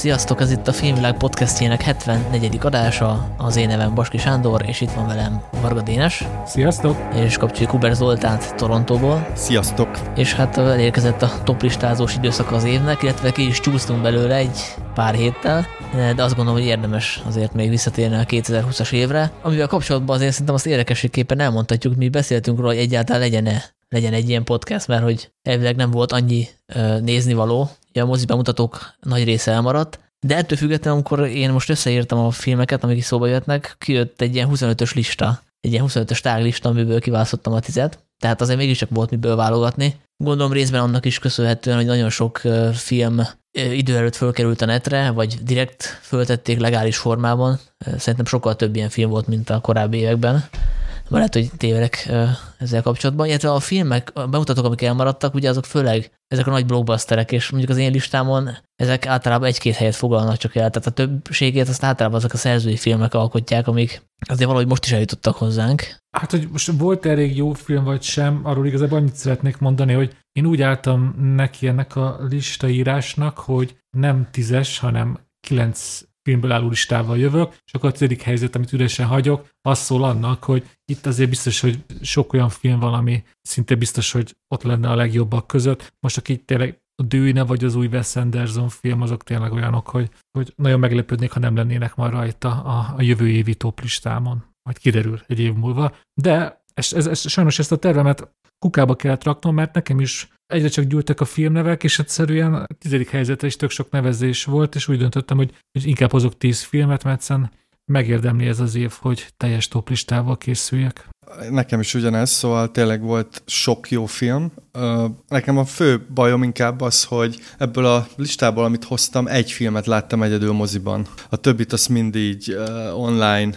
Sziasztok, ez itt a Filmvilág podcastjének 74. adása, az én nevem Baski Sándor, és itt van velem Varga Dénes. Sziasztok! És kapcsoljuk Huber Zoltánt Torontóból. Sziasztok! És hát elérkezett a toplistázós időszaka az évnek, illetve ki is csúsztunk belőle egy pár héttel, de azt gondolom, hogy érdemes azért még visszatérni a 2020-as évre, amivel kapcsolatban azért szerintem azt érdekességképpen elmondhatjuk, mi beszéltünk róla, hogy egyáltalán legyen egy ilyen podcast, mert hogy elvileg nem volt annyi néznivaló, ugye a mozi bemutatók nagy része elmaradt, de ettől függetlenül, amikor én most összeírtam a filmeket, amik is szóba jöttnek, kijött egy ilyen 25-ös lista, egy ilyen 25-ös táglista, amiből kiválasztottam a 10-et, tehát azért mégiscsak volt miből válogatni. Gondolom részben annak is köszönhetően, hogy nagyon sok film idő előtt fölkerült a netre, vagy direkt föltették legális formában. Szerintem sokkal több ilyen film volt, mint a korábbi években. Lehet, hogy tévedek ezzel kapcsolatban. Illetve a filmek, a bemutatók, amik elmaradtak, ugye azok főleg ezek a nagy blockbusterek, és mondjuk az én listámon ezek általában egy-két helyet foglalnak csak el. Tehát a többségét azt általában azok a szerzői filmek alkotják, amik azért valahogy most is eljutottak hozzánk. Hát, hogy most volt elég jó film, vagy sem, arról igazából annyit szeretnék mondani, hogy én úgy álltam neki ennek a listaírásnak, hogy nem 10-es, hanem 9 filmből álló listával jövök, és akkor a 10. helyzet, amit üresen hagyok, az szól annak, hogy itt azért biztos, hogy sok olyan film van, ami szinte biztos, hogy ott lenne a legjobbak között. Most aki tényleg a Dűne vagy az új Wes Anderson film, azok tényleg olyanok, hogy nagyon meglepődnék, ha nem lennének már rajta a jövő évi top listámon. Majd kiderül egy év múlva. De sajnos ezt a tervemet kukába kellett raknom, mert nekem is egyre csak gyűltek a filmnevek, és egyszerűen a 10. helyzetre is tök sok nevezés volt, és úgy döntöttem, hogy inkább hozok 10 filmet, mert egyszerűen megérdemli ez az év, hogy teljes toplistával készüljek. Nekem is ugyanez, szóval tényleg volt sok jó film. Nekem a fő bajom inkább az, hogy ebből a listából, amit hoztam, egy filmet láttam egyedül moziban. A többit azt mind így online,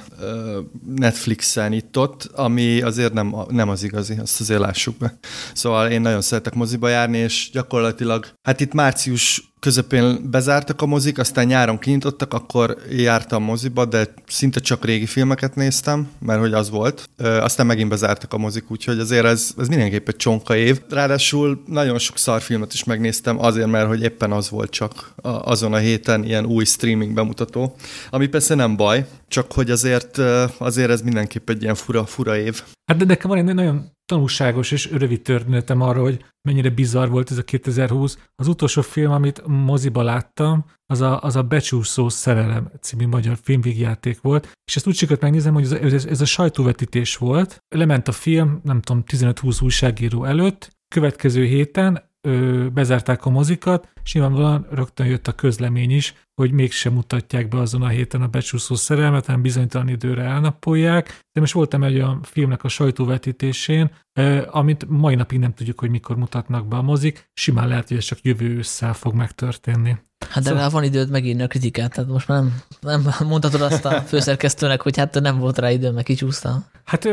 Netflixen itt-ott, ami azért nem az igazi, azt azért lássuk be. Szóval én nagyon szeretek moziba járni, és gyakorlatilag, hát itt március közepén bezártak a mozik, aztán nyáron kinyitottak, akkor jártam moziba, de szinte csak régi filmeket néztem, mert hogy az volt. Aztán megint bezártak a mozik, úgyhogy azért ez mindenképp egy csonka év. Ráadásul nagyon sok szarfilmet is megnéztem, azért, mert hogy éppen az volt csak azon a héten ilyen új streaming bemutató, ami persze nem baj, csak hogy azért ez mindenképp egy ilyen fura év. Hát de nekem van egy nagyon tanulságos és rövid történetem arra, hogy mennyire bizarr volt ez a 2020. Az utolsó film, amit moziba láttam, az a Becsúszó szerelem című magyar filmvígjáték volt, és ezt úgy sikerült megnézem, hogy ez a sajtóvetítés volt. Lement a film, nem tudom, 15-20 újságíró előtt, következő héten bezárták a mozikat, és nyilvánvalóan rögtön jött a közlemény is, hogy mégsem mutatják be azon a héten a Becsúszó szerelmet, hanem bizonytalan időre elnapolják. De most voltam egy olyan filmnek a sajtóvetítésén, amit mai napig nem tudjuk, hogy mikor mutatnak be a mozik. Simán lehet, hogy ez csak jövő ősszel fog megtörténni. Hát de szóval van időd megírni a kritikát, tehát most már nem mondhatod azt a főszerkesztőnek, hogy hát nem volt rá időm, meg kicsúsztam. Hát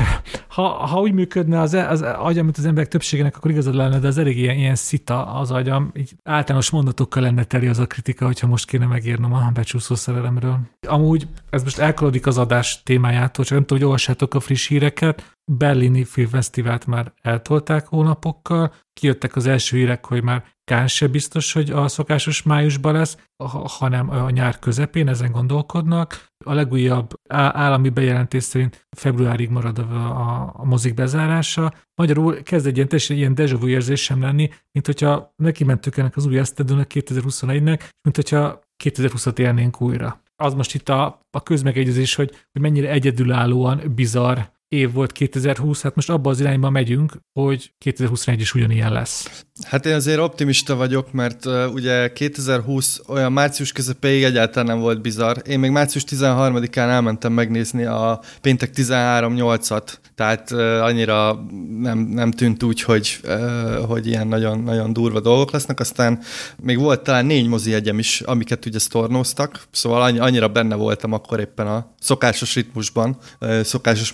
ha úgy működne az agyam, mint az emberek többségének, akkor igazad lenne, de az elég ilyen szita az agyam. Így általános mondatokkal lenne teli az a kritika, hogyha most kéne megírnom a Becsúszó szerelemről. Amúgy ez most elkolodik az adás témájától, csak nem tudom, hogy olvassátok a friss híreket. Berlini Filmfesztivált már eltolták hónapokkal, kijöttek az első hírek, hogy már Cannes se biztos, hogy a szokásos májusban lesz, hanem a nyár közepén, ezen gondolkodnak. A legújabb állami bejelentés szerint februárig marad a mozik bezárása. Magyarul kezd egy ilyen déjà vu érzésem lenni, mint hogyha neki mentük ennek az új esztendőnek 2021-nek, mint hogyha 2020-at élnénk újra. Az most itt a közmegegyezés, hogy mennyire egyedülállóan bizarr év volt 2020, hát most abba az irányba megyünk, hogy 2021 is ugyanilyen lesz. Hát én azért optimista vagyok, mert ugye 2020 olyan március közepéig egyáltalán nem volt bizarr. Én még március 13-án elmentem megnézni a péntek 13-8-at, tehát annyira nem tűnt úgy, hogy ilyen nagyon, nagyon durva dolgok lesznek. Aztán még volt talán 4 mozijegyem is, amiket ugye sztornóztak, szóval annyira benne voltam akkor éppen a szokásos ritmusban, szokásos mozis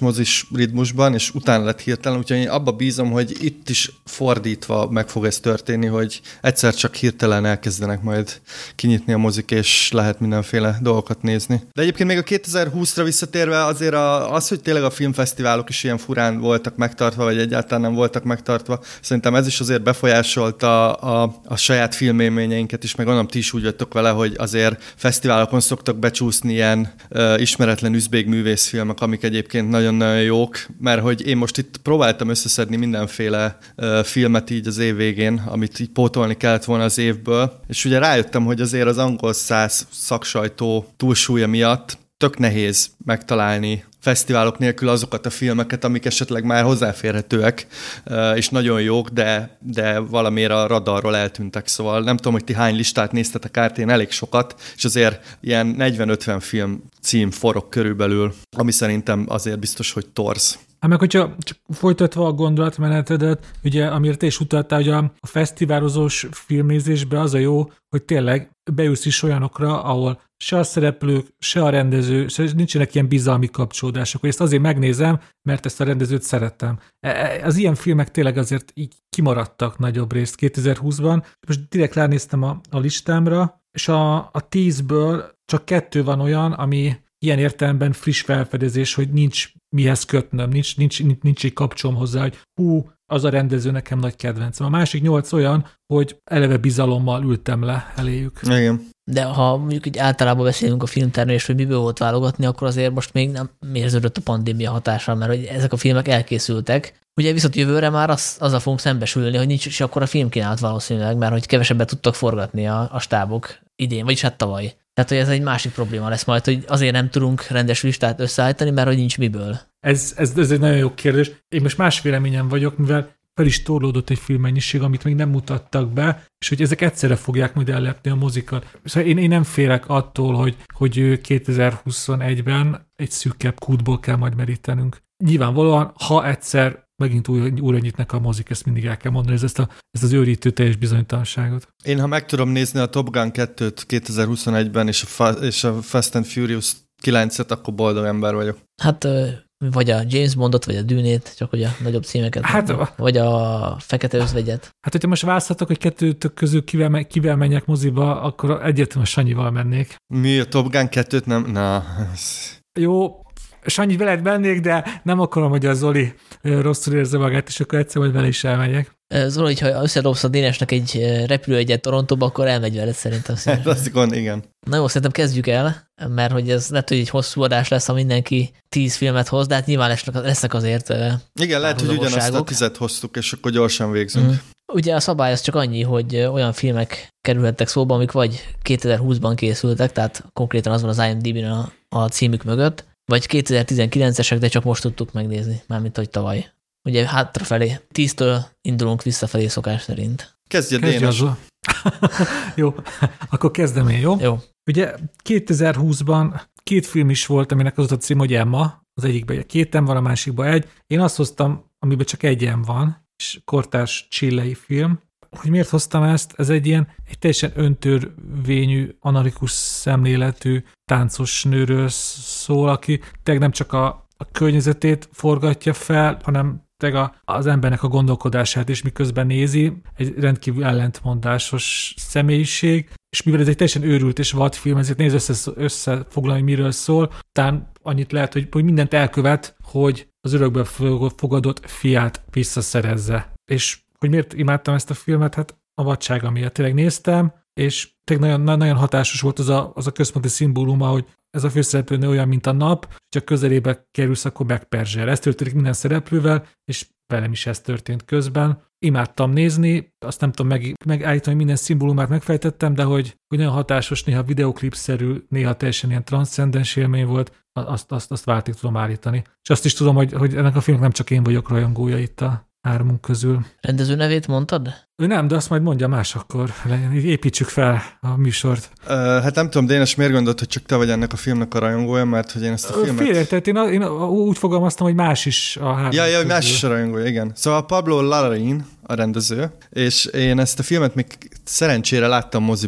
ritmusban, és utána lett hirtelen, úgyhogy én abba bízom, hogy itt is fordítva meg fog ez történni, hogy egyszer csak hirtelen elkezdenek majd kinyitni a mozik, és lehet mindenféle dolgokat nézni. De egyébként még a 2020-ra visszatérve azért az, hogy tényleg a filmfesztiválok is ilyen furán voltak megtartva, vagy egyáltalán nem voltak megtartva, szerintem ez is azért befolyásolta a saját filmélményeinket is, meg gondolom ti is úgy vagytok vele, hogy azért fesztiválokon szoktak becsúszni ilyen ismeretlen üzbég művészfilmek, amik egyébként nagyon-nagyon jók, mert hogy én most itt próbáltam összeszedni mindenféle filmet így az év végén, amit így pótolni kellett volna az évből, és ugye rájöttem, hogy azért az angol száz szaksajtó túlsúlya miatt tök nehéz megtalálni fesztiválok nélkül azokat a filmeket, amik esetleg már hozzáférhetőek, és nagyon jók, de valamiért a radarról eltűntek. Szóval nem tudom, hogy ti hány listát néztetek át, én elég sokat, és azért ilyen 40-50 film cím forog körülbelül, ami szerintem azért biztos, hogy torz. Hát meg, hogyha csak folytatva a gondolatmenetedet, ugye, amire te is utaltál, hogy a fesztiválozós filmnézésben az a jó, hogy tényleg beülsz is olyanokra, ahol se a szereplők, se a rendező, nincsenek ilyen bizalmi kapcsolódások, hogy ezt azért megnézem, mert ezt a rendezőt szeretem. Az ilyen filmek tényleg azért így kimaradtak nagyobb részt 2020-ban. Most direkt ránéztem a listámra, és a 10-ből csak 2 van olyan, ami ilyen értelemben friss felfedezés, hogy nincs mihez kötnöm, nincs egy kapcsolom hozzá, hogy az a rendező nekem nagy kedvencem. A másik 8 olyan, hogy eleve bizalommal ültem le eléjük. Igen. De ha mondjuk így általában beszélünk a filmtermelésről, hogy miből volt válogatni, akkor azért most még nem érződött a pandémia hatással, mert hogy ezek a filmek elkészültek. Ugye viszont jövőre már azzal fogunk szembesülni, hogy nincs is akkor a filmkínálat valószínűleg, mert hogy kevesebbet tudtak forgatni a stábok idén, vagyis hát tavaly. Tehát, hogy ez egy másik probléma lesz majd, hogy azért nem tudunk rendes listát összeállítani, mert hogy nincs miből. Ez egy nagyon jó kérdés. Én most más véleményen vagyok, mivel fel is torlódott egy filmmennyiség, amit még nem mutattak be, és hogy ezek egyszerre fogják majd ellepni a mozikat. Szóval én nem félek attól, hogy 2021-ben egy szűkebb kútból kell majd merítenünk. Nyilvánvalóan, ha egyszer megint újra nyitnak a mozik, ezt mindig el kell mondani, ezt az őrítő teljes bizonytalanságot. Én, ha meg tudom nézni a Top Gun 2-t 2021-ben, és a Fast and Furious 9-et, akkor boldog ember vagyok. Hát, vagy a James Bondot, vagy a Dűnét, csak hogy a nagyobb címeket, vagy a Fekete Özvegyet. Hát, hogyha most választhatok, hogy kettőtök közül kivel menjek moziba, akkor egyértelműen Sanyival mennék. Mi, a Top Gun 2-t nem? Na. Jó, Sanyi veled mennék, de nem akarom, hogy a Zoli rosszul érze magát, és akkor egyszer majd vele is elmegyek. Zoli, ha összedobsz a Dénesnek egy repülőjegyet Torontóba, akkor elmegy veled szerintem. Klasszikon, igen. Na jó, szerintem kezdjük el, mert hogy ez lehet, hogy egy hosszú adás lesz, ha mindenki 10 filmet hoz, de hát nyilván lesznek azért igen, lehet, hogy ugyanazt a 10-et hoztuk, és akkor gyorsan végzünk. Ugye a szabály az csak annyi, hogy olyan filmek kerülhettek szóba, amik vagy 2020-ban készültek, tehát konkrétan az van az IMDb-n a címük mögött, vagy 2019-esek, de csak most tudtuk megnézni, mármint hogy tavaly. Ugye hátrafelé, 10-től indulunk visszafelé szokás szerint. Kezdj Dénes. Jó, akkor kezdem én, jó? Jó. Ugye 2020-ban 2 film is volt, aminek az a cím, hogy Emma. Az egyikben 2 M van, a másikban 1. Én azt hoztam, amiben csak 1 M van, és kortárs chilei film. Hogy miért hoztam ezt? Ez egy teljesen öntörvényű, analikus szemléletű táncos nőről szól, aki tényleg nem csak a környezetét forgatja fel, hanem tényleg az embernek a gondolkodását is miközben nézi. Egy rendkívül ellentmondásos személyiség, és mivel ez egy teljesen őrült és vad film, ezért nézd összefoglalni, miről szól. Talán annyit lehet, hogy mindent elkövet, hogy az örökbe fogadott fiát visszaszerezze. És hogy miért imádtam ezt a filmet? Hát a vadsága miatt. Tényleg néztem, és tényleg nagyon, nagyon hatásos volt az a központi szimbóluma, hogy ez a főszereplőnő olyan, mint a nap, csak közelébe kerülsz, akkor megperzsel. Ez történik minden szereplővel, és velem is ez történt közben. Imádtam nézni, azt nem tudom megállítani, hogy minden szimbólumát megfejtettem, de hogy nagyon hatásos, néha videoklipszerű, néha teljesen ilyen transzcendens élmény volt, azt váltig tudom állítani. És azt is tudom, hogy ennek a filmnek nem csak én vagyok rajongója itt a 3 közül. Rendező nevét mondtad? Ő nem, de azt majd mondja más akkor. Építsük fel a műsort. Hát nem tudom, Dénes, miért gondolt, hogy csak te vagy ennek a filmnek a rajongója, mert hogy én ezt a filmet... Félretett, én úgy fogalmaztam, hogy más is a 3 Ja, hogy más is a rajongója, igen. Szóval Pablo Larraín a rendező, és én ezt a filmet még szerencsére láttam moziban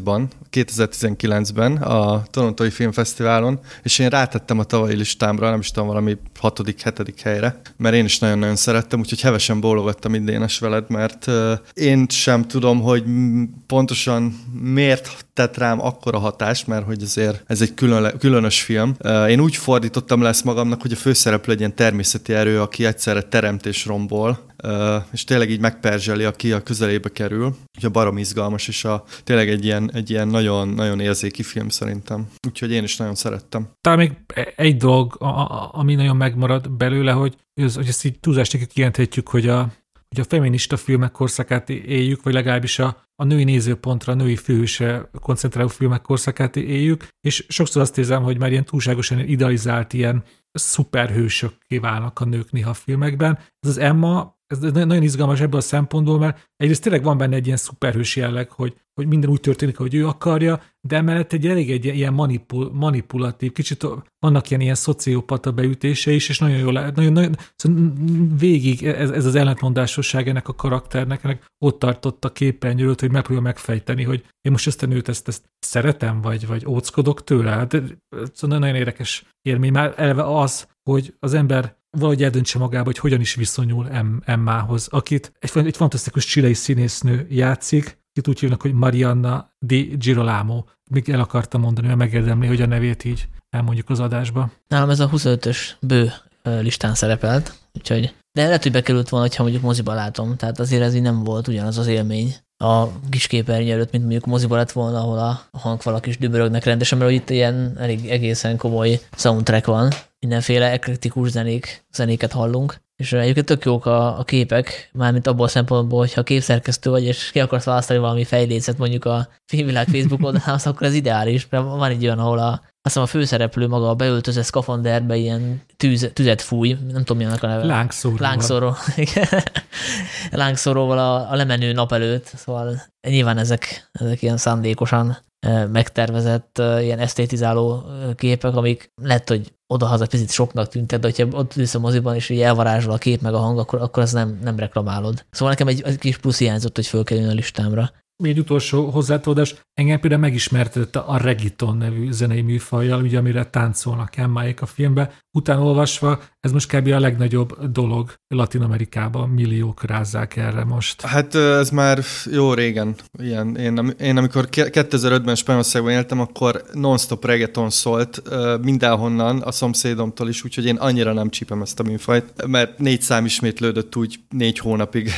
2019-ben a Torontói Filmfesztiválon, és én rátettem a tavalyi listámra, nem is tudom, valami 6.-7. helyre, mert én is nagyon-nagyon szerettem, úgyhogy hevesen bólogattam Dénes veled, mert én sem tudom, hogy pontosan miért tett rám akkora hatást, mert hogy azért ez egy különös film. Én úgy fordítottam le ezt magamnak, hogy a főszereplő egy ilyen természeti erő, aki egyszerre teremt és rombol, és tényleg így megperzseli, aki a közelébe kerül. Úgyhogy barom izgalmas, és tényleg egy ilyen nagyon, nagyon érzéki film szerintem. Úgyhogy én is nagyon szerettem. Talán még egy dolog, ami nagyon megmarad belőle, hogy ezt így túlzásnak kijelenthetjük, hogy a feminista filmek korszakát éljük, vagy legalábbis a női nézőpontra, a női főhősre koncentráló filmek korszakát éljük, és sokszor azt érzem, hogy már ilyen túlságosan idealizált ilyen szuperhősökké válnak a nők néha a filmekben. Ez az Emma, ez nagyon izgalmas ebből a szempontból, mert egyrészt tényleg van benne egy ilyen szuperhős jelleg, hogy minden úgy történik, ahogy ő akarja, de emellett egy ilyen manipulatív, kicsit vannak ilyen szociopata beütése is, és nagyon szóval végig ez az ellentmondásosság ennek a karakternek, ennek ott tartott a képernyőt, hogy megpróbálja megfejteni, hogy én most ezt a nőt ezt szeretem, vagy óckodok tőle. Hát, szóval nagyon érdekes élmény. Már eleve az, hogy az ember valahogy eldöntse magába, hogy hogyan is viszonyul Emmához, akit egy fantasztikus chilei színésznő játszik, akit úgy hívnak, hogy Marianna Di Girolamo. Még el akartam mondani, mert megérdemli, hogy a nevét így elmondjuk az adásba. Nálam ez a 25-ös bő listán szerepelt, úgyhogy de lehet, hogy bekerült volna, ha mondjuk moziba látom, tehát azért ez így nem volt ugyanaz az élmény a kis képernyő előtt, mint mondjuk moziba lett volna, ahol a hangfalak is dübörögnek rendesen, mert itt ilyen elég egészen komoly soundtrack van, mindenféle eklektikus zenéket hallunk, és egyébként tök jók a képek, mármint abból a szempontból, hogyha képszerkesztő vagy, és ki akarsz választani valami fejlécet mondjuk a Filmvilág Facebook oldalához, akkor ez ideális, mert van egy olyan, ahol azt hiszem a főszereplő maga beöltöző szkafanderbe ilyen tüzet fúj, nem tudom mi annak a neve. Lángszóróval a lemenő nap előtt, szóval nyilván ezek ilyen szándékosan megtervezett, ilyen esztétizáló képek, amik lehet, hogy odahaza picit soknak tűntek, de hogyha ott ülsz a moziban, és így elvarázsol a kép meg a hang, akkor az nem reklamálod. Szóval nekem egy kis plusz hiányzott, hogy fölkerüljön a listámra. Még egy utolsó hozzátódás, engem például megismertetett a reggaeton nevű zenei műfajjal, ugye amire táncolnak Emmáék a filmbe. Utána olvasva, ez most kb. A legnagyobb dolog Latin-Amerikában, milliók rázzák erre most. Hát ez már jó régen ilyen. Én amikor 2005-ben Spanyolországban éltem, akkor non-stop reggaeton szólt mindenhonnan, a szomszédomtól is, úgyhogy én annyira nem csípem ezt a műfajt, mert 4 szám ismétlődött úgy 4 hónapig.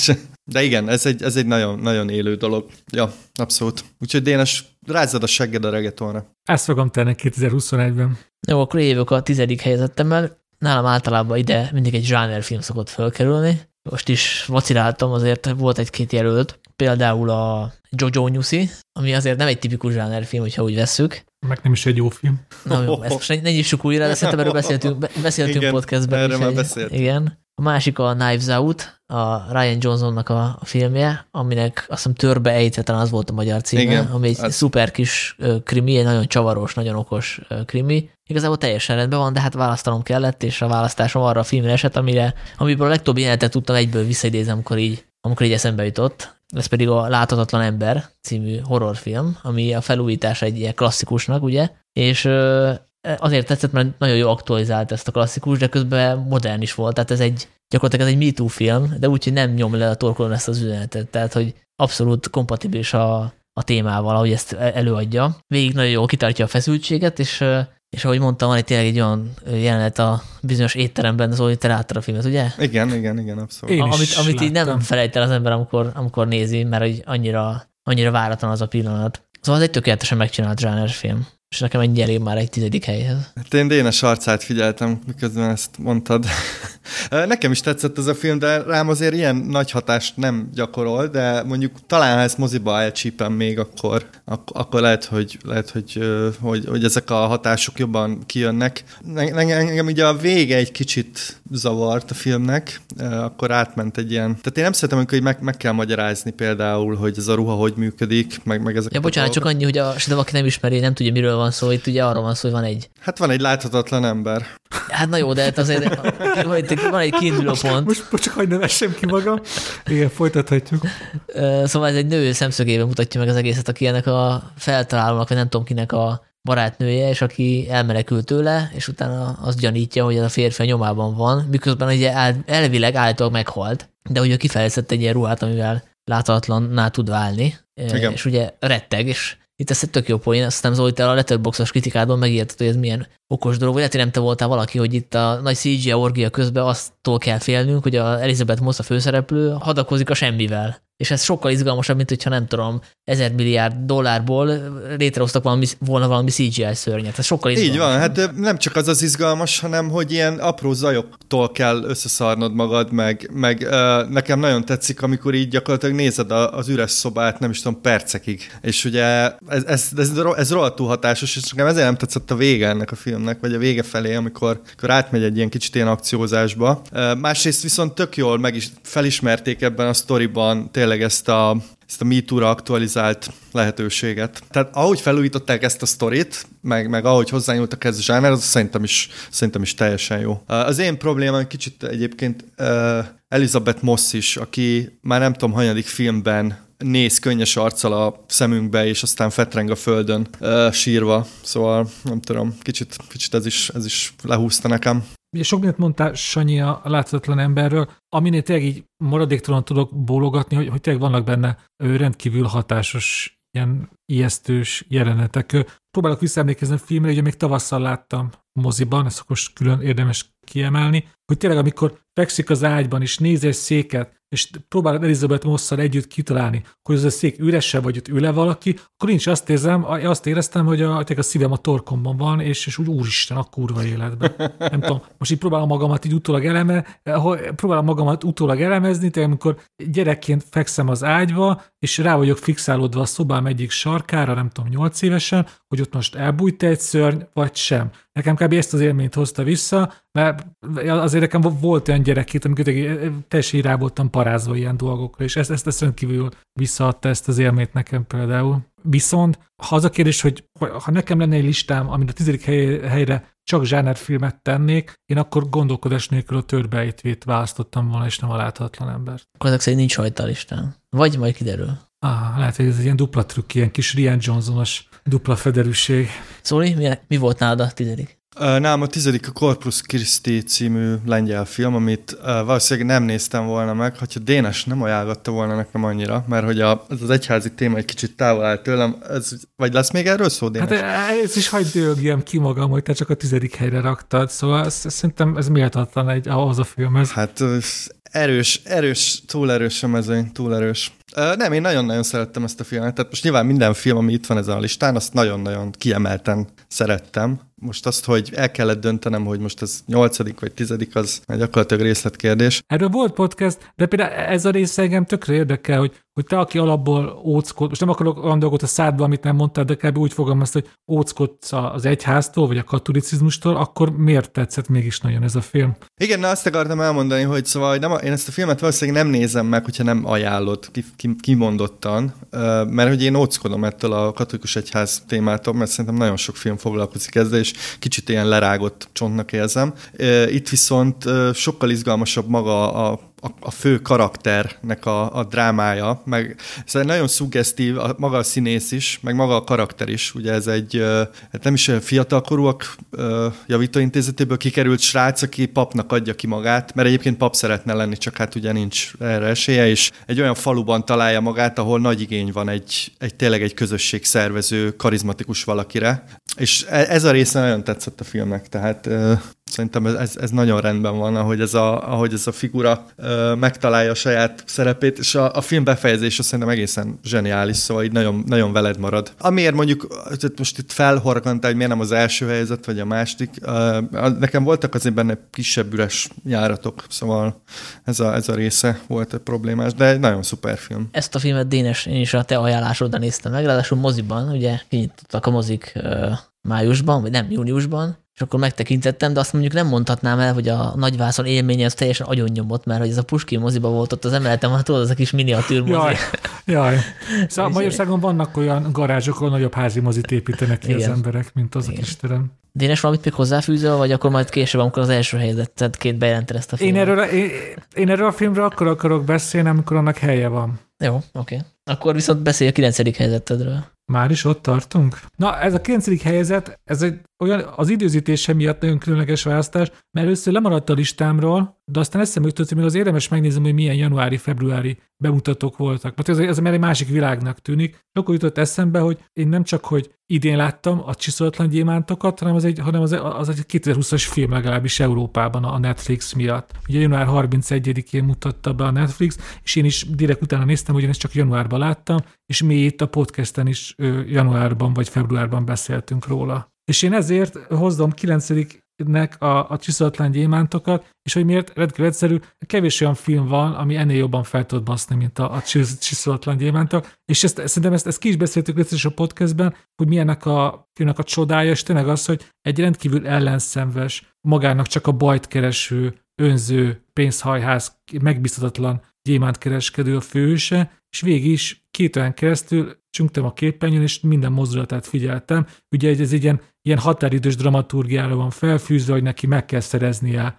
De igen, ez egy nagyon, nagyon élő dolog. Ja, abszolút. Úgyhogy Dénes, rázzad a segged a reggaetonra. Ezt fogom tenni 2021-ben. Jó, akkor évök a 10. helyezettemmel. Nálam általában ide mindig egy zsánerfilm szokott felkerülni. Most is vaciláltam, azért volt egy-két jelölt. Például a Jojo Nyuszi, ami azért nem egy tipikus zsánerfilm, hogyha úgy vesszük. Meg nem is egy jó film. Na jó, ezt most ne nyissuk újra, de szerintem erről beszéltünk igen, podcastben. Erről már beszéltünk. Igen. A másik a Knives Out, a Ryan Johnsonnak a filmje, aminek azt hiszem Törbe ejtve, talán az volt a magyar címe, igen, ami egy szuper kis krimi, egy nagyon csavaros, nagyon okos krimi. Igazából teljesen rendben van, de hát választanom kellett, és a választásom arra a filmre esett, amiből a legtöbb jelenetet tudtam egyből visszaidézni, amikor így eszembe jutott. Ez pedig a Láthatatlan ember című horrorfilm, ami a felújítása egy ilyen klasszikusnak, ugye, és azért tetszett, mert nagyon jó aktualizált ezt a klasszikus, de közben modern is volt, tehát gyakorlatilag ez egy Me Too film, de úgy, hogy nem nyom le a torkolon ezt az üzenetet, tehát hogy abszolút kompatibilis a témával, ahogy ezt előadja. Végig nagyon jól kitartja a feszültséget, és ahogy mondtam, van itt tényleg egy olyan jelenet a bizonyos étteremben, az olyan, te láttad a filmet, ugye? Igen, abszolút. Amit így nem felejt el az ember, amikor nézi, mert hogy annyira váratlan az a pillanat. Szóval ez egy tökéletesen megcsinált zsánerfilm. És nekem egy elég már egy 10. helyhez. Hát én Dénes arcát figyeltem, miközben ezt mondtad. Nekem is tetszett ez a film, de rám azért ilyen nagy hatást nem gyakorol, de mondjuk talán ha ezt moziba elcsípem még, akkor lehet, hogy ezek a hatások jobban kijönnek. Engem ugye a vége egy kicsit zavart a filmnek, akkor átment egy ilyen... Tehát én nem szeretem, amikor meg kell magyarázni például, hogy ez a ruha hogy működik, meg ezek. Ja, bocsánat, csak annyi, hogy aki nem ismeri, nem tudja, miről van van szó, itt ugye arról van szó, hogy van egy... Hát van egy láthatatlan ember. Hát na jó, de hát azért van egy kiinduló pont. Most csak hagyd ne vessem ki magam. Igen, folytathatjuk. Szóval ez egy nő szemszögében mutatja meg az egészet, aki ennek a feltalálónak, vagy nem tudom kinek a barátnője, és aki elmenekült tőle, és utána azt gyanítja, hogy ez a férfi a nyomában van, miközben ugye elvileg állítólag meghalt, de ugye kifejezett egy ilyen ruhát, amivel láthatatlanná tud válni, igen. És ugye retteg, és itt ez egy tök jó poén, azt hiszem Zoli, te a Letterboxd-os kritikádon megírtad, hogy ez milyen okos dolog, vagy lehet, hogy nem te voltál valaki, hogy itt a nagy CGI orgia közben aztól kell félnünk, hogy a Elizabeth Moss a főszereplő hadakozik a semmivel. És ez sokkal izgalmasabb, mint hogyha nem tudom, $1000 milliárd létrehoztak volna valami CGI szörnyet. Ez sokkal izgalmasabb. Így van, hát nem csak az izgalmas, hanem hogy ilyen apró zajoktól kell összeszarnod magad, meg nekem nagyon tetszik, amikor így gyakorlatilag nézed az üres szobát, nem is tudom, percekig. És ugye ez rohadtul hatásos, és nekem ezért nem tetszett a vége ennek a filmnek, vagy a vége felé, amikor átmegy egy ilyen kicsit ilyen akciózásba. Másrészt viszont tök jól felismerték ebben a sztoriban tényleg ezt a MeToo-ra aktualizált lehetőséget. Tehát ahogy felújították ezt a sztorit, meg ahogy hozzányúltak ez a zsáner, az szerintem is teljesen jó. Az én problémám kicsit egyébként Elizabeth Moss is, aki már nem tudom, hanyadik filmben néz könnyes arccal a szemünkbe, és aztán fetreng a földön sírva. Szóval nem tudom, kicsit ez is lehúzta nekem. Ugye sok mindent mondtál, Sanyi, a láthatatlan emberről, aminél tényleg így maradéktalan tudok bólogatni, hogy tényleg vannak benne rendkívül hatásos, ilyen ijesztős jelenetek. Próbálok visszaemlékezni a filmre, ugye még tavasszal láttam moziban, ezt most külön érdemes kiemelni, hogy tényleg amikor fekszik az ágyban, és néz egy széket, és próbálod Elizabeth Mosszal együtt kitalálni, hogy az a szék üresebb, vagy ott ül-e valaki, akkor nincs azt éreztem, hogy a szívem a torkomban van, és úgy úristen, a kurva életben. Nem tudom, most így próbálom magamat így utólag elemezni, tehát amikor gyerekként fekszem az ágyba, és rá vagyok fixálódva a szobám egyik sarkára, nem tudom, 8 évesen, hogy ott most elbújt egy szörny, vagy sem. Nekem kb. Ezt az élményt hozta vissza, mert azért nekem volt olyan gyerekkét, amikor teljesen rá voltam parázva ilyen dolgokra, és ezt rendkívül visszaadta ezt az élményt nekem például. Viszont, ha az a kérdés, hogy ha nekem lenne egy listám, amin a 10. helyre csak zsánerfilmet tennék, én akkor gondolkodás nélkül a Törbeejtvét választottam volna, és nem a Láthatatlan embert. Akkor ezek szerint nincs rajta a listán. Vagy majd kiderül. Lehet, hogy ez egy ilyen dupla trükk, ilyen kis Rian Johnson-os dupla federűség. Szóli, mi volt nálad a 10.? Nálam a 10. a Corpus Christi című lengyel film, amit valószínűleg nem néztem volna meg, hogyha Dénes nem ajánlotta volna nekem annyira, mert hogy az egyházi téma egy kicsit távol áll tőlem. Vagy lesz még erről szó, Dénes? Hát ez is hagyd dőlgjem ki magam, hogy te csak a 10. helyre raktad, szóval szerintem ez méltatlan ahhoz a filmhez. Hát túl erős a mezőny, túl erős. Nem, én nagyon-nagyon szerettem ezt a filmet, tehát most nyilván minden film, ami itt van ezen a listán, azt nagyon-nagyon kiemelten szerettem. Most azt, hogy el kellett döntenem, hogy most ez 8. vagy 10. az gyakorlatilag részletkérdés. Erről volt podcast, de például ez a része engem tökre érdekel, hogy te, aki alapból óckod, most nem akarok olyan dolgot a szádba, amit nem mondtad, de kb. Úgy fogalmazta, hogy óckodsz az egyháztól, vagy a katolicizmustól, akkor miért tetszett mégis nagyon ez a film? Igen, na azt akartam elmondani, hogy szóval én ezt a filmet valószínűleg nem nézem meg, hogyha nem ajánlod kimondottan, mert hogy én óckodom ettől a katolikus egyház témától, mert szerintem nagyon sok film foglalkozik ezzel, és kicsit ilyen lerágott csontnak érzem. Itt viszont sokkal izgalmasabb maga a fő karakternek a drámája, meg szóval nagyon szuggesztív maga a színész is, meg maga a karakter is. Ugye ez egy hát nem is fiatalkorúak javítóintézetéből kikerült srác, aki papnak adja ki magát, mert egyébként pap szeretne lenni, csak hát ugye nincs erre esélye, és egy olyan faluban találja magát, ahol nagy igény van tényleg egy közösségszervező, karizmatikus valakire. És ez a része nagyon tetszett a filmnek, tehát szerintem ez nagyon rendben van, ahogy ez a figura megtalálja a saját szerepét, és a film befejezése szerintem egészen zseniális, szóval így nagyon, nagyon veled marad. Amiért mondjuk most itt felhorgantál, hogy miért nem az első helyzet, vagy a második, nekem voltak azért benne kisebb üres járatok, szóval ez a része volt a problémás, de egy nagyon szuper film. Ezt a filmet, Dénes, én is a te ajánlásodra néztem meg, ráadásul moziban, ugye kinyitottak a mozik májusban, vagy nem, júniusban, és akkor megtekintettem, de azt mondjuk nem mondhatnám el, hogy a nagyvászon élménye az teljesen agyonnyomott, mert hogy ez a Puskin moziba volt ott az emeleten, tudod, az a kis miniatűr mozi. Jaj. Szóval Magyarországon vannak olyan garázsok, ahol nagyobb házi mozit építenek ki az emberek, mint az a kis terem. Dénes, valamit még hozzáfűzöl, vagy akkor majd később, amikor az első helyzetként bejelented ezt a filmet? Én erről a filmről akkor akarok beszélni, amikor annak helye van. Jó, oké. Akkor viszont beszélj a 9. helyzetedről. Már is ott tartunk? Na, ez a 9. helyzet, ez egy olyan az időzítése miatt nagyon különleges választás, mert először lemaradt a listámról, de aztán eszembe jutott, hogy még az érdemes megnézni, hogy milyen januári-februári bemutatók voltak. Mert ez már egy másik világnak tűnik. Akkor jutott eszembe, hogy én nem csak, hogy idén láttam a Csiszolatlan gyémántokat, hanem az egy 2020-as film legalábbis Európában a Netflix miatt. Ugye január 31-én mutatta be a Netflix, és én is direkt utána néztem, hogy én ezt csak januárban láttam, és mi itt a podcasten is januárban vagy februárban beszéltünk róla. És én ezért hozzam 9-nek a Csiszolatlan gyémántokat, és hogy miért rendkívül egyszerű, kevés olyan film van, ami ennél jobban fel tud baszni, mint a Csiszolatlan gyémántok, és szerintem ezt ki is beszéltük is a podcastben, hogy milyennek a filmnek a csodája, és tényleg az, hogy egy rendkívül ellenszenves, magának csak a bajt kereső, önző, pénzhajház, megbízhatatlan gyémántkereskedő a főhőse, és végig is 2 órán keresztül csüngtem a képernyőn, és minden mozdulatát figyeltem. Ugye ez egy ilyen határidős dramaturgiára van felfűzve, hogy neki meg kell szereznie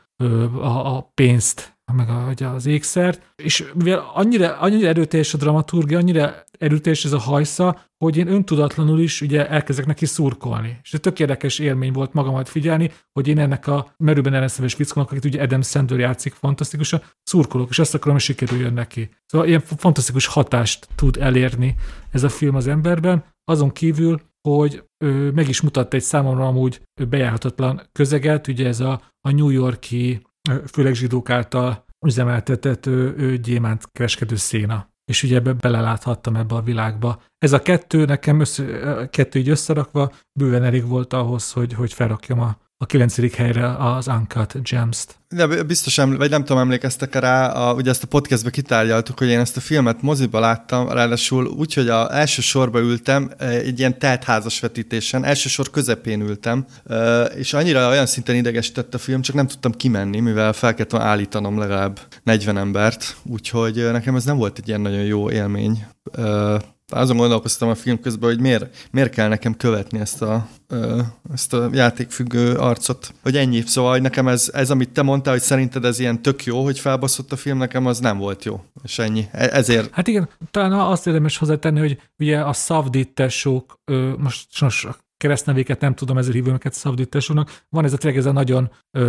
a pénzt, meg az ékszert, és mivel annyira erőteljes a dramaturgia, annyira erőteljes ez a hajsza, hogy én öntudatlanul is ugye elkezdek neki szurkolni. És ez tök érdekes élmény volt magamat figyelni, hogy én ennek a merőben ellenszenves fickónak, akit ugye Adam Sandler játszik fantasztikusan, szurkolok, és azt akarom, hogy sikerüljön neki. Szóval ilyen fantasztikus hatást tud elérni ez a film az emberben, azon kívül, hogy meg is mutatta egy számomra amúgy bejárhatatlan közeget, ugye ez a New York-i, főleg zsidók által üzemeltetett gyémántkereskedő széna. És ugye beleláthattam ebbe a világba. Ez a kettő nekem kettő így összerakva bőven elég volt ahhoz, hogy felrakjam a 9. helyre az Uncut Gems-t. De biztos, vagy nem tudom, emlékeztek rá, ugye ezt a podcastbe kitárgyaltuk, hogy én ezt a filmet moziba láttam, ráadásul úgy, hogy az első sorba ültem, egy ilyen teltházas vetítésen, első sor közepén ültem, és annyira olyan szinten idegesített a film, csak nem tudtam kimenni, mivel fel kellett állítanom legalább 40 embert, úgyhogy nekem ez nem volt egy ilyen nagyon jó élmény. Azon gondolkoztam a film közben, hogy miért kell nekem követni ezt a játékfüggő arcot. Hogy ennyi. Szóval, hogy nekem ez, amit te mondtál, hogy szerinted ez ilyen tök jó, hogy felbaszott a film, nekem az nem volt jó. És ennyi. Ezért. Hát igen, talán azt érdemes hozzátenni, hogy ugye a Szavdi tesók, most a keresztnevéket nem tudom, ezért hívom őket Szavdi tesónak, van ez a nagyon...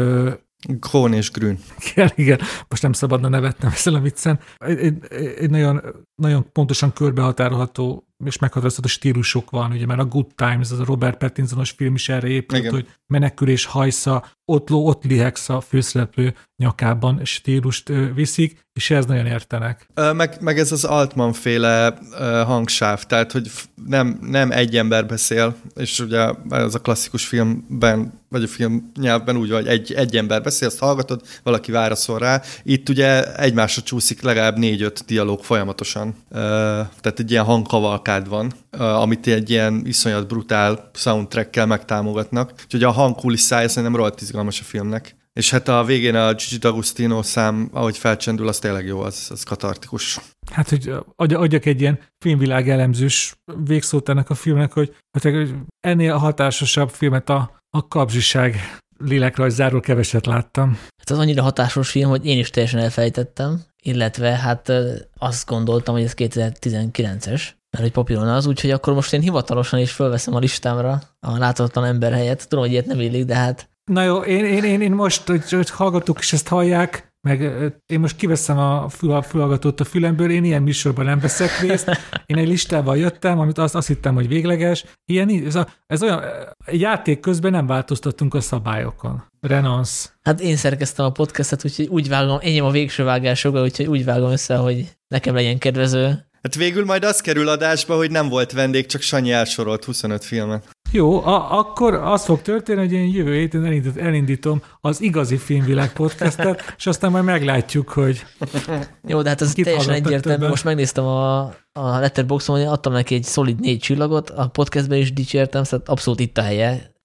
Kron és Grün. Igen, most nem szabadna nevetnem ezzel a viccen. Egy nagyon, nagyon pontosan körbehatárolható és meghatározható stílusok van, ugye már a Good Times, az a Robert Pattinsonos film is erre épült, igen, hogy menekülés, hajsza, ott lihegsz a főszereplő nyakában stílust viszik, és ez nagyon értenek. Meg ez az Altman-féle hangsáv, tehát, hogy nem egy ember beszél, és ugye ez a klasszikus filmben, vagy a film nyelvben úgy van, hogy egy ember beszél, azt hallgatod, valaki válaszol rá. Itt ugye egymásra csúszik legalább 4-5 dialóg folyamatosan. Tehát egy ilyen hangkavalkád van, amit egy ilyen iszonyat brutál soundtrackkel megtámogatnak. Úgyhogy a hangkulisszája szerintem rohadt izgalmas a filmnek. És hát a végén a Gigi D'Agostino szám, ahogy felcsendül, az tényleg jó, az katartikus. Hát, hogy adjak egy ilyen filmvilág elemzős végszót ennek a filmnek, hogy ennél a hatásosabb filmet a Kapzsiság lélekrajzáról keveset láttam. Hát az annyira hatásos film, hogy én is teljesen elfejtettem, illetve hát azt gondoltam, hogy ez 2019-es, mert hogy papíron az, úgyhogy akkor most én hivatalosan is fölveszem a listámra a láthatatlan ember helyett. Tudom, hogy ilyet nem illik, de hát... Na jó, én most, hogy hallgatók is ezt hallják, meg én most kiveszem a fülhallgatót a fülemből, én ilyen műsorban nem veszek részt, én egy listával jöttem, amit azt hittem, hogy végleges. Ez olyan, játék közben nem változtattunk a szabályokon. Renansz. Hát én szerkeztem a podcastet, úgyhogy úgy vágom, enyém a végső vágásokra, úgyhogy úgy vágom össze, hogy nekem legyen kedvező. Hát végül majd az kerül adásba, hogy nem volt vendég, csak Sanyi elsorolt 25 filmet. Jó, akkor az fog történni, hogy én jövő héten elindítom az igazi filmvilág podcastet, és aztán majd meglátjuk, hogy... Jó, de hát ez teljesen egyértelmű. Most megnéztem a Letterboxdon, hogy adtam neki egy szolid 4 csillagot, a podcastben is dicsértem, szóval abszolút itt a helye.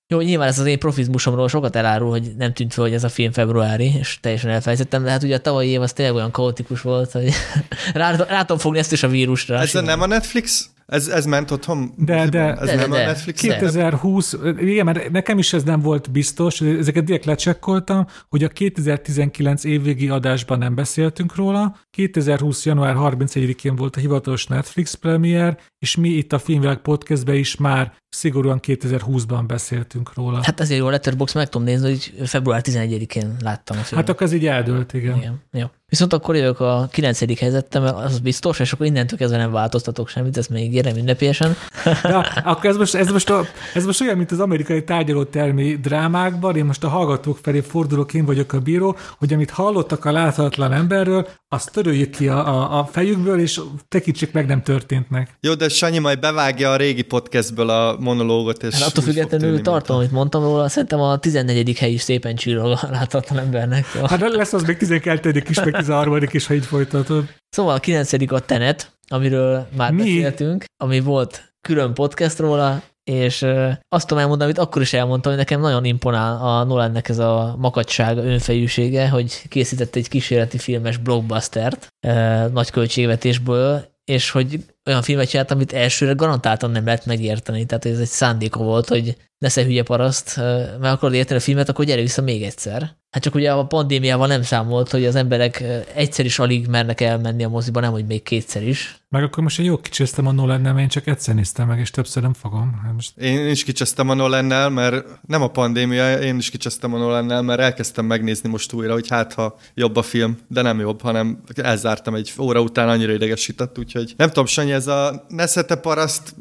Jó, nyilván ez az én profizmusomról sokat elárul, hogy nem tűnt fel, hogy ez a film februári, és teljesen elfelejtettem, de hát ugye a tavalyi év az tényleg olyan kaotikus volt, hogy rá tudom fogni ezt is a vírusra. Ez nem a Netflix? Ez ment otthon? De. Ez nem a Netflix? 2020, igen, mert nekem is ez nem volt biztos, ezeket direkt lecsekkoltam, hogy a 2019 évvégi adásban nem beszéltünk róla, 2020. január 31-én volt a hivatalos Netflix premier, és mi itt a Filmvilág podcastben is már szigorúan 2020-ban beszéltünk róla. Hát azért jó, a Letterboxd meg tudom nézni, hogy február 11-én láttam a filmet. Hát akkor ez így eldőlt, igen. Jó. Viszont akkor jövök a 9. helyzetem, az biztos, és akkor innentől kezdve nem változtatok semmit, ezt még ígérem ünnepélyesen. Ja, akkor ez most olyan, mint az amerikai tárgyalótermi drámákban, én most a hallgatók felé fordulok, én vagyok a bíró, hogy amit hallottak a láthatatlan emberről, azt töröljük ki a fejükből, és tekintsék meg, nem történt meg. Jó, de Sanyi majd bevágja a régi podcastből a monológot, és hát attól függetlenül tartom, amit mondtam róla, szerintem a 14. hely is szépen csillog a láthatatlan embernek. Hát lesz az még 12. is, meg 13. is, ha így folytatod. Szóval a 9. a Tenet, amiről már beszéltünk, ami volt külön podcast róla, és azt tudom elmondani, amit akkor is elmondtam, hogy nekem nagyon imponál a Nolannek ez a makacsága, önfejűsége, hogy készített egy kísérleti filmes blockbustert nagy költségvetésből, és hogy olyan filmet csinált, amit elsőre garantáltan nem lehet megérteni. Tehát ez egy szándéka volt, hogy nesze hülye paraszt, meg akarod érteni a filmet, akkor gyere vissza még egyszer. Hát csak ugye a pandémiával nem számolt, hogy az emberek egyszer is alig mernek elmenni a moziba, nem, hogy még kétszer is. Meg akkor most egy jó kicsesztem a Nolannel, én csak egyszer néztem meg, és többször nem fogom. Hát most... Én is kicsesztem a Nolannel, mert nem a pandémia, én is kicsesztem a Nolannel, mert elkezdtem megnézni most újra, hogy hát ha jobb a film, de nem jobb, hanem elzártam egy óra után, annyira idegesített, úgyhogy nem tudom, Sanyi, ez a neszete paraszt,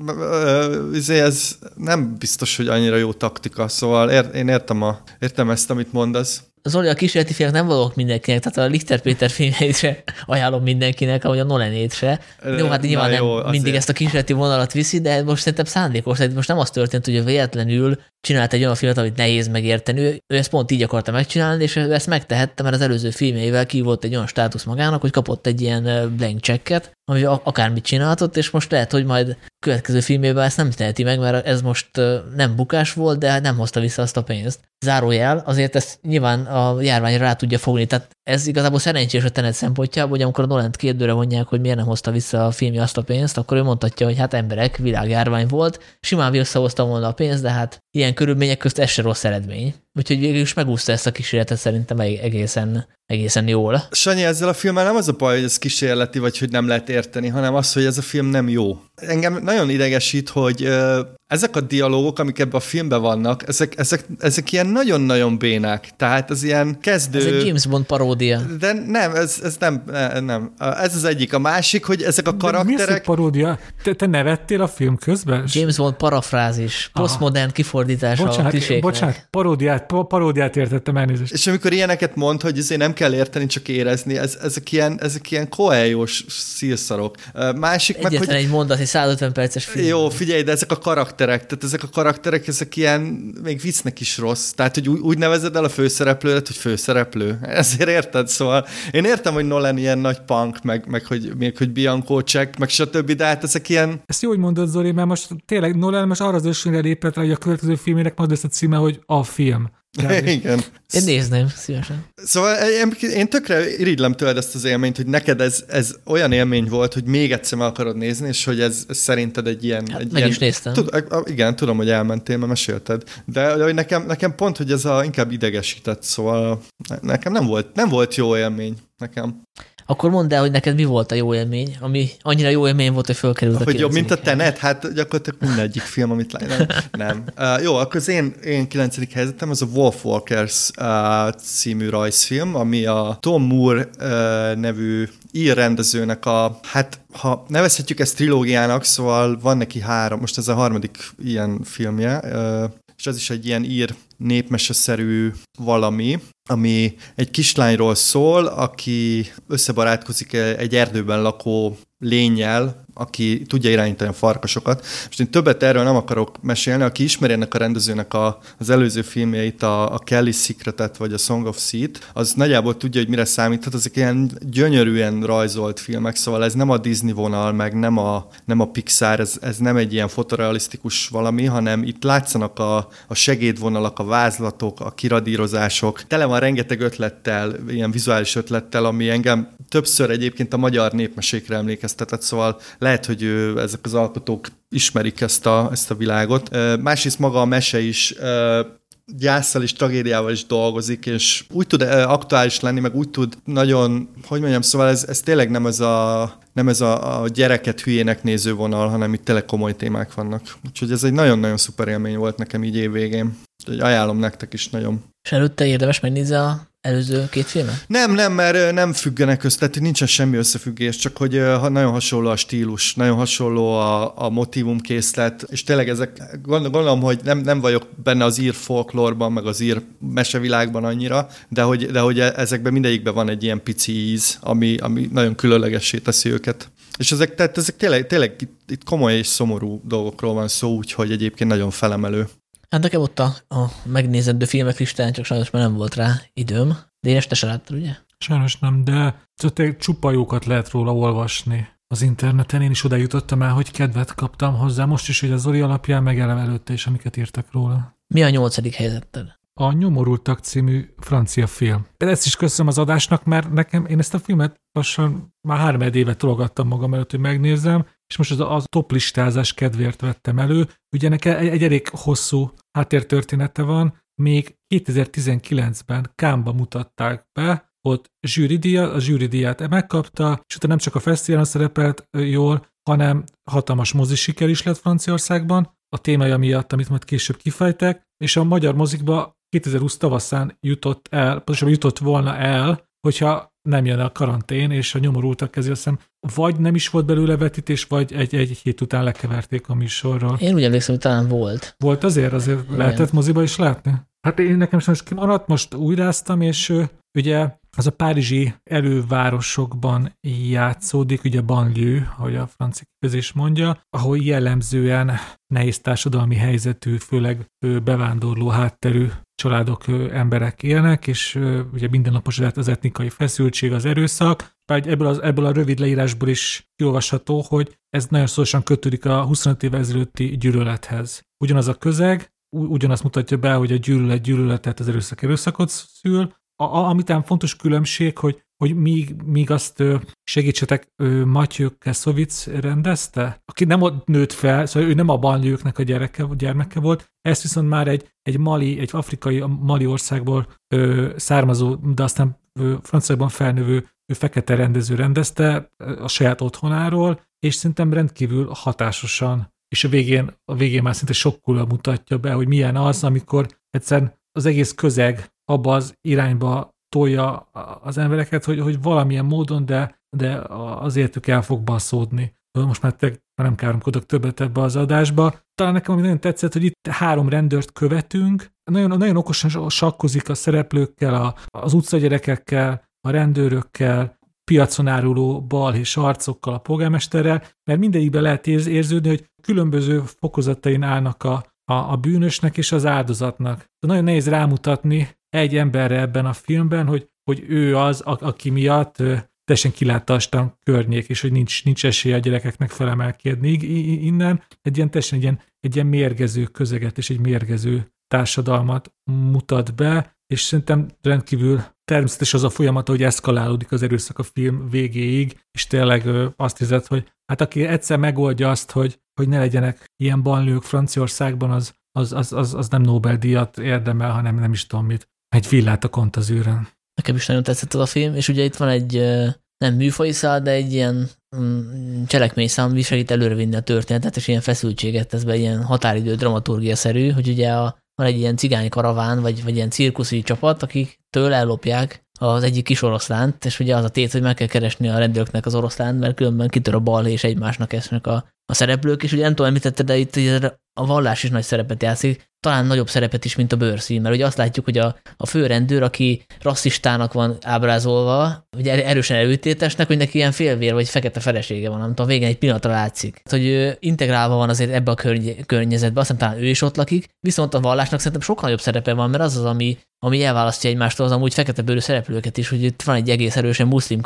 ez nem biztos, hogy annyira jó taktika, szóval én értem ezt, amit mondasz. Zoli, a kísérleti filmek nem valók mindenkinek, tehát a Lichter Péter filmjeit se ajánlom mindenkinek, ahogy a Nolanét se. Jó, hát nyilván nem mindig ezt a kísérleti vonalat viszi, de most szerintem szándékos, tehát most nem az történt, hogy véletlenül csinált egy olyan filmet, amit nehéz megérteni. Ő ezt pont így akarta megcsinálni, és ő ezt megtehette, mert az előző filmjeivel ki volt egy olyan státusz magának, hogy kapott egy ilyen blank checket, ami akármit csinálhatott, és most lehet, hogy majd következő filmében ezt nem teheti meg, mert ez most nem bukás volt, de nem hozta vissza azt a pénzt. Zárójel, azért ezt nyilván a járványra rá tudja fogni, tehát ez igazából szerencsés a Tenet szempontjából, hogy amikor a Nolant kérdőre vonják, hogy miért nem hozta vissza a filmje azt a pénzt, akkor ő mondhatja, hogy hát emberek, világjárvány volt, simán visszahozta volna a pénzt, de hát ilyen körülmények közt ez se rossz eredmény. Úgyhogy végül is megúszta ezt a kísérletet szerintem egészen jól. Sanyi, ezzel a filmmel nem az a baj, hogy ez kísérleti, vagy hogy nem lehet érteni, hanem az, hogy ez a film nem jó. Engem nagyon idegesít, hogy ezek a dialógok, amik ebben a filmben vannak, ezek ilyen nagyon-nagyon bénák. Tehát ez ilyen kezdő... Ez egy James Bond paródia. De nem, ez nem. Ez az egyik. A másik, hogy ezek a karakterek... Mi az, paródia? Te nevettél a film közben? James Bond parafrázis, posztmodern kifordítása a kliséknek. Bocsánat, paródiát értettem, elnézést. És amikor ilyeneket mond, hogy azért nem kell érteni, csak érezni, ezek ilyen koeljós szírszarok. Másik egyetlen meg, hogy... egy mondat, egy 150 perces film. Jó, figyelj, de ezek a karakterek, ezek ilyen még viccnek is rossz. Tehát, hogy úgy nevezed el a főszereplőt, hogy főszereplő. Ezért érted? Szóval én értem, hogy Nolan ilyen nagy punk, meg hogy Bianco Check, meg stb., de hát ezek ilyen... Ezt jó, hogy mondod, Zoli, mert most tényleg Nolan most arra az ösvényre lépett rá, hogy a következő filmének majd ezt a címe, hogy a film. Igen. Én nézném szívesen. Szóval én tökre irigylem tőled ezt az élményt, hogy neked ez olyan élmény volt, hogy még egyszer meg akarod nézni, és hogy ez szerinted egy ilyen... Hát egy meg ilyen, is néztem. Igen, tudom, hogy elmentél, mert mesélted. De hogy nekem pont, hogy ez inkább idegesített, szóval nekem nem volt jó élmény nekem. Akkor mondd el, hogy neked mi volt a jó élmény, ami annyira jó élmény volt, hogy fölkerült a hogy jobb, mint a Tenet? Hát gyakorlatilag mindegyik film, amit nem. Jó, akkor az én 9. helyzetem az a Wolf Walkers című rajzfilm, ami a Tom Moore nevű ír rendezőnek hát ha nevezhetjük ezt trilógiának, szóval van neki 3, most ez a 3. ilyen filmje, és az is egy ilyen ír népmeseszerű valami, ami egy kislányról szól, aki összebarátkozik egy erdőben lakó lénnyel, aki tudja irányítani a farkasokat. Most én többet erről nem akarok mesélni, aki ismeri ennek a rendezőnek az előző filmjeit, a Kelly Secretet, vagy a Song of Sea-t, az nagyjából tudja, hogy mire számíthat. Ezek ilyen gyönyörűen rajzolt filmek, szóval ez nem a Disney vonal, meg nem a Pixar, ez nem egy ilyen fotorealisztikus valami, hanem itt látszanak a segédvonalak, a vázlatok, a kiradírozások. Tele van rengeteg ötlettel, ilyen vizuális ötlettel, ami engem többször egyébként a magyar népmesékre emlékeztetett, szóval lehet, hogy ezek az alkotók ismerik ezt a világot. Másrészt maga a mese is gyászsal és tragédiával is dolgozik, és úgy tud aktuális lenni, meg úgy tud nagyon, hogy mondjam, szóval ez tényleg nem ez a gyereket hülyének néző vonal, hanem itt tényleg komoly témák vannak. Úgyhogy ez egy nagyon-nagyon szuper élmény volt nekem így évvégén. Úgyhogy ajánlom nektek is nagyon. És előtte érdemes megnézni az előző két filmet? Nem, mert nem függenek össze, tehát nincsen semmi összefüggés, csak hogy nagyon hasonló a stílus, nagyon hasonló a motívumkészlet, és tényleg ezek, gondolom, hogy nem vagyok benne az ír folklórban, meg az ír mesevilágban annyira, de hogy ezekben mindegyikben van egy ilyen pici íz, ami nagyon különlegessé teszi őket. És ezek tényleg itt komoly és szomorú dolgokról van szó, úgyhogy egyébként nagyon felemelő. Hát nekem ott a megnézendő filmek listán, csak sajnos már nem volt rá időm. De én este se láttad, ugye? Sajnos nem, de csupa jókat lehet róla olvasni az interneten. Én is oda jutottam el, hogy kedvet kaptam hozzá. Most is, hogy a Zoli alapján, meg eleve előtte is, amiket írtak róla. Mi a 8. helyzetted? A Nyomorultak című francia film. Ezt is köszönöm az adásnak, mert én ezt a filmet lassan már 3 éve tologattam magam előtt, hogy megnézzem, és most az top listázás kedvéért vettem elő. Ugye neki egy elég hosszú háttértörténete van, még 2019-ben Cannes-ba mutatták be, ott a zsűridíját megkapta, és utána nem csak a fesztiválon szerepelt jól, hanem hatalmas mozisiker is lett Franciaországban, a témája miatt, amit majd később kifejtek, és a magyar mozikba 2020 tavaszán jutott volna el, hogyha nem jön a karantén, és a Nyomorultak kezé, azt hiszem, vagy nem is volt belőle vetítés, vagy egy hét után lekeverték a műsorról. Én úgy emlékszem, hogy talán volt. Volt azért igen. Lehetett moziba is látni? Hát én nekem most kimaradt, most újráztam, és ugye az a párizsi elővárosokban játszódik, ugye banlieue, ahogy a francia kifejezés mondja, ahol jellemzően nehéz társadalmi helyzetű, főleg bevándorló hátterű családok, emberek élnek, és ugye mindennapos az etnikai feszültség, az erőszak. Ebből a rövid leírásból is kiolvasható, hogy ez nagyon szorosan kötődik a 25 évvel ezelőtti gyűlölethez. Ugyanaz a közeg, ugyanazt mutatja be, hogy a gyűlöletet, az erőszakot szül. Amitán fontos különbség, hogy míg azt segítsetek, Mathieu Kassovitz rendezte, aki nem ott nőtt fel, szóval ő nem a banlieue-knek a gyermeke volt, ezt viszont már egy afrikai Mali országból származó, de aztán Franciaországban felnövő fekete rendező rendezte a saját otthonáról, és szerintem rendkívül hatásosan, és a végén már szinte sokkul mutatja be, hogy milyen az, amikor egyszerűen az egész közeg abba az irányba tolja az embereket, hogy valamilyen módon, de azért ők el fog baszódni. Most már nem káromkodok többet ebbe az adásba. Talán nekem ami nagyon tetszett, hogy itt 3 rendőrt követünk, nagyon okosan sakkozik a szereplőkkel, az utcagyerekekkel, a rendőrökkel, piacon áruló balhés arcokkal, a polgármesterrel, mert mindegyikben lehet érződni, hogy különböző fokozatain állnak a bűnösnek és az áldozatnak. De nagyon nehéz rámutatni egy emberre ebben a filmben, hogy ő az, aki miatt teljesen kilátástan környék, és hogy nincs esélye a gyerekeknek felemelkedni innen. Egy ilyen mérgező közeget és egy mérgező társadalmat mutat be, és szerintem rendkívül természetes az a folyamat, hogy eszkalálódik az erőszak a film végéig, és tényleg azt hiszed, hogy hát aki egyszer megoldja azt, hogy ne legyenek ilyen banlieue-k Franciaországban, az nem Nobel-díjat érdemel, hanem nem is tudom mit. Egy villát a Kontazűrön. Nekem is nagyon tetszett az a film, és ugye itt van egy nem műfaji szál, de egy ilyen cselekményszám, ami segít előrevinni a történetet, és ilyen feszültséget tesz be, ilyen határidő dramaturgia-szerű, hogy ugye van egy ilyen cigány karaván, vagy ilyen cirkuszi csapat, akiktől ellopják az egyik kis oroszlánt, és ugye az a tét, hogy meg kell keresni a rendőröknek az oroszlánt, mert különben kitör a balhé, és egymásnak esnek a a szereplők, és ugye nem tudom, említetted, de itt a vallás is nagy szerepet játszik, talán nagyobb szerepet is, mint a bőrszín, mert ugye azt látjuk, hogy a fő rendőr, aki rasszistának van ábrázolva, ugye erősen előtétesnek, hogy neki ilyen félvér vagy fekete felesége van, amit a végén egy pillanatra látszik. Hogy ő integrálva van azért ebbe a környezetbe, aztán talán ő is ott lakik, viszont a vallásnak szerintem sokkal nagyobb szerepe van, mert az az, ami elválasztja egymástól az amúgy fekete bőrű szereplőket is, hogy itt van egy egész erősen muszlim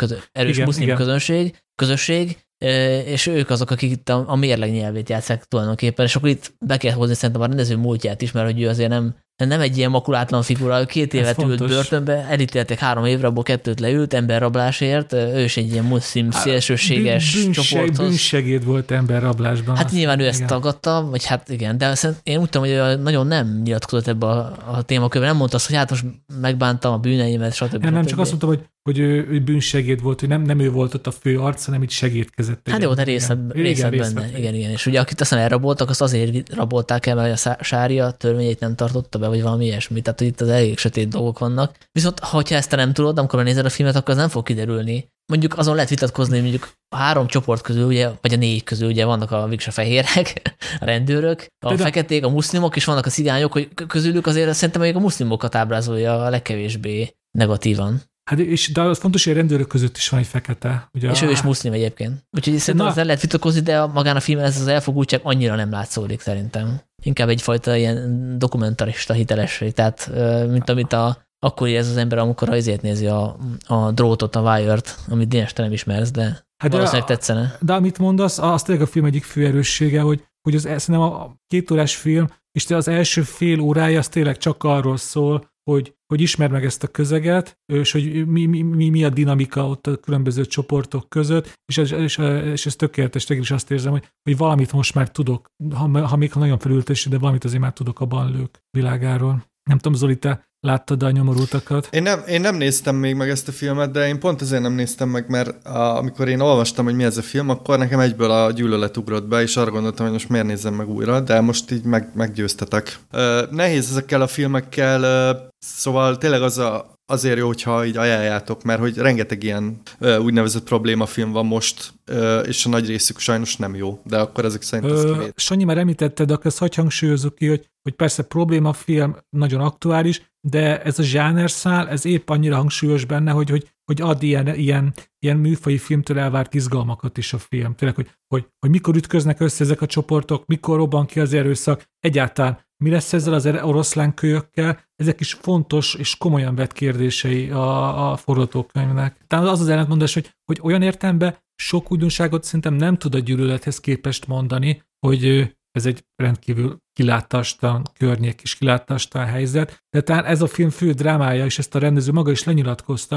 közösség, és ők azok, akik itt a mérleg nyelvét játsszák tulajdonképpen, és akkor itt be kell hozni szerintem a rendező múltját is, mert hogy ő azért nem egy ilyen makulátlan figura, ő 2 évet ült börtönbe, elítéltek 3 évre, abból 2 leült emberrablásért, ő is egy ilyen muszlim szélsőséges csoporthoz. Bűnsegéd volt emberrablásban. Hát nyilván ő ezt tagadta, vagy hát igen, de én úgy tudom, hogy nagyon nem nyilatkozott ebbe a témakörben, nem mondta azt, hogy hát most megbántam a bűneimet, stb. Nem, csak azt mondtam, hogy ő bűnsegéd volt, hogy nem ő volt ott a fő arc, hanem itt segédkezett. Hát jó, de részlet benne. Igen. És ugye akit aztán elraboltak, azt azért rabolták el, mert a sária törvényét nem tartotta be, vagy valami ilyesmi. Tehát itt az elég sötét dolgok vannak. Viszont ha ezt te nem tudod, amikor nézed a filmet, akkor az nem fog kiderülni. Mondjuk azon lehet vitatkozni, mondjuk a 3 csoport közül, ugye, vagy a 4 közül ugye vannak a viksa fehérek, a rendőrök, a feketék, a muszlimok, és vannak a cigányok, hogy közülük azért szerintem még a muszlimokat ábrázolja a legkevésbé negatívan. Hát de az fontos, hogy a rendőrök között is van egy fekete. Ugye és ő is muszlim egyébként. Úgyhogy szerintem ezzel lehet vitatkozni, de magán a filmen ez az elfogultság annyira nem látszódik szerintem. Inkább egyfajta ilyen dokumentarista hitelesség, tehát mint amit akkor ez az ember, amikor azért nézi a drótot, a Wire-t, amit Dénes, te nem ismersz, de valószínűleg tetszene. De amit mondasz, az tényleg a film egyik fő erőssége, hogy szerintem a 2 órás film, és az első fél órája az tényleg csak arról szól, hogy ismerd meg ezt a közeget, és hogy mi a dinamika ott a különböző csoportok között, és ez tökéletes, is azt érzem, hogy valamit most már tudok, ha még nagyon felültes, de valamit azért már tudok a Banlők világáról. Nem tudom, Zoli, te láttad a Nyomorultakat? Én nem néztem még meg ezt a filmet, de én pont azért nem néztem meg, mert amikor én olvastam, hogy mi ez a film, akkor nekem egyből a gyűlölet ugrott be, és arra gondoltam, hogy most miért nézzem meg újra, de most így meggyőztetek. Nehéz ezekkel a filmekkel, szóval tényleg azért jó, hogyha így ajánljátok, mert hogy rengeteg ilyen úgynevezett problémafilm van most, és a nagy részük sajnos nem jó, de akkor ezek szerint ezt kivét. Sanyi, már említetted, akkor ezt hadd hangsúlyozok ki, hogy persze problémafilm nagyon aktuális, de ez a zsánerszál, ez épp annyira hangsúlyos benne, hogy ad ilyen műfaji filmtől elvárt izgalmakat is a film. Tényleg, hogy mikor ütköznek össze ezek a csoportok, mikor robban ki az erőszak, egyáltalán mi lesz ezzel az oroszlánkölyökkel, ezek is fontos és komolyan vett kérdései a forgatókönyvnek. Tehát az ellentmondás, hogy olyan értelemben sok újdonságot szerintem nem tud a gyűlölethez képest mondani, hogy ez egy rendkívül kilátástalan környék és kilátástalan helyzet, de talán ez a film fő drámája, és ezt a rendező maga is lenyilatkozta,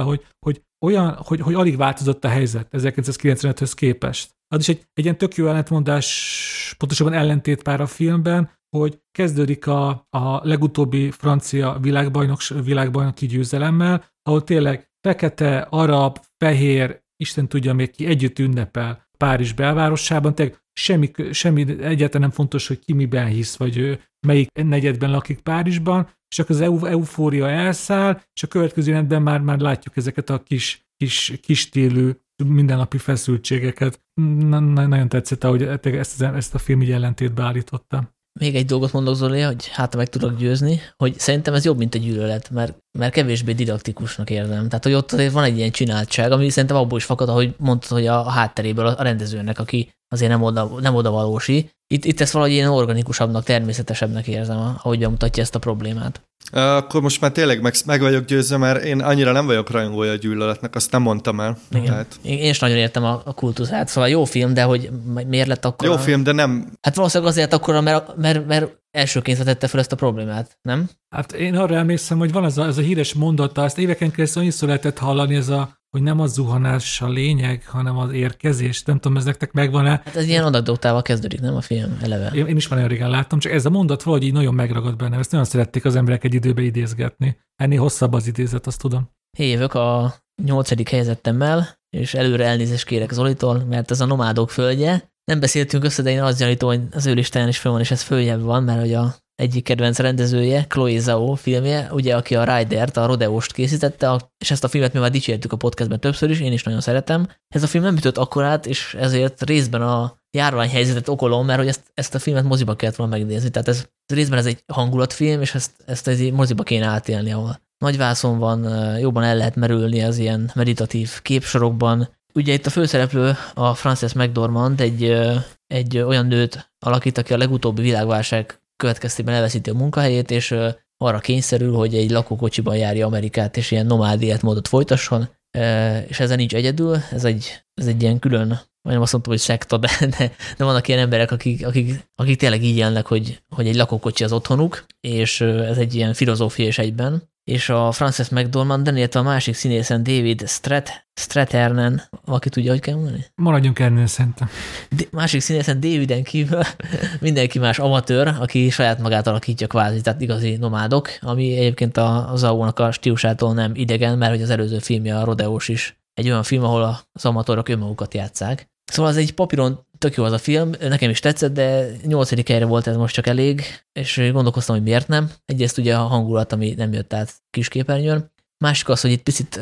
hogy alig változott a helyzet 1995-höz képest. Az is egy ilyen tök jó ellentmondás, pontosabban ellentétpár a filmben, hogy kezdődik a legutóbbi francia világbajnoki győzelemmel, ahol tényleg fekete, arab, fehér, Isten tudja még ki, együtt ünnepel Párizs belvárosában, tényleg semmi egyáltalán nem fontos, hogy ki miben hisz, vagy melyik negyedben lakik Párizsban, és akkor az eufória elszáll, és a következő évben már látjuk ezeket a kis stílű mindennapi feszültségeket. Nagyon tetszett, ahogy ezt a film így ellentétbe állította. Még egy dolgot mondok, Zoli, hogy hát meg tudok győzni, hogy szerintem ez jobb, mint a gyűlölet, mert kevésbé didaktikusnak érzem. Tehát, hogy ott azért van egy ilyen csináltság, ami szerintem abból is fakad, ahogy mondtad, hogy a hátteréből a rendezőnek, aki azért nem oda valósi. Itt ezt valahogy ilyen organikusabbnak, természetesebbnek érzem, ahogy bemutatja ezt a problémát. Akkor most már tényleg meg vagyok győzve, mert én annyira nem vagyok rajongója a gyűlöletnek, azt nem mondtam el. Igen. Tehát... Én is nagyon értem a kultuszát, szóval jó film, de hogy miért lett akkor... Jó film, de nem... Hát valószínűleg azért akkor, mert elsőként vetette fel ezt a problémát, nem? Hát én arra emlékszem, hogy van ez a híres mondata, ezt éveken keresztül annyiszor lehetett hallani, hogy nem a zuhanás a lényeg, hanem az érkezés. Nem tudom, ez nektek megvan-e? Hát ez ilyen anekdotával kezdődik, nem a film eleve? Én is már nagyon régen láttam, csak ez a mondat valahogy így nagyon megragad bennem. Ezt nagyon szerették az emberek egy időbe idézgetni. Ennél hosszabb az idézet, azt tudom. Jövök a 8. helyezettemmel, és előre elnézést kérek Zolitól, mert ez a Nomádok földje. Nem beszéltünk össze, de én azt gyanítom, hogy az ő listáján is föl van, és ez följebb van, mert hogy a egyik kedvenc rendezője, Chloe Zhao filmje, ugye, aki a Ridert, a Rodeost készítette, és ezt a filmet mi már dicsértük a podcastben többször is, én is nagyon szeretem. Ez a film nem ütött akkorát, és ezért részben a járványhelyzetet okolom, mert hogy ezt a filmet moziba kellett volna megnézni. Tehát ez részben ez egy hangulatfilm, és ezt egy moziba kéne átélni, ahol nagy vászon van, jobban el lehet merülni az ilyen meditatív képsorokban. Ugye itt a főszereplő, a Frances McDormand egy olyan nőt alakít, aki a legutóbbi világválság következtében elveszíti a munkahelyét, és arra kényszerül, hogy egy lakókocsiban járja Amerikát, és ilyen nomád életmódot folytasson, és ezzel nincs egyedül, ez egy ilyen külön, majdnem azt mondtam, hogy szekta, de vannak ilyen emberek, akik tényleg így élnek, hogy egy lakókocsi az otthonuk, és ez egy ilyen filozófia is egyben. És a Frances McDormand, illetve a másik színészen David Strathairnen, aki tudja, hogy kell mondani? Maradjunk ennél szerintem. Másik színészen Daviden kívül mindenki más amatőr, aki saját magát alakítja kvázi, tehát igazi nomádok, ami egyébként a Zao-nak a stílusától nem idegen, mert hogy az előző filmje, a Rodeós is egy olyan film, ahol az amatőrök önmagukat játsszák. Szóval az egy papíron tök jó az a film, nekem is tetszett, de 8. helyre volt ez most csak elég, és gondolkoztam, hogy miért nem. Egyrészt ugye a hangulat, ami nem jött át kisképernyőn. Másik az, hogy itt picit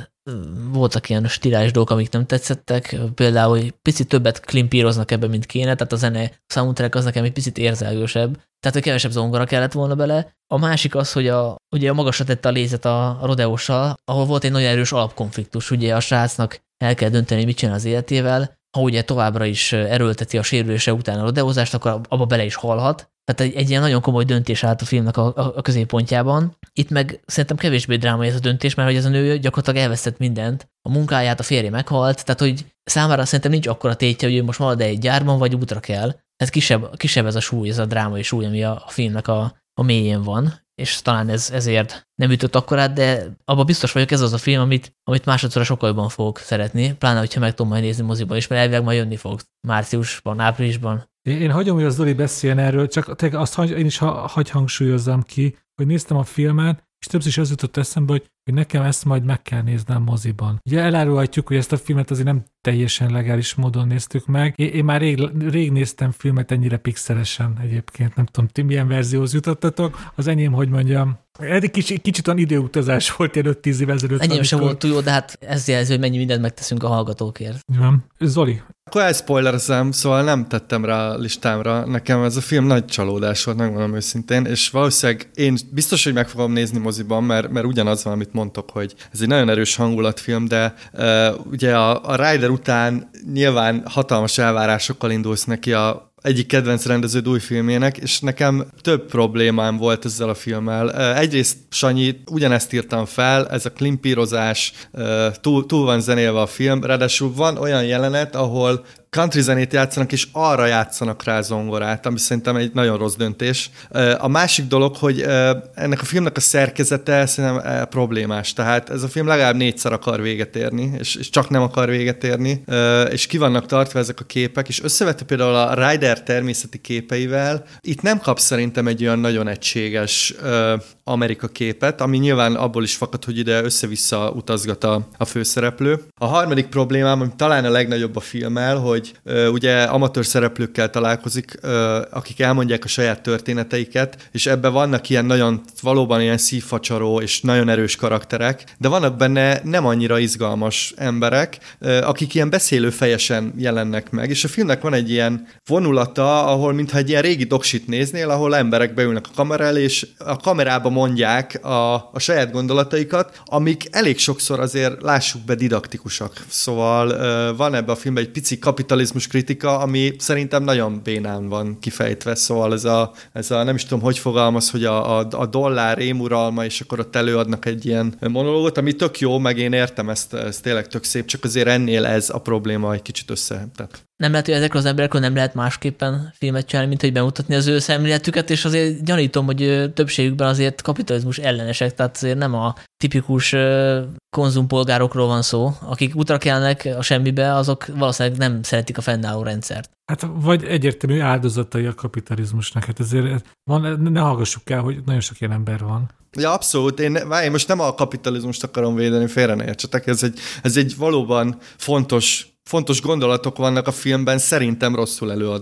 voltak ilyen stilális dolgok, amik nem tetszettek. Például, hogy picit többet klimpíroznak ebbe, mint kéne, tehát a zene, a soundtrack az nekem egy picit érzelgősebb. Tehát, hogy kevesebb zongora kellett volna bele. A másik az, hogy ugye a magasra tette a lézet a Rodeóssal, ahol volt egy nagyon erős alapkonfliktus. Ugye a srácnak el kell dönteni, mit csinál az életével. Ha ugye továbbra is erőlteti a sérülése után a rodeózást, akkor abba bele is halhat. Tehát egy ilyen nagyon komoly döntés állt a filmnek a középpontjában. Itt meg szerintem kevésbé drámai ez a döntés, mert hogy ez a nő gyakorlatilag elvesztett mindent. A munkáját, a férje meghalt, tehát hogy számára szerintem nincs akkora tétje, hogy ő most marad egy gyárban, vagy útra kell. Tehát kisebb ez a súly, ez a drámai súly, ami a filmnek a mélyén van, és talán ezért nem ütött akkorát, de abban biztos vagyok, ez az a film, amit másodszorra sokkal jobban fogok szeretni, pláne, hogyha meg tudom majd nézni moziban is, mert elvileg majd jönni fog márciusban, áprilisban. Én hagyom, hogy az Zoli beszéljen erről, csak azt én is hagy hangsúlyozzam ki, hogy néztem a filmet, és többször is az jutott eszembe, hogy nekem ezt majd meg kell néznem moziban. Ugye elárulhatjuk, hogy ezt a filmet azért nem teljesen legális módon néztük meg. Én már rég néztem filmet ennyire pixelesen egyébként. Nem tudom, ti milyen verzióhoz jutottatok. Az enyém, hogy mondjam, eddig kicsit olyan időutazás volt ilyen 5-10 év ezelőtt. Enyém sem volt túl jó, de hát ez jelzi, hogy mennyi mindent megteszünk a hallgatókért. Igen. Zoli. Akkor elspoilerezem, szóval nem tettem rá a listámra. Nekem ez a film nagy csalódás volt, megmondom őszintén, és valószínűleg én biztos, hogy meg fogom nézni moziban, mert ugyanaz van, amit mondtok, hogy ez egy nagyon erős hangulatfilm, de ugye a Rider után nyilván hatalmas elvárásokkal indulsz neki egyik kedvenc rendeződ új filmjének, és nekem több problémám volt ezzel a filmmel. Egyrészt, Sanyi, ugyanezt írtam fel, ez a klimpírozás, túl van zenélve a film, ráadásul van olyan jelenet, ahol country zenét játszanak, és arra játszanak rá zongorát, ami szerintem egy nagyon rossz döntés. A másik dolog, hogy ennek a filmnek a szerkezete szerintem problémás. Tehát ez a film legalább 4-szer akar véget érni, és csak nem akar véget érni, és ki vannak tartva ezek a képek, és összevetve például a Rider természeti képeivel, itt nem kapsz szerintem egy olyan nagyon egységes Amerika képet, ami nyilván abból is fakad, hogy ide össze-vissza utazgat a főszereplő. A harmadik problémám, ami talán a legnagyobb a filmmel, hogy ugye amatőr szereplőkkel találkozik, akik elmondják a saját történeteiket, és ebben vannak valóban ilyen szívfacsaró és nagyon erős karakterek, de vannak benne nem annyira izgalmas emberek, akik ilyen beszélőfejesen jelennek meg, és a filmnek van egy ilyen vonulata, ahol mintha egy ilyen régi doksit néznél, ahol emberek beülnek a kamera elé, és a kamerába mondják a saját gondolataikat, amik elég sokszor azért lássuk be didaktikusak. Szóval van ebben a filmben egy pici kapitalizmus kritika, ami szerintem nagyon bénán van kifejtve, szóval ez a nem is tudom, hogy fogalmaz, hogy a dollár rémuralma, és akkor ott előadnak egy ilyen monológot, ami tök jó, meg én értem, ez tényleg tök szép, csak azért ennél ez a probléma egy kicsit összetett. Nem lehet, hogy ezekről az emberekről nem lehet másképpen filmet csinálni, mint hogy bemutatni az ő szemléletüket, és azért gyanítom, hogy többségükben azért kapitalizmus ellenesek, tehát azért nem a tipikus konzumpolgárokról van szó, akik útra kelnek a semmibe, azok valószínűleg nem szeretik a fennálló rendszert. Hát vagy egyértelmű áldozatai a kapitalizmusnak, hát ezért ne hallgassuk el, hogy nagyon sok ilyen ember van. Ja, abszolút. Én most nem a kapitalizmust akarom védeni, félre ne értsetek, ez egy valóban fontos gondolatok vannak a filmben, szerintem rosszul előadva.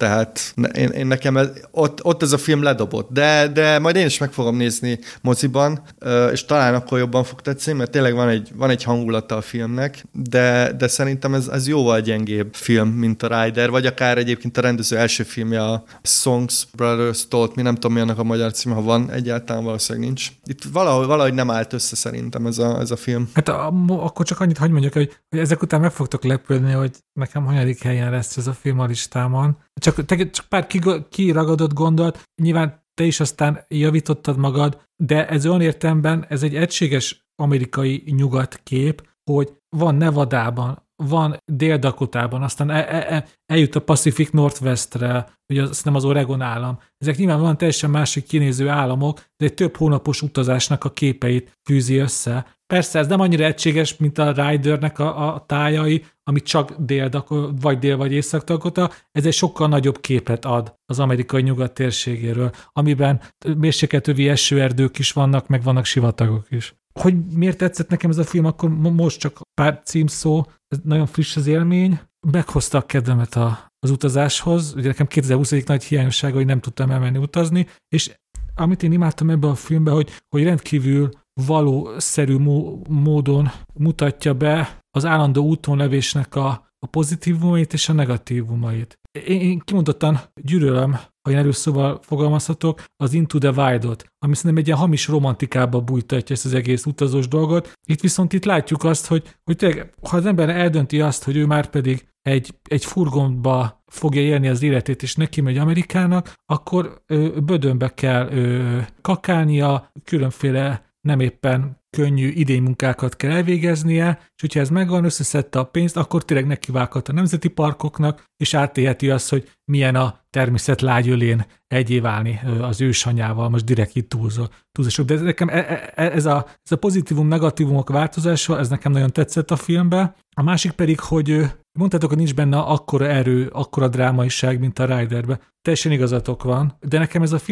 Tehát én nekem ott ez a film ledobott. De majd én is meg fogom nézni moziban, és talán akkor jobban fog tetszeni, mert tényleg van egy hangulata a filmnek, de szerintem ez jóval gyengébb film, mint a Rider, vagy akár egyébként a rendező első filmje, a Songs Brothers Told Me, nem tudom mi annak a magyar címe, ha van, egyáltalán valószínűleg nincs. Itt valahogy nem állt össze szerintem ez a film. Hát akkor csak annyit hagy mondjak, hogy ezek után meg fogtok lepődni, hogy nekem hanyadik helyen lesz ez a film a listámon. Csak pár kiragadott gondolat, nyilván te is aztán javítottad magad, de ez olyan értelemben ez egy egységes amerikai nyugatkép, hogy van Nevadában, van Dél-Dakotában, aztán eljut a Pacific Northwestre, ugye azt nem az Oregon állam. Ezek nyilván van teljesen másik kinéző államok, de egy több hónapos utazásnak a képeit fűzi össze. Persze ez nem annyira egységes, mint a Ridernek a tájai, ami csak Dél vagy Észak-Dakota, ez egy sokkal nagyobb képet ad az amerikai nyugat térségéről, amiben mérsékeltővi esőerdők is vannak, meg vannak sivatagok is. Hogy miért tetszett nekem ez a film, akkor most csak pár címszó, ez nagyon friss az élmény, meghozta a kedvemet az utazáshoz, ugye nekem 2020 egyik nagy hiányossága, hogy nem tudtam elmenni utazni, és amit én imádtam ebben a filmben, hogy rendkívül valószerű módon mutatja be az állandó útonlevésnek a pozitívumait és a negatívumait. Én kimondottan gyűlölöm, ha én előszóval fogalmazhatok, az Into the Wild-ot, ami szerintem egy ilyen hamis romantikába bújtatja ezt az egész utazós dolgot. Itt látjuk azt, hogy tényleg, ha az ember eldönti azt, hogy ő már pedig egy furgonba fogja élni az életét, és neki megy Amerikának, akkor bödönbe kell kakálnia, különféle nem éppen könnyű idénymunkákat kell elvégeznie, és hogyha ez megvan, összeszedte a pénzt, akkor tényleg nekivághat a nemzeti parkoknak, és átélheti azt, hogy milyen a természet lágyölén egyé válni az ősanyával, most direkt itt túlzások. De nekem ez a pozitívum, negatívumok változása, ez nekem nagyon tetszett a filmben. A másik pedig, hogy mondtátok, hogy nincs benne akkora erő, akkora drámaiság, mint a Riderben. Teljesen igazatok van, de nekem ez a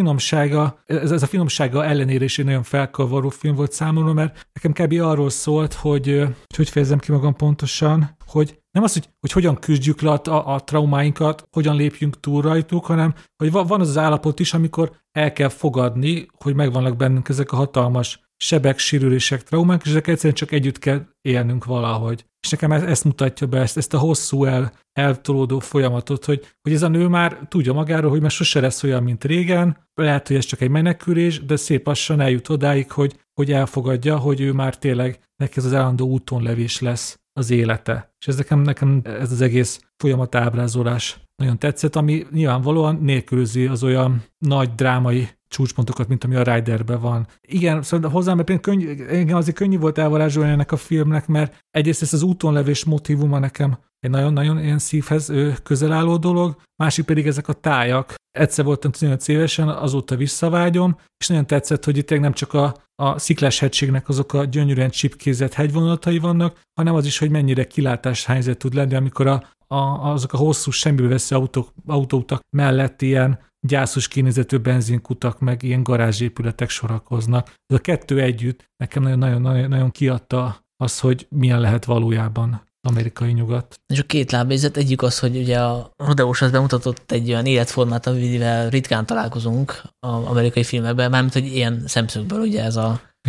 finomsága ellenére is egy nagyon felkavaró film volt számomra, mert nekem kb. Arról szólt, hogy fejezem ki magam pontosan, hogy nem az, hogy hogyan küzdjük le a traumáinkat, hogyan lépjünk túl rajtuk, hanem hogy van az állapot is, amikor el kell fogadni, hogy megvannak bennünk ezek a hatalmas sebek, sérülések, traumák, és ezek egyszerűen csak együtt kell élnünk valahogy. És nekem ezt mutatja be, ezt a hosszú eltolódó folyamatot, hogy ez a nő már tudja magáról, hogy már sose lesz olyan, mint régen, lehet, hogy ez csak egy menekülés, de szép lassan eljut odáig, hogy elfogadja, hogy ő már tényleg neki ez az állandó útonlevés lesz az élete. És ez nekem ez az egész folyamat ábrázolás nagyon tetszett, ami nyilvánvalóan nélkülözi az olyan nagy drámai csúcspontokat, mint ami a Riderben van. Igen, szóval hozzám, mert azért könnyű volt elvarázsolni ennek a filmnek, mert egyrészt ez az útonlevés motívuma nekem egy nagyon-nagyon ilyen szívhez közel álló dolog, másik pedig ezek a tájak. Egyszer voltam 15 évesen, azóta visszavágyom, és nagyon tetszett, hogy itt nem csak a Sziklás-hegységnek azok a gyönyörűen csipkézett hegyvonulatai vannak, hanem az is, hogy mennyire kilátáshelyzet tud lenni, amikor azok a hosszú semmibe vesző autóutak mellett ilyen gyászos kinézetű benzinkutak, meg ilyen garázsépületek sorakoznak. Ez a kettő együtt nekem nagyon kiadta az, hogy milyen lehet valójában amerikai nyugat. És a két lábjegyzet, egyik az, hogy ugye a Rodeós az bemutatott egy olyan életformát, amivel ritkán találkozunk az amerikai filmekben, mármint, hogy ilyen szemszögből ugye ez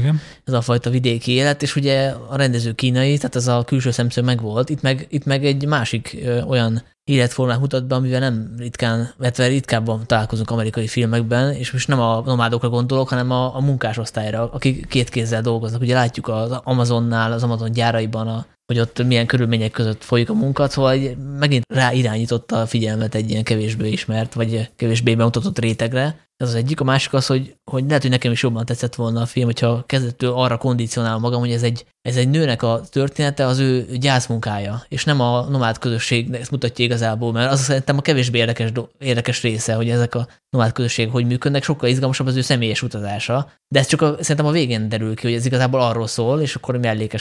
a fajta vidéki élet, és ugye a rendező kínai, tehát ez a külső szemszög megvolt, itt meg egy másik olyan életformát mutat be, amivel nem ritkábban találkozunk amerikai filmekben, és most nem a nomádokra gondolok, hanem a munkásosztályra, akik két kézzel dolgoznak. Ugye látjuk az Amazonnál, az Amazon gyáraiban, hogy ott milyen körülmények között folyik a munka, szóval megint ráirányította a figyelmet egy ilyen kevésbé ismert, vagy kevésbé bemutatott rétegre. Ez az egyik. A másik az, hogy lehet, hogy nekem is jobban tetszett volna a film, hogyha kezdettől arra kondicionálom magam, hogy ez egy nőnek a története, az ő gyászmunkája, és nem a nomád közösség ezt mutatja igazából, mert az szerintem a kevésbé érdekes része, hogy ezek a nomád közösségek hogy működnek, sokkal izgalmasabb az ő személyes utazása, de ez csak szerintem a végén derül ki, hogy ez igazából arról szól, és akkor mellékesen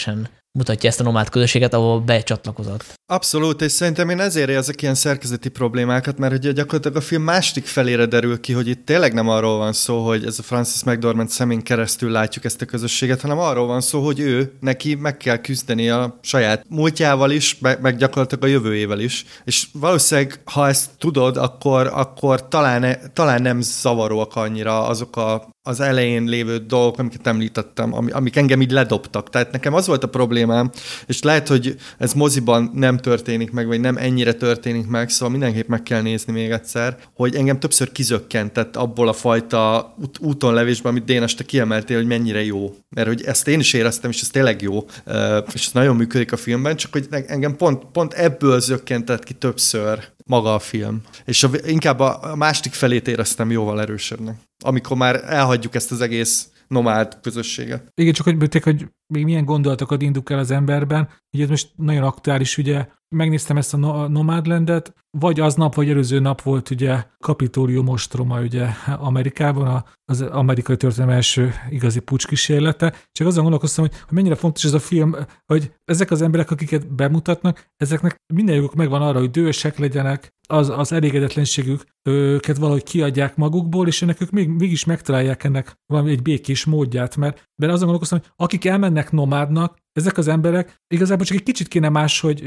mutatja ezt a nomád közösséget, ahol becsatlakozott. Abszolút, és szerintem én ezért érzek ilyen szerkezeti problémákat, mert ugye gyakorlatilag a film második felére derül ki, hogy itt tényleg nem arról van szó, hogy ez a Frances McDormand szemén keresztül látjuk ezt a közösséget, hanem arról van szó, hogy neki meg kell küzdeni a saját múltjával is, meg gyakorlatilag a jövőjével is. És valószínűleg, ha ezt tudod, akkor talán nem zavaróak annyira azok az elején lévő dolgok, amiket említettem, amik engem így ledobtak. Tehát nekem az volt a problémám, és lehet, hogy ez moziban nem történik meg, vagy nem ennyire történik meg, szóval mindenképp meg kell nézni még egyszer, hogy engem többször kizökkentett abból a fajta útonlevésben, amit Dénes, te kiemeltél, hogy mennyire jó. Mert hogy ezt én is éreztem, és ez tényleg jó, és ez nagyon működik a filmben, csak hogy engem pont ebből zökkentett ki többször maga a film. És inkább a második felét éreztem jóval erősebbnek, amikor már elhagyjuk ezt az egész nomád közösséget. Igen, csak hogy még milyen gondolatokat induk el az emberben. Ugye ez most nagyon aktuális, ugye megnéztem ezt a Nomadlandet, vagy aznap, vagy előző nap volt ugye Kapitolium ostroma ugye Amerikában, az amerikai történelem első igazi pucskísérlete. Csak azon gondolkoztam, hogy mennyire fontos ez a film, hogy ezek az emberek, akiket bemutatnak, ezeknek mindenjük megvan arra, hogy dühösek legyenek, az elégedetlenségüket valahogy kiadják magukból, és ennek ők mégis megtalálják ennek valami egy békés módját, mert azon gondolkoztam, hogy akik elmennek nomádnak, ezek az emberek igazából csak egy kicsit kéne máshogy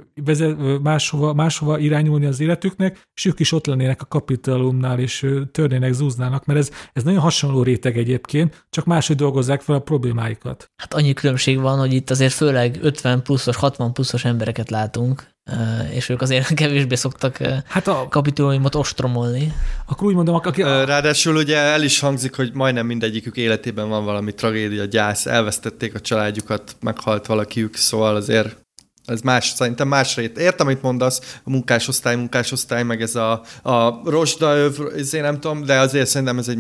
máshova irányulni az életüknek, és ők is ott lennének a Kapitoliumnál, és törnének, zúznának, mert ez nagyon hasonló réteg egyébként, csak máshogy dolgozzák fel a problémáikat. Hát annyi különbség van, hogy itt azért főleg 50 pluszos, 60 pluszos embereket látunk, és ők azért kevésbé szoktak Kapitoliumot ostromolni. Akkor úgy mondom, ráadásul ugye el is hangzik, hogy majdnem mindegyikük életében van valami tragédia, gyász, elvesztették a családjukat, meghalt valakiük, szóval azért ez szerintem más rét. Értem, amit mondasz, a munkásosztály, meg ez a rozsdaöv, ezért nem tudom, de azért szerintem ez egy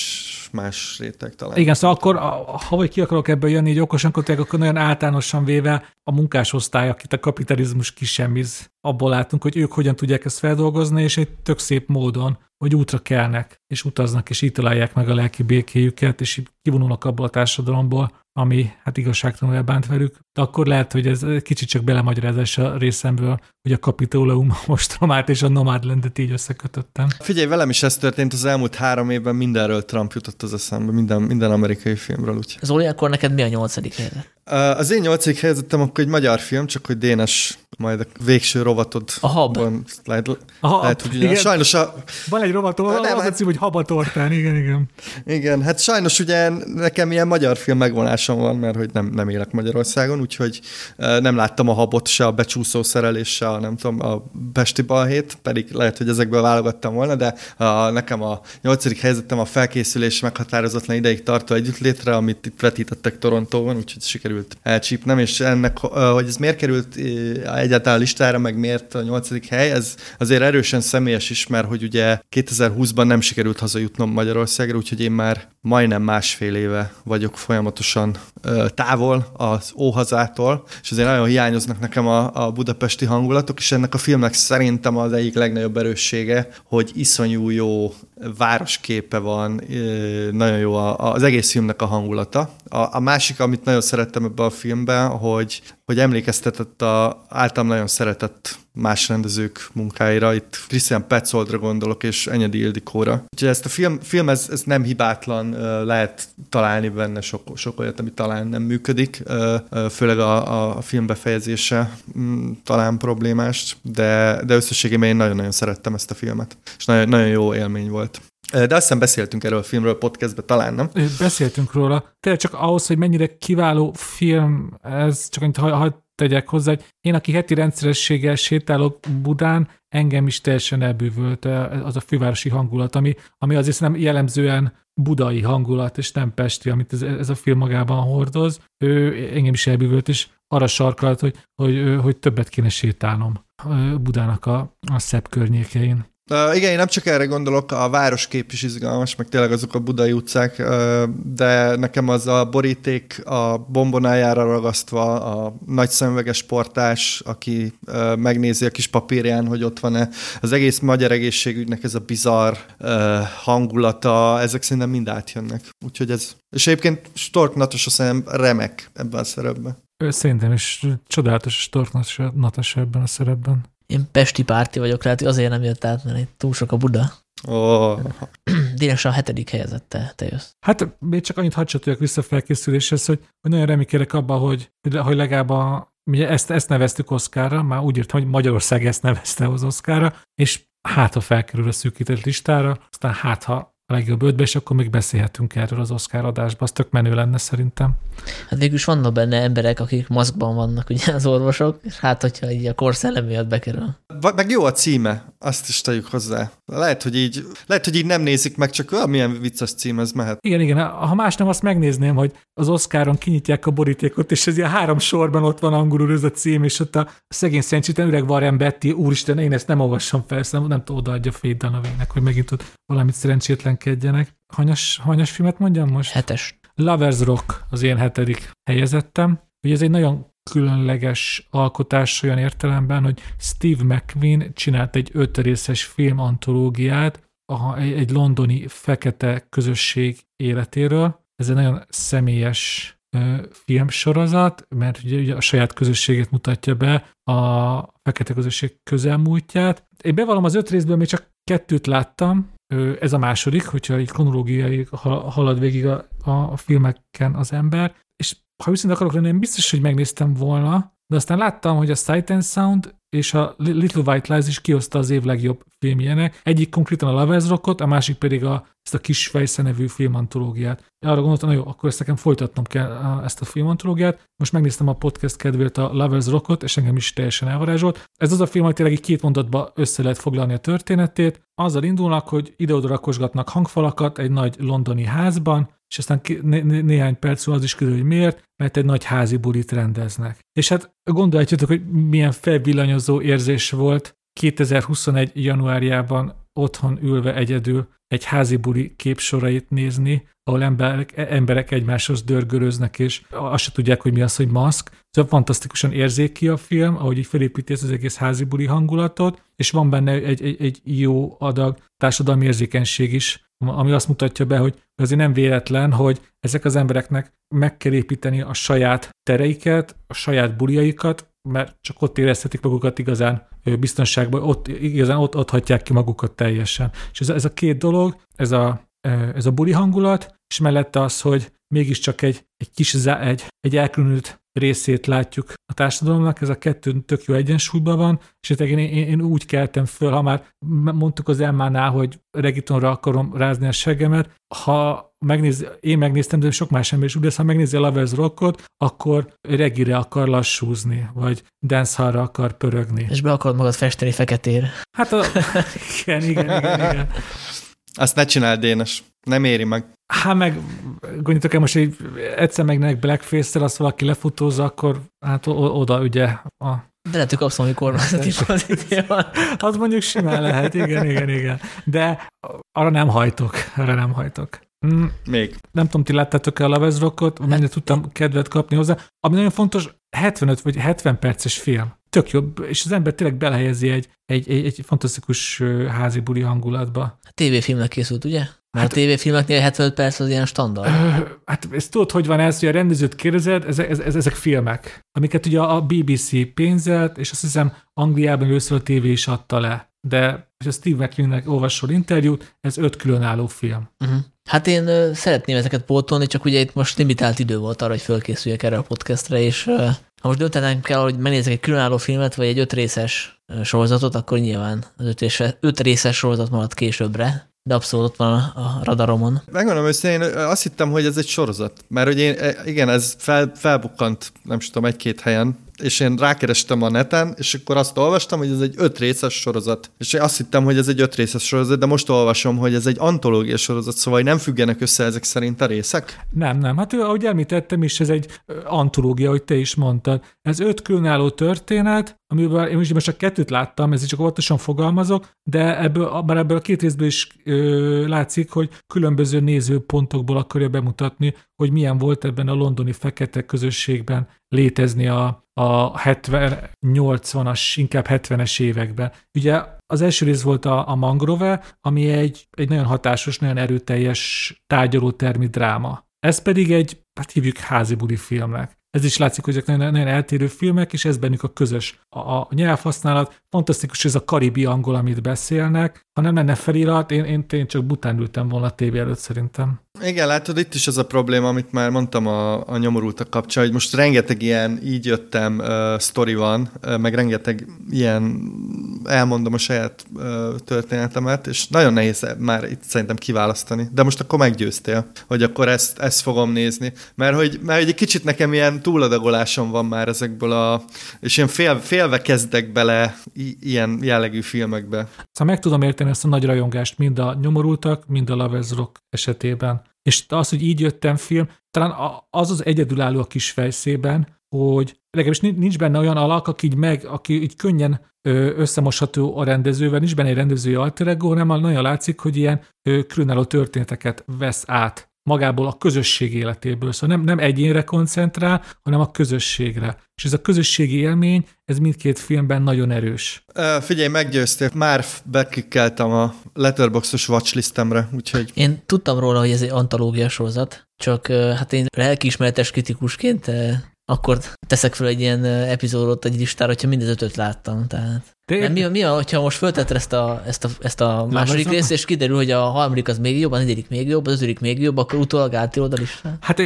más réteg talán. Igen, szóval akkor, ha vagy ki akarok ebből jönni így okosan, akkor nagyon általánosan véve a munkásosztály, akit a kapitalizmus kisemmiz, abból látunk, hogy ők hogyan tudják ezt feldolgozni, és egy tök szép módon, hogy útra kelnek, és utaznak, és így találják meg a lelki békéjüket, és így kivonulnak abból a társadalomból, ami hát igazságtalanul elbánt velük. De akkor lehet, hogy ez kicsit csak belemagyarázás a részemből, hogy a Kapitolium ostromát és a Nomadlandet így összekötöttem. Figyelj, velem is ez történt az elmúlt 3 évben, mindenről Trump jutott az eszembe, minden amerikai filmről. Úgy. Zoli, akkor neked mi a 8. helyzet? Az én 8. helyezettem akkor egy magyar film, csak hogy Dénes majd a végső rovatod. A Hab. Lehet, hogy ugye, sajnos van egy rovatod, az a cím, hogy Habatortán, igen. Igen, hát sajnos ugye nekem ilyen magyar film megvonásom van, mert hogy nem élek Magyarországon, úgyhogy nem láttam a Habot, se a Becsúszó szerelés, se a, nem tudom, a Pesti balhét, pedig lehet, hogy ezekből válogattam volna, de nekem a 8. helyzetem a felkészülés meghatározatlan ideig tartó együttlétre, amit itt vetítettek Torontóban, úgyhogy sikerült elcsípnem, és ennek, hogy ez miért került egyáltalán a listára, meg miért a 8. hely, ez azért erősen személyes is, mert hogy ugye 2020-ban nem sikerült hazajutnom Magyarországra, úgyhogy én már majdnem 1,5 éve vagyok folyamatosan távol az óhazától, és azért nagyon hiányoznak nekem a budapesti hangulatok, és ennek a filmnek szerintem az egyik legnagyobb erőssége, hogy iszonyú jó városképe van, nagyon jó az egész filmnek a hangulata. A másik, amit nagyon szerettem ebben a filmben, hogy emlékeztetett általam nagyon szeretett más rendezők munkáira. Itt Christian Petzoldra gondolok, és Enyedi Ildikóra. Úgyhogy ezt a film ez nem hibátlan, lehet találni benne sok olyat, ami talán nem működik, főleg a film befejezése talán problémás, de összességében én nagyon-nagyon szerettem ezt a filmet, és nagyon, nagyon jó élmény volt. De azt hiszem beszéltünk erről a filmről podcastben, talán nem? Beszéltünk róla. Tényleg csak ahhoz, hogy mennyire kiváló film, ez csak annyit tegyek hozzá, hogy én, aki heti rendszerességgel sétálok Budán, engem is teljesen elbűvölt az a fővárosi hangulat, ami azért nem jellemzően budai hangulat, és nem pesti, amit ez a film magában hordoz. Engem is elbűvölt, és arra sarkalt, hogy többet kéne sétálnom Budának a szebb környékein. Igen, én nem csak erre gondolok, a városkép is izgalmas, meg tényleg azok a budai utcák, de nekem az a boríték a bombonájára ragasztva, a nagy szemüveges portás, aki megnézi a kis papírján, hogy ott van-e. Az egész magyar egészségügynek ez a bizarr hangulata, ezek szerintem mind átjönnek. Úgyhogy ez... És egyébként Stork Natasha szerintem remek ebben a szerepben. Szerintem is csodálatos Stork Natasha ebben a szerepben. Én pesti párti vagyok, lehet, hogy azért nem jött át, mert itt túl sok a Buda. Dénesen a 7. helyezett, te jössz. Hát még csak annyit hadd csatoljak vissza a felkészüléshez, hogy nagyon reménykedek abban, hogy legalább ugye ezt neveztük Oscarra, már úgy írtam, hogy Magyarország ezt nevezte az Oscarra, és hát ha felkerül a szűkített listára, aztán hát ha a legjobb 5-be, és akkor még beszélhetünk erről az Oscar adásba, az tök menő lenne szerintem. Hát végülis vannak benne emberek, akik maszkban vannak, ugye az orvosok, és hát hogyha így a korszellem miatt bekerül. Meg jó a címe, azt is tegyük hozzá. Lehet, hogy így nem nézik meg, csak milyen vicces cím ez mehet. Igen, ha más nem, azt megnézném, hogy az Oscaron kinyitják a borítékot, és ez ilyen 3 sorban ott van angolul ez a cím, és ott a szegény szerencsétlen öreg Warren Beatty, úristen, én ezt nem olvassam fel, nem tudom, odaadja Faye Dunaway-nek, hogy megint ott valamit szerencsétlenkedjenek. Hanyas filmet mondjam most? 7. Lovers Rock az én 7. helyezettem. Ugye ez egy nagyon különleges alkotás olyan értelemben, hogy Steve McQueen csinált egy 5 részes filmantológiát egy londoni fekete közösség életéről. Ez egy nagyon személyes filmsorozat, mert ugye a saját közösséget mutatja be, a fekete közösség közelmúltját. Én bevallom, az 5 részből még csak 2 láttam, ez a második, hogyha így kronológiai halad végig a filmeken az ember, és ha őszintén akarok lenni, én biztos, hogy megnéztem volna, de aztán láttam, hogy a Sight and Sound és a Little White Lies is kihozta az év legjobb filmjének. Egyik konkrétan a Lovers Rockot, a másik pedig ezt a Kis Fejsze nevű filmantológiát. Arra gondoltam, jó, akkor ezt nekem folytatnom kell ezt a filmantológiát. Most megnéztem a podcast kedvéért a Lovers Rockot, és engem is teljesen elvarázsolt. Ez az a film, hogy tényleg így 2 mondatba össze lehet foglalni a történetét. Azzal indulnak, hogy ide-oda rakosgatnak hangfalakat egy nagy londoni házban, és aztán néhány perc az is kiderül, hogy miért, mert egy nagy házi bulit rendeznek. És hát gondolhatjátok, hogy milyen felvillanyozó érzés volt 2021. januárjában otthon ülve egyedül egy házi buli képsorait nézni, ahol emberek egymáshoz dörgölöznek, és azt se tudják, hogy mi az, hogy maszk. Szóval fantasztikusan érzéki a film, ahogy így felépíti ezt az egész házi buli hangulatot, és van benne egy jó adag társadalmi érzékenység is, ami azt mutatja be, hogy azért nem véletlen, hogy ezek az embereknek meg kell építeni a saját tereiket, a saját buliaikat, mert csak ott érezhetik magukat igazán biztonságban, ott hagyják ki magukat teljesen. És ez a 2 dolog, ez a buli hangulat, és mellette az, hogy mégiscsak egy elkülönült részét látjuk a társadalomnak, ez a 2 tök jó egyensúlyban van, és én úgy keltem föl, ha már mondtuk az Emmánál, hogy reggaetonra akarom rázni a seggemet, ha én megnéztem, de sok más ember is úgy lesz, ha megnézi a Lovers Rockot, akkor reggire akar lassúzni, vagy dancehallra akar pörögni. És be akarod magad festeni feketére. Hát igen. Azt ne csináld, Dénes. Nem éri meg. Hát meg, gondoljátok el most, hogy egyszer megnek blackface-tel, azt valaki lefutózza, akkor hát oda ugye a... De lehet, hogy kapsz valami kormányzati pozícióval. Az mondjuk simán lehet, igen. De arra nem hajtok. Még. Nem tudom, ti láttátok-e a Lovers Rockot, mennyire tudtam kedvet kapni hozzá. Ami nagyon fontos, 75 vagy 70 perces film. Tök jobb, és az ember tényleg belehelyezi egy fantasztikus házi buli hangulatba. A tévéfilmnek készült, ugye? Mert a tévéfilmeknél 75 perc az ilyen standard. Hát ezt tudod, hogy van ez, hogy a rendezőt kérdezed, ezek filmek, amiket ugye a BBC pénzelt, és azt hiszem Angliában először a tévé is adta le. De ha Steve McQueen-nek olvasol interjút, ez 5 különálló film. Hát én szeretném ezeket pótolni, csak ugye itt most limitált idő volt arra, hogy fölkészüljek erre a podcastre, és ha most döntenem kell, hogy megnézek egy különálló filmet, vagy egy 5 részes sorozatot, akkor nyilván az 5 részes sorozat marad későbbre, de abszolút ott van a radaromon. Megmondom őszintén, én azt hittem, hogy ez egy sorozat, mert hogy igen, ez felbukkant, nem tudom, 1-2 helyen, és én rákerestem a neten, és akkor azt olvastam, hogy ez egy 5 részes sorozat. És én azt hittem, hogy ez egy 5 részes sorozat, de most olvasom, hogy ez egy antológia sorozat, szóval nem függenek össze ezek szerint a részek? Nem. Hát ahogy említettem is, ez egy antológia, ahogy te is mondtad. Ez 5 különálló történet, amiből én most csak 2 láttam, ezért csak óvatosan fogalmazok, de ebből a 2 részből is látszik, hogy különböző nézőpontokból akarja bemutatni, hogy milyen volt ebben a londoni fekete közösségben létezni a 70-80-as, inkább 70-es években. Ugye az első rész volt a Mangrove, ami egy nagyon hatásos, nagyon erőteljes tárgyalótermi dráma. Ez pedig egy, hát hívjuk házi buli filmnek. Ez is látszik, hogy ezek nagyon, nagyon eltérő filmek, és ez bennük a közös. A nyelvhasználat, fantasztikus ez a karibi angol, amit beszélnek. Ha nem lenne felirat, én csak bután ültem volna a tévé előtt szerintem. Igen, látod, itt is az a probléma, amit már mondtam a nyomorultak kapcsán, hogy most rengeteg ilyen így jöttem sztori van, meg rengeteg ilyen elmondom a saját történetemet, és nagyon nehéz már itt szerintem kiválasztani. De most akkor meggyőztél, hogy akkor ezt fogom nézni. Mert hogy egy kicsit nekem ilyen túladagolásom van már ezekből és ilyen félve kezdek bele ilyen jellegű filmekbe. Szóval meg tudom érteni ezt a nagy rajongást mind a nyomorultak, mind a Lovers Rock esetében. És az, hogy így jöttem film, talán az egyedülálló a kis fejszében, hogy legalábbis nincs benne olyan alak, aki így könnyen összemosható a rendezővel, nincs benne egy rendezői alter ego, hanem nagyon látszik, hogy ilyen különálló történeteket vesz át magából a közösség életéből. Szóval nem egyénre koncentrál, hanem a közösségre. És ez a közösségi élmény, ez mindkét filmben nagyon erős. Figyelj, meggyőztél. Már beklikkeltem a Letterboxdos watchlistemre, úgyhogy... Én tudtam róla, hogy ez egy antológia sorozat, csak hát én lelkiismeretes kritikusként akkor teszek fel egy ilyen epizódot egy listára, hogyha mindez 5-öt láttam. Tehát. Mi hogyha most föltetted ezt a második részt, és kiderül, hogy a harmadik az még jobb, a negyedik még jobb, az 5. még jobb, akkor utólag átírod a listát? Hát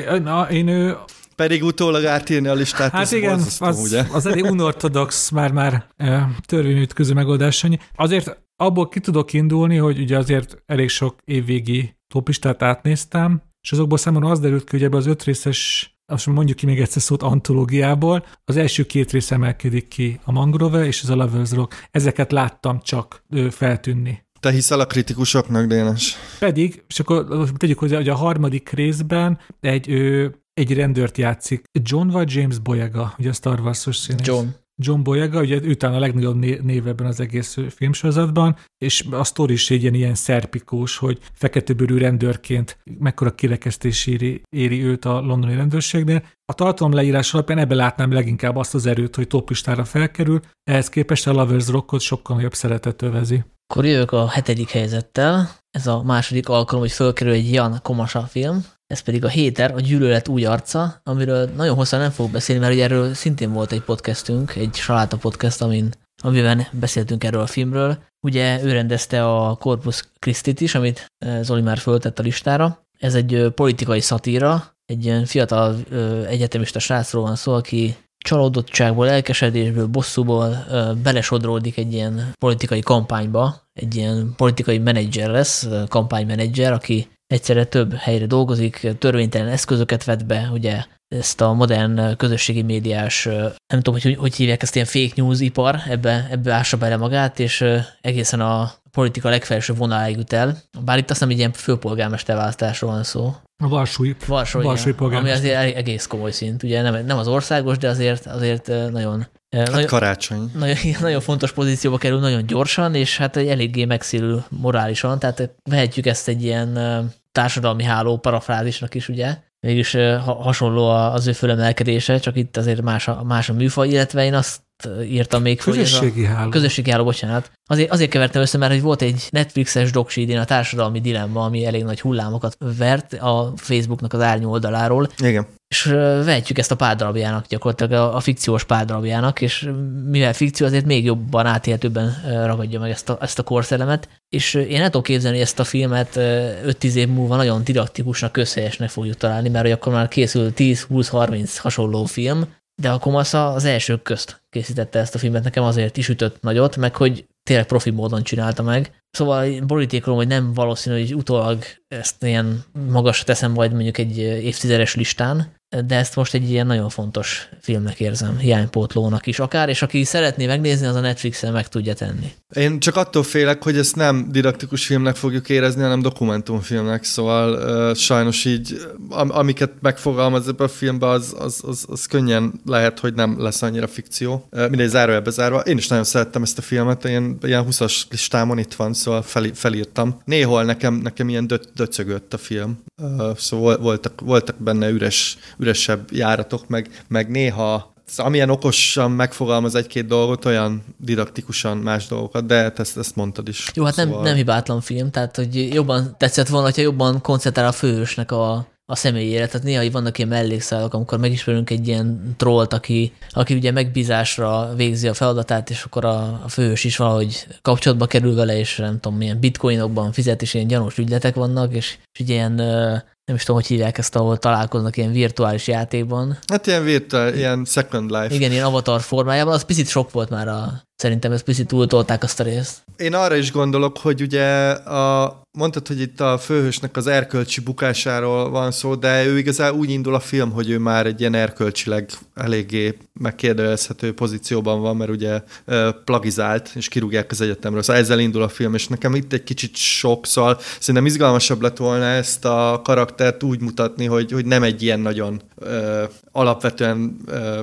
én pedig utólag átírni a listát, hát igen, az elég unorthodox, már törvényütköző megoldás. Azért abból ki tudok indulni, hogy ugye azért elég sok évvégi toplistát átnéztem, és azokból számomra az derült ki, hogy ebben az 5 részes, most mondjuk ki még egyszer szót, antológiából, az első 2 rész emelkedik ki, a Mangrove és az a Lovers Rock. Ezeket láttam csak feltűnni. Te hiszel a kritikusoknak, Dénes? Pedig, és akkor tegyük hozzá, hogy a harmadik részben egy rendőrt játszik. John vagy James Boyega, ugye a Star Wars-os színész. John Boyega, ugye ő talán a legnagyobb név ebben az egész filmsorozatban, és a sztori is egy ilyen szerpikós, hogy feketebőrű rendőrként mekkora kirekesztés éri őt a londoni rendőrségnél. A tartalom leírás alapján ebben látnám leginkább azt az erőt, hogy toplistára felkerül, ehhez képest a Lovers Rockot sokkal nagyobb szeretet övezi. Akkor jövök a 7. helyzettel. Ez a második alkalom, hogy fölkerül egy Jan Komasa film. Ez pedig a Héter, a gyűlölet új arca, amiről nagyon hosszan nem fogok beszélni, mert ugye erről szintén volt egy podcastünk, egy Saláta podcast, amiben beszéltünk erről a filmről. Ugye ő rendezte a Corpus Christit is, amit Zoli már föltett a listára. Ez egy politikai szatíra, egy ilyen fiatal egyetemista srácról van szó, aki csalódottságból, elkeseredésből, bosszúból belesodródik egy ilyen politikai kampányba, egy ilyen politikai menedzser lesz, kampánymenedzser, aki egyszerre több helyre dolgozik, törvénytelen eszközöket vet be, ugye ezt a modern közösségi médiás, nem tudom, hogy hívják ezt, ilyen fake news ipar, ebbe ássa bele magát, és egészen a politika legfelsőbb vonaláig jut el. Bár itt azt nem egy ilyen főpolgármester választásról van szó. A Varsói polgármester. Ami azért egész komoly szint. Ugye nem az országos, de azért nagyon... Karácsony. Nagyon fontos pozícióba kerül nagyon gyorsan, és hát eléggé megszélül morálisan, tehát vehetjük ezt egy ilyen társadalmi háló parafrázisnak is, ugye. Mégis hasonló az ő fölemelkedése, csak itt azért más a műfaj, illetve én azt írtam még föl. Közösségi háló, bocsánat. Azért kevertem össze, mert hogy volt egy Netflixes doksi idén, a Társadalmi Dilemma, ami elég nagy hullámokat vert a Facebooknak az árnyú oldaláról. Igen. És vehetjük ezt a párdarabjának, gyakorlatilag a fikciós párdarabjának, és mivel fikció, azért még jobban átélhetőbben ragadja meg ezt a korszelemet. És én el tudom képzelni, hogy ezt a filmet 5-10 év múlva nagyon didaktikusnak, közhelyesnek fogjuk találni, mert hogy akkor már készül 10-20-30 hasonló film, de a Komasa az elsők közt készítette ezt a filmet, nekem azért is ütött nagyot, meg hogy tényleg profi módon csinálta meg. Szóval borítékolom, hogy nem valószínű, hogy utólag ezt ilyen magasra teszem majd mondjuk egy évtizedes listán, de ezt most egy ilyen nagyon fontos filmnek érzem, hiánypótlónak is akár, és aki szeretné megnézni, az a Netflixen meg tudja tenni. Én csak attól félek, hogy ezt nem didaktikus filmnek fogjuk érezni, hanem dokumentumfilmnek, szóval sajnos így, amiket megfogalmaz ebben a filmben, az könnyen lehet, hogy nem lesz annyira fikció. Mindegy, zárójelbe zárva. Én is nagyon szerettem ezt a filmet, ilyen 20-as listámon itt van, szóval felírtam. Néhol nekem ilyen döcögött a film, szóval voltak benne üresebb járatok, meg néha amilyen okosan megfogalmaz egy-két dolgot, olyan didaktikusan más dolgokat, de ezt mondtad is. Jó, hát szóval... nem hibátlan film, tehát hogy jobban tetszett volna, hogyha jobban koncentrál a főhősnek a személyére, tehát néha vannak ilyen mellékszálak, amikor megismerünk egy ilyen trollt, aki ugye megbízásra végzi a feladatát, és akkor a főhős is valahogy kapcsolatba kerül vele, és nem tudom, milyen bitcoinokban fizet, és ilyen gyanús ügyletek vannak, és ilyen nem is tudom, hogy hívják ezt, ahol találkoznak ilyen virtuális játékban. Hát ilyen Second Life. Igen, ilyen avatar formájában, az picit sok volt már szerintem ezt picit túltolták azt a részt. Én arra is gondolok, hogy ugye mondtad, hogy itt a főhősnek az erkölcsi bukásáról van szó, de ő igazán úgy indul a film, hogy ő már egy ilyen erkölcsileg eléggé megkérdezhető pozícióban van, mert ugye plagizált, és kirúgják az egyetemről. Szóval ezzel indul a film, és nekem itt egy kicsit sok, szóval szerintem izgalmasabb lett volna ezt a karaktert úgy mutatni, hogy nem egy ilyen nagyon alapvetően,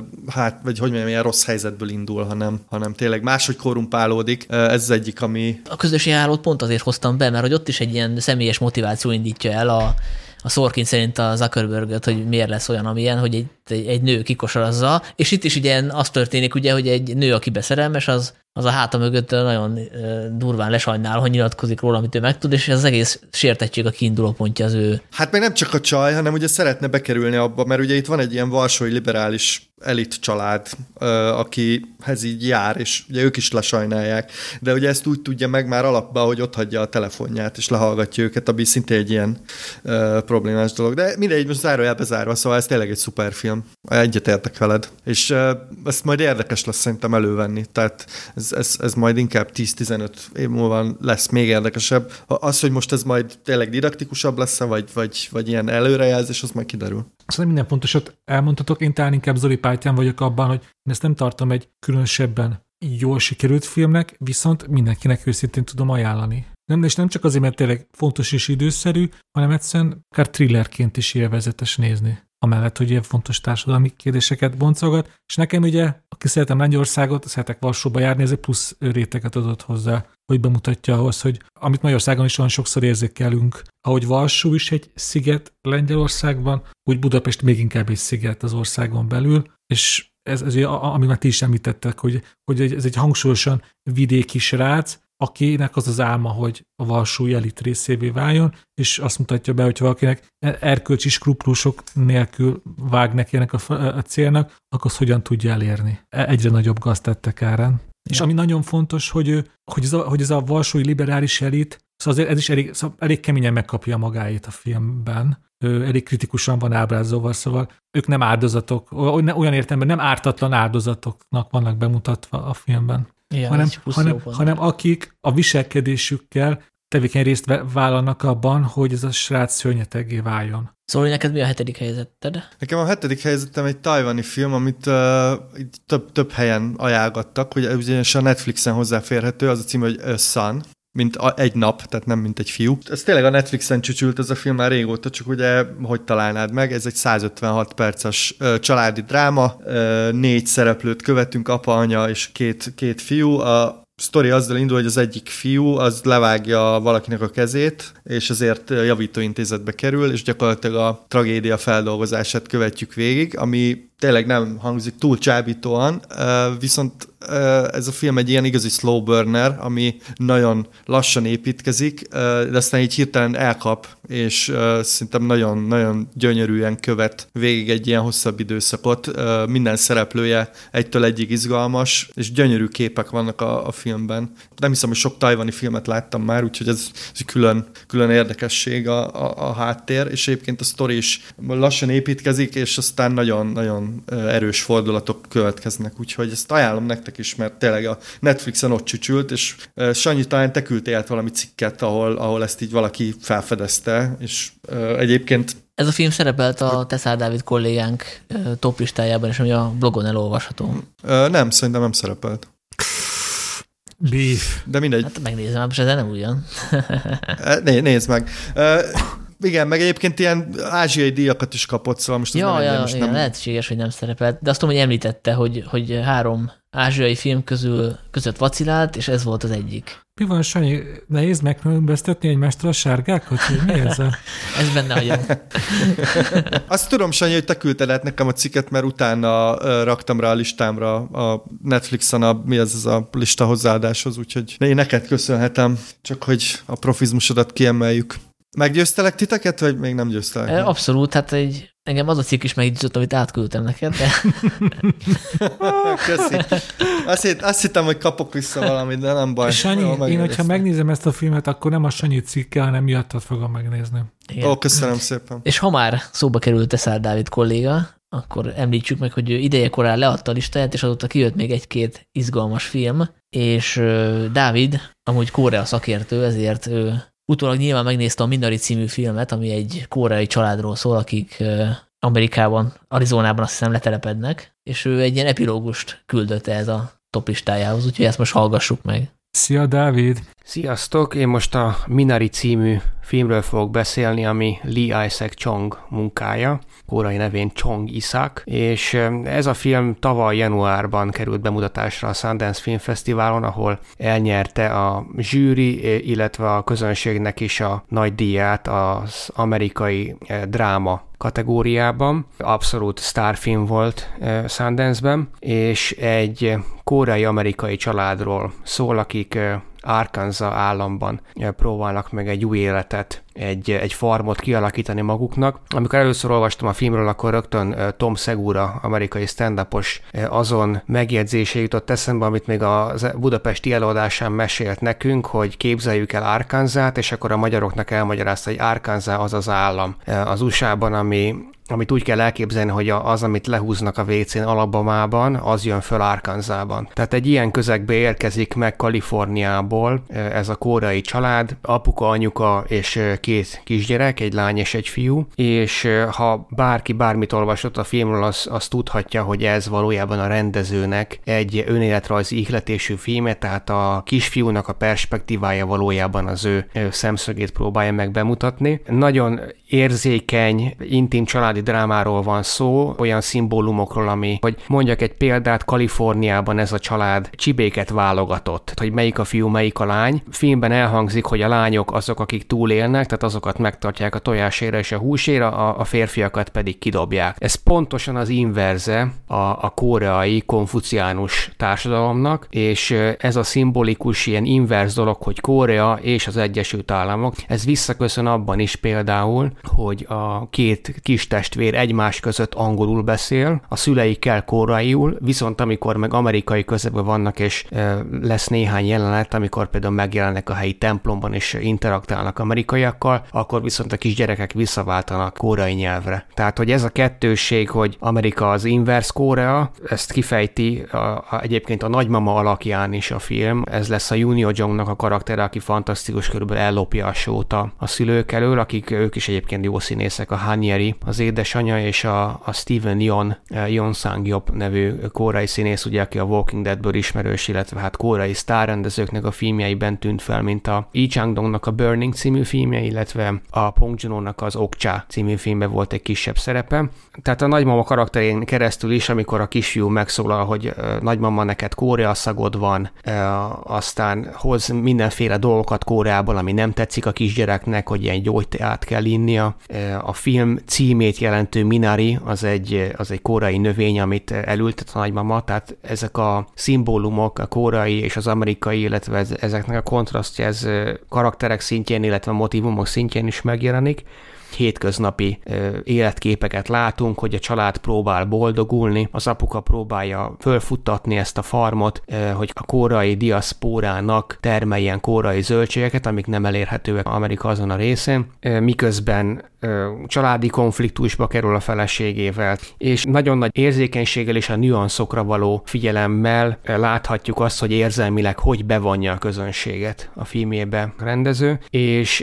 vagy hogy mondjam, ilyen rossz helyzetből indul, hanem tényleg máshogy korrumpálódik. Ez az egyik, ami... A közösségi hálót pont azért hoztam be, mert hogy ott is egy ilyen személyes motiváció indítja el a Sorkin szerint a Zuckerberg-öt, hogy miért lesz olyan, amilyen, hogy egy nő kikosarazza, és itt is ugye az történik, ugye, hogy egy nő, aki beszerelmes, az a háta mögött nagyon durván lesajnál, hogy nyilatkozik róla, amit ő megtud, és az egész sértettség a kiinduló pontja az ő. Hát meg nem csak a csaj, hanem ugye szeretne bekerülni abba, mert ugye itt van egy ilyen varsói liberális elit család, akihez így jár, és ugye ők is lesajnálják, de ugye ezt úgy tudja meg már alapban, hogy ott hagyja a telefonját, és lehallgatja őket, ami szintén egy ilyen problémás dolog. De mindegy, most zárójelbe zárva, szóval ez tényleg egy szuper film. Egyetértek veled. És ezt majd érdekes lesz szerintem elővenni. Tehát ez majd inkább 10-15 év múlva lesz még érdekesebb. Az, hogy most ez majd tényleg didaktikusabb lesz, vagy ilyen előrejelzés, az majd kiderül. Szóval minden pontosat elmondhatok, én talán inkább Zoli pártján vagyok abban, hogy ezt nem tartom egy különösebben jól sikerült filmnek, viszont mindenkinek őszintén tudom ajánlani. És nem csak azért, mert tényleg fontos és időszerű, hanem egyszerűen akár thrillerként is élvezetes nézni. Amellett, hogy ilyen fontos társadalmi kérdéseket boncolgat, és nekem ugye, aki szeretem Lengyelországot, szeretek Varsóba járni, ez egy plusz réteget adott hozzá, hogy bemutatja ahhoz, hogy amit Magyarországon is olyan sokszor érzékelünk, ahogy Varsó is egy sziget Lengyelországban, úgy Budapest még inkább egy sziget az országon belül, és ez amit már ti is említettek, hogy ez egy hangsúlyosan vidéki srác, akinek az az álma, hogy a Varsói elit részévé váljon, és azt mutatja be, hogy valakinek erkölcsi skruplusok nélkül vág neki ennek a célnak, akkor azt hogyan tudja elérni. Egyre nagyobb gazt tettek árán. Ja. És ami nagyon fontos, hogy ez a varsói liberális elit, szóval ez is elég keményen megkapja magáét a filmben. Elég kritikusan van ábrázolva, szóval ők nem áldozatok, olyan értelemben nem ártatlan áldozatoknak vannak bemutatva a filmben. Ja, hanem akik a viselkedésükkel tevékeny részt vállalnak abban, hogy ez a srác szörnyeteggé váljon. Szóval neked mi a 7. helyzeted? Nekem a 7. helyzetem egy tajvani film, amit több helyen ajánlgattak, hogy ugyanis a Netflixen hozzáférhető, az a cím, hogy Sun, mint egy nap, tehát nem mint egy fiú. Ez tényleg a Netflixen csücsült ez a film már régóta, csak ugye hogy találnád meg? Ez egy 156 perces családi dráma, 4 szereplőt követünk, apa, anya és két fiú. A sztori azzal indul, hogy az egyik fiú az levágja valakinek a kezét, és ezért javítóintézetbe kerül, és gyakorlatilag a tragédia feldolgozását követjük végig, ami tényleg nem hangzik túl csábítóan, viszont ez a film egy ilyen igazi slow burner, ami nagyon lassan építkezik, de aztán így hirtelen elkap, és szerintem nagyon-nagyon gyönyörűen követ végig egy ilyen hosszabb időszakot. Minden szereplője egytől egyig izgalmas, és gyönyörű képek vannak a filmben. Nem hiszem, hogy sok tajvani filmet láttam már, úgyhogy ez külön érdekesség a háttér, és egyébként a sztori is lassan építkezik, és aztán nagyon erős fordulatok következnek, úgyhogy ezt ajánlom nektek is, mert tényleg a Netflixen ott csücsült, és Sanyi, talán te küldtél valami cikket, ahol ezt így valaki felfedezte, és egyébként Ez a film szerepelt a Teszár Dávid kollégánk top listájában, és ami a blogon elolvasható. Nem, szerintem nem szerepelt. Beef. De mindegy. Hát megnézem, most ez nem ugyan. Nézd meg. Igen, meg egyébként ilyen ázsiai díjakat is kapott, szóval most ez igen, lehetséges, hogy nem szerepelt. De azt tudom, hogy említette, hogy 3 ázsiai film között vacilált, és ez volt az egyik. Mi van, Sanyi? Nehéz megkülönböztetni egymástól a sárgákat? Mi ez a... Ez benne hagyom. Azt tudom, Sanyi, hogy te küldted át nekem a cikket, mert utána raktam rá a listámra a Netflixen mi ez a lista hozzáadáshoz, úgyhogy én neked köszönhetem, csak hogy a profizmusodat kiemeljük. Meggyőztelek titeket, vagy még nem győztelek? Abszolút, hát engem az a cikk is meggyőzött, amit átküldtem neked, de... Köszi. Azt hittem, hogy kapok vissza valamit, de nem baj. Sanyi, én, hogyha megnézem ezt a filmet, akkor nem a Sanyi cikke, hanem miattad fogom megnézni. Ó, köszönöm szépen. És ha már szóba került Teszár Dávid kolléga, akkor említsük meg, hogy ő idejekorán leadta a listáját, és azóta kijött még 1-2 izgalmas film, és Dávid, amúgy Korea szakértő, ezért ő utólag nyilván megnézte a Minari című filmet, ami egy koreai családról szól, akik Amerikában, Arizonában azt hiszem letelepednek, és ő egy ilyen epilógust küldött ez a top listájához, úgyhogy ezt most hallgassuk meg. Szia, Dávid! Sziasztok! Én most a Minari című filmről fogok beszélni, ami Lee Isaac Chung munkája, koreai nevén Chong Isak, és ez a film tavaly januárban került bemutatásra a Sundance Film Fesztiválon, ahol elnyerte a zsűri, illetve a közönségnek is a nagy díját az amerikai dráma kategóriában. Abszolút sztárfilm volt Sundance-ben, és egy koreai-amerikai családról szól, akik Arkansas államban próbálnak meg egy új életet, egy farmot kialakítani maguknak. Amikor először olvastam a filmről, akkor rögtön Tom Segura, amerikai stand-upos azon megjegyzése jutott eszembe, amit még a budapesti előadásán mesélt nekünk, hogy képzeljük el Arkansas-t, és akkor a magyaroknak elmagyarázta, hogy Arkansas az az állam az USA-ban, amit úgy kell elképzelni, hogy az, amit lehúznak a WC-n Alabamában, az jön föl Arkansasban. Tehát egy ilyen közegbe érkezik meg Kaliforniából ez a koreai család, apuka, anyuka és 2 kisgyerek, egy lány és egy fiú, és ha bárki bármit olvasott a filmről, az tudhatja, hogy ez valójában a rendezőnek egy önéletrajzi ihletésű filme, tehát a kisfiúnak a perspektívája valójában az ő szemszögét próbálja meg bemutatni. Nagyon érzékeny, intim családi drámáról van szó, olyan szimbólumokról, hogy mondjak egy példát, Kaliforniában ez a család csibéket válogatott, hogy melyik a fiú, melyik a lány. Filmben elhangzik, hogy a lányok azok, akik túlélnek, tehát azokat megtartják a tojásére és a húsére, a férfiakat pedig kidobják. Ez pontosan az inverze a koreai konfuciánus társadalomnak, és ez a szimbolikus ilyen inverz dolog, hogy Korea és az Egyesült Államok, ez visszaköszön abban is például, hogy a 2 kis testvér egymás között angolul beszél, a szüleikkel koreaiul, viszont amikor meg amerikai közegben vannak, és lesz néhány jelenet, amikor például megjelennek a helyi templomban, és interaktálnak amerikaiakkal, akkor viszont a kisgyerekek visszaváltanak koreai nyelvre. Tehát, hogy ez a kettősség, hogy Amerika az inverse Korea, ezt kifejti egyébként a nagymama alakján is a film. Ez lesz a Yoon Yo-jongnak a karaktere, aki fantasztikus, körülbelül ellopja a sót a szülők elől, akik ők is egyébként jó színészek, a Han Yeri, az édesanyja, és a Steven Yeon Sang-yeop nevű koreai színész, ugye, aki a Walking Deadből ismerős, illetve hát koreai sztárrendezőknek a filmjeiben tűnt fel, mint a Lee Chang-dongnak a Burning című filmje, illetve a Bong Joon-ho-nak az Okja című filmben volt egy kisebb szerepe. Tehát a nagymama karakterén keresztül is, amikor a kisfiú megszólal, hogy nagymama, neked Korea szagod van, aztán hoz mindenféle dolgokat Koreából, ami nem tetszik a kisgyereknek, hogy ilyen gyógyteát kell innia. A film címét jelentő Minari az egy koreai növény, amit elültet a nagymama, tehát ezek a szimbólumok, a koreai és az amerikai, illetve ezeknek a kontrasztja, ez karakterek szintjén, illetve motívumok szintjén is megjelenik. Hétköznapi életképeket látunk, hogy a család próbál boldogulni, az apuka próbálja fölfuttatni ezt a farmot, hogy a koreai diaszpórának termeljen koreai zöldségeket, amik nem elérhetőek Amerika azon a részén, miközben családi konfliktusba kerül a feleségével, és nagyon nagy érzékenységgel és a nüanszokra való figyelemmel láthatjuk azt, hogy érzelmileg hogy bevonja a közönséget a filmjébe a rendező, és egy egész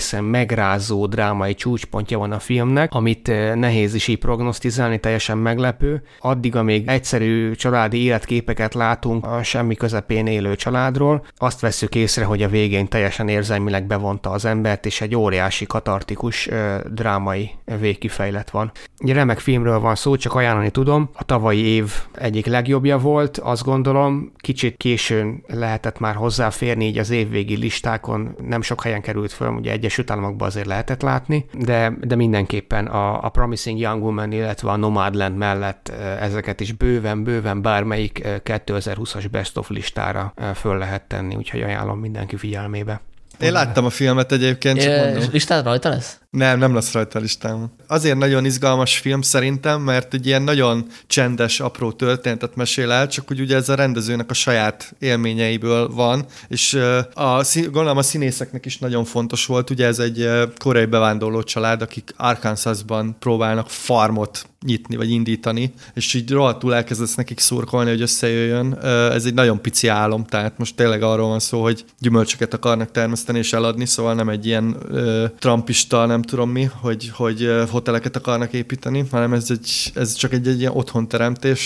egészen megrázó drámai csúcspontja van a filmnek, amit nehéz is így prognosztizálni, teljesen meglepő. Addig, amíg egyszerű családi életképeket látunk a semmi közepén élő családról, azt vesszük észre, hogy a végén teljesen érzelmileg bevonta az embert, és egy óriási katartikus drámai végkifejlet van. Egy remek filmről van szó, csak ajánlani tudom. A tavalyi év egyik legjobbja volt, azt gondolom, kicsit későn lehetett már hozzáférni, így az évvégi listákon nem sok helyen került föl, ugye Egyesült Államokban azért lehetett látni, de mindenképpen a Promising Young Woman, illetve a Nomadland mellett ezeket is bőven bármelyik 2020-as Best of listára föl lehet tenni, úgyhogy ajánlom mindenki figyelmébe. Én láttam a filmet egyébként, csak mondom. Listán rajta lesz? Nem lesz rajta a listám. Azért nagyon izgalmas film szerintem, mert egy ilyen nagyon csendes, apró történetet mesél el, csak úgy ugye ez a rendezőnek a saját élményeiből van, és gondolom a színészeknek is nagyon fontos volt, ugye ez egy koreai bevándorló család, akik Arkansasban próbálnak farmot nyitni, vagy indítani, és így rohadtul elkezdesz nekik szurkolni, hogy összejöjjön. Ez egy nagyon pici álom, tehát most tényleg arról van szó, hogy gyümölcsöket akarnak termeszteni és eladni, szóval nem egy ilyen trumpista, nem tudom mi, hogy hoteleket akarnak építeni, hanem ez csak egy ilyen otthonteremtés,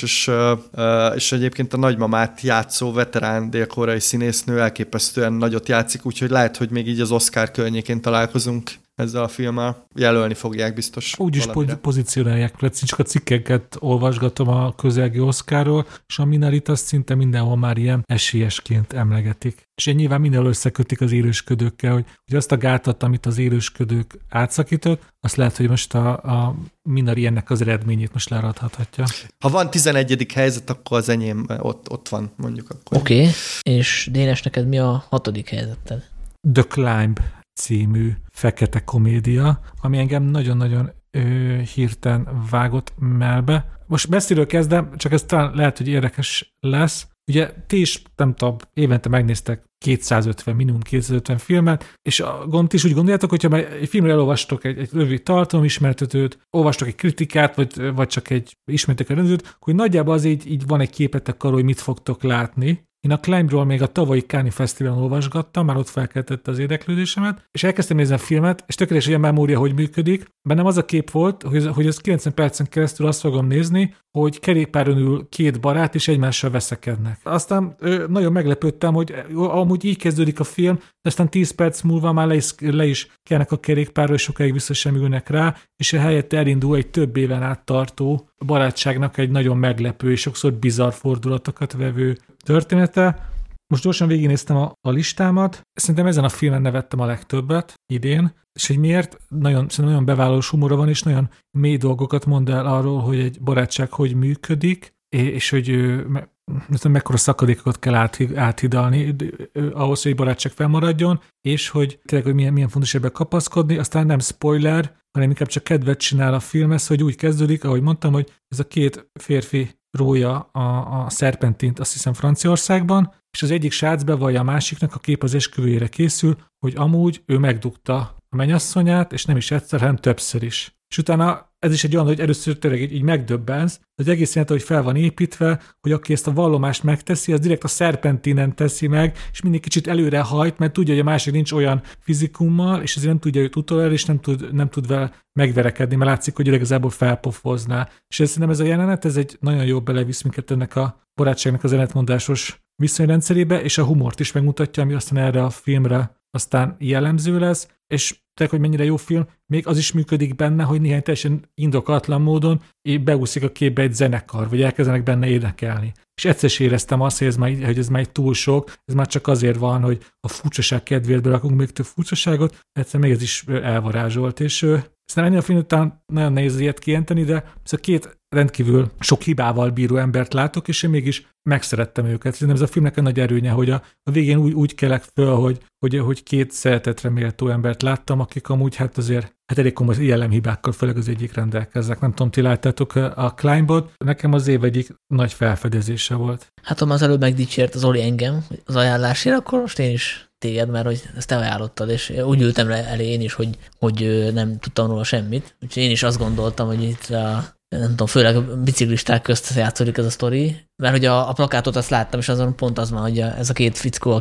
és egyébként a nagymamát játszó veterán dél-koreai színésznő elképesztően nagyot játszik, úgyhogy lehet, hogy még így az Oscar környékén találkozunk ezzel a filmmel. Jelölni fogják biztos. Úgyis pozícionálják, csak a cikkeket olvasgatom a közelgi Oscarról, és a Minarit azt szinte mindenhol már ilyen esélyesként emlegetik. És nyilván mindenhol összekötik az élősködőkkel, hogy azt a gátat, amit az élősködők átszakított, azt lehet, hogy most a Minari ennek az eredményét most leradhatja. Ha van 11. helyzet, akkor az enyém ott van, mondjuk akkor. Oké. És Dénes, neked mi a 6. helyzeted? The Climb című fekete komédia, ami engem nagyon-nagyon hirtelen vágott melbe. Most messziről kezdem, csak ez talán lehet, hogy érdekes lesz. Ugye ti is, nem tudom, évente megnéztek 250, minimum 250 filmet, és ti is úgy gondoljátok, hogyha már egy filmről elolvastok egy rövid tartalomismertetőt, olvastok egy kritikát, vagy csak egy ismertek a rendezőt, hogy nagyjából az így van egy képetek arról, hogy mit fogtok látni. Én a Climbról még a tavalyi Cannes Fesztiválon olvasgattam, már ott felkeltette az érdeklődésemet, és elkezdtem nézni a filmet, és tökéletes, hogy a memória hogy működik. Bennem az a kép volt, hogy az 90 percen keresztül azt fogom nézni, hogy kerékpáron ül két barát, és egymással veszekednek. Aztán nagyon meglepődtem, hogy amúgy így kezdődik a film, de aztán 10 perc múlva már le is kelnek a kerékpárról, és sokáig vissza sem ülnek rá, és helyett elindul egy több éven át tartó barátságnak egy nagyon meglepő és sokszor bizarr fordulatokat vevő története. Most gyorsan végignéztem a listámat. Szerintem ezen a filmen nevettem a legtöbbet idén, és hogy miért? Szerintem nagyon bevállalós humora van, és nagyon mély dolgokat mond el arról, hogy egy barátság hogy működik, és hogy mekkora szakadékokat kell áthidalni ahhoz, hogy egy barátság felmaradjon, és hogy tényleg, hogy milyen fontos ebben kapaszkodni. Aztán nem spoiler, hanem inkább csak kedvet csinál a filmhez, hogy úgy kezdődik, ahogy mondtam, hogy ez a két férfi rója a szerpentint, azt hiszem Franciaországban, és az egyik srác bevallja a másiknak, a kép az esküvőjére készül, hogy amúgy ő megdugta a mennyasszonyát, és nem is egyszer, hanem többször is. És utána ez is egy olyan, hogy először tényleg így megdöbbensz, de egész jelent, hogy fel van építve, hogy aki ezt a vallomást megteszi, az direkt a szerpentinen teszi meg, és mindig kicsit előre hajt, mert tudja, hogy a másik nincs olyan fizikummal, és ezért nem tudja őt utolérni, és nem tud vele megverekedni, mert látszik, hogy igazából felpofozná. És szerintem ez a jelenet, ez egy nagyon jó belevisz minket ennek a barátságnak az ellentmondásos viszonyrendszerébe, és a humort is megmutatja, ami aztán erre a filmre aztán jellemző lesz, és tehát, hogy mennyire jó film, még az is működik benne, hogy néhány teljesen indokatlan módon beúszik a képbe egy zenekar, vagy elkezdenek benne énekelni. És egyszer is éreztem azt, hogy ez már túl sok, ez már csak azért van, hogy a furcsaság kedvéért berakunk még több furcsaságot, egyszer még ez is elvarázsolt, és szerintem ennél a film után nagyon nehéz ilyet kijelenteni, de ez a két rendkívül sok hibával bíró embert látok, és én mégis megszerettem őket. Szerintem ez a filmnek a nagy erőnye, hogy a végén úgy kelek föl, hogy két szeretetre méltó embert láttam, akik amúgy hát azért elég komoly jellemhibákkal, főleg az egyik rendelkeznek. Nem tudom, ti láttátok a Climbot, nekem az év egyik nagy felfedezése volt. Hát ha az előbb megdicsért az Oli engem az ajánlásért, akkor most én is téged, mert hogy ezt te ajánlottad, és úgy ültem elé én is, hogy nem tudtam róla semmit. Úgyhogy én is azt gondoltam, hogy itt nem tudom, főleg a biciklisták közt játszódik ez a sztori, mert hogy a plakátot azt láttam, és azon pont az van, hogy ez a két fickó, aki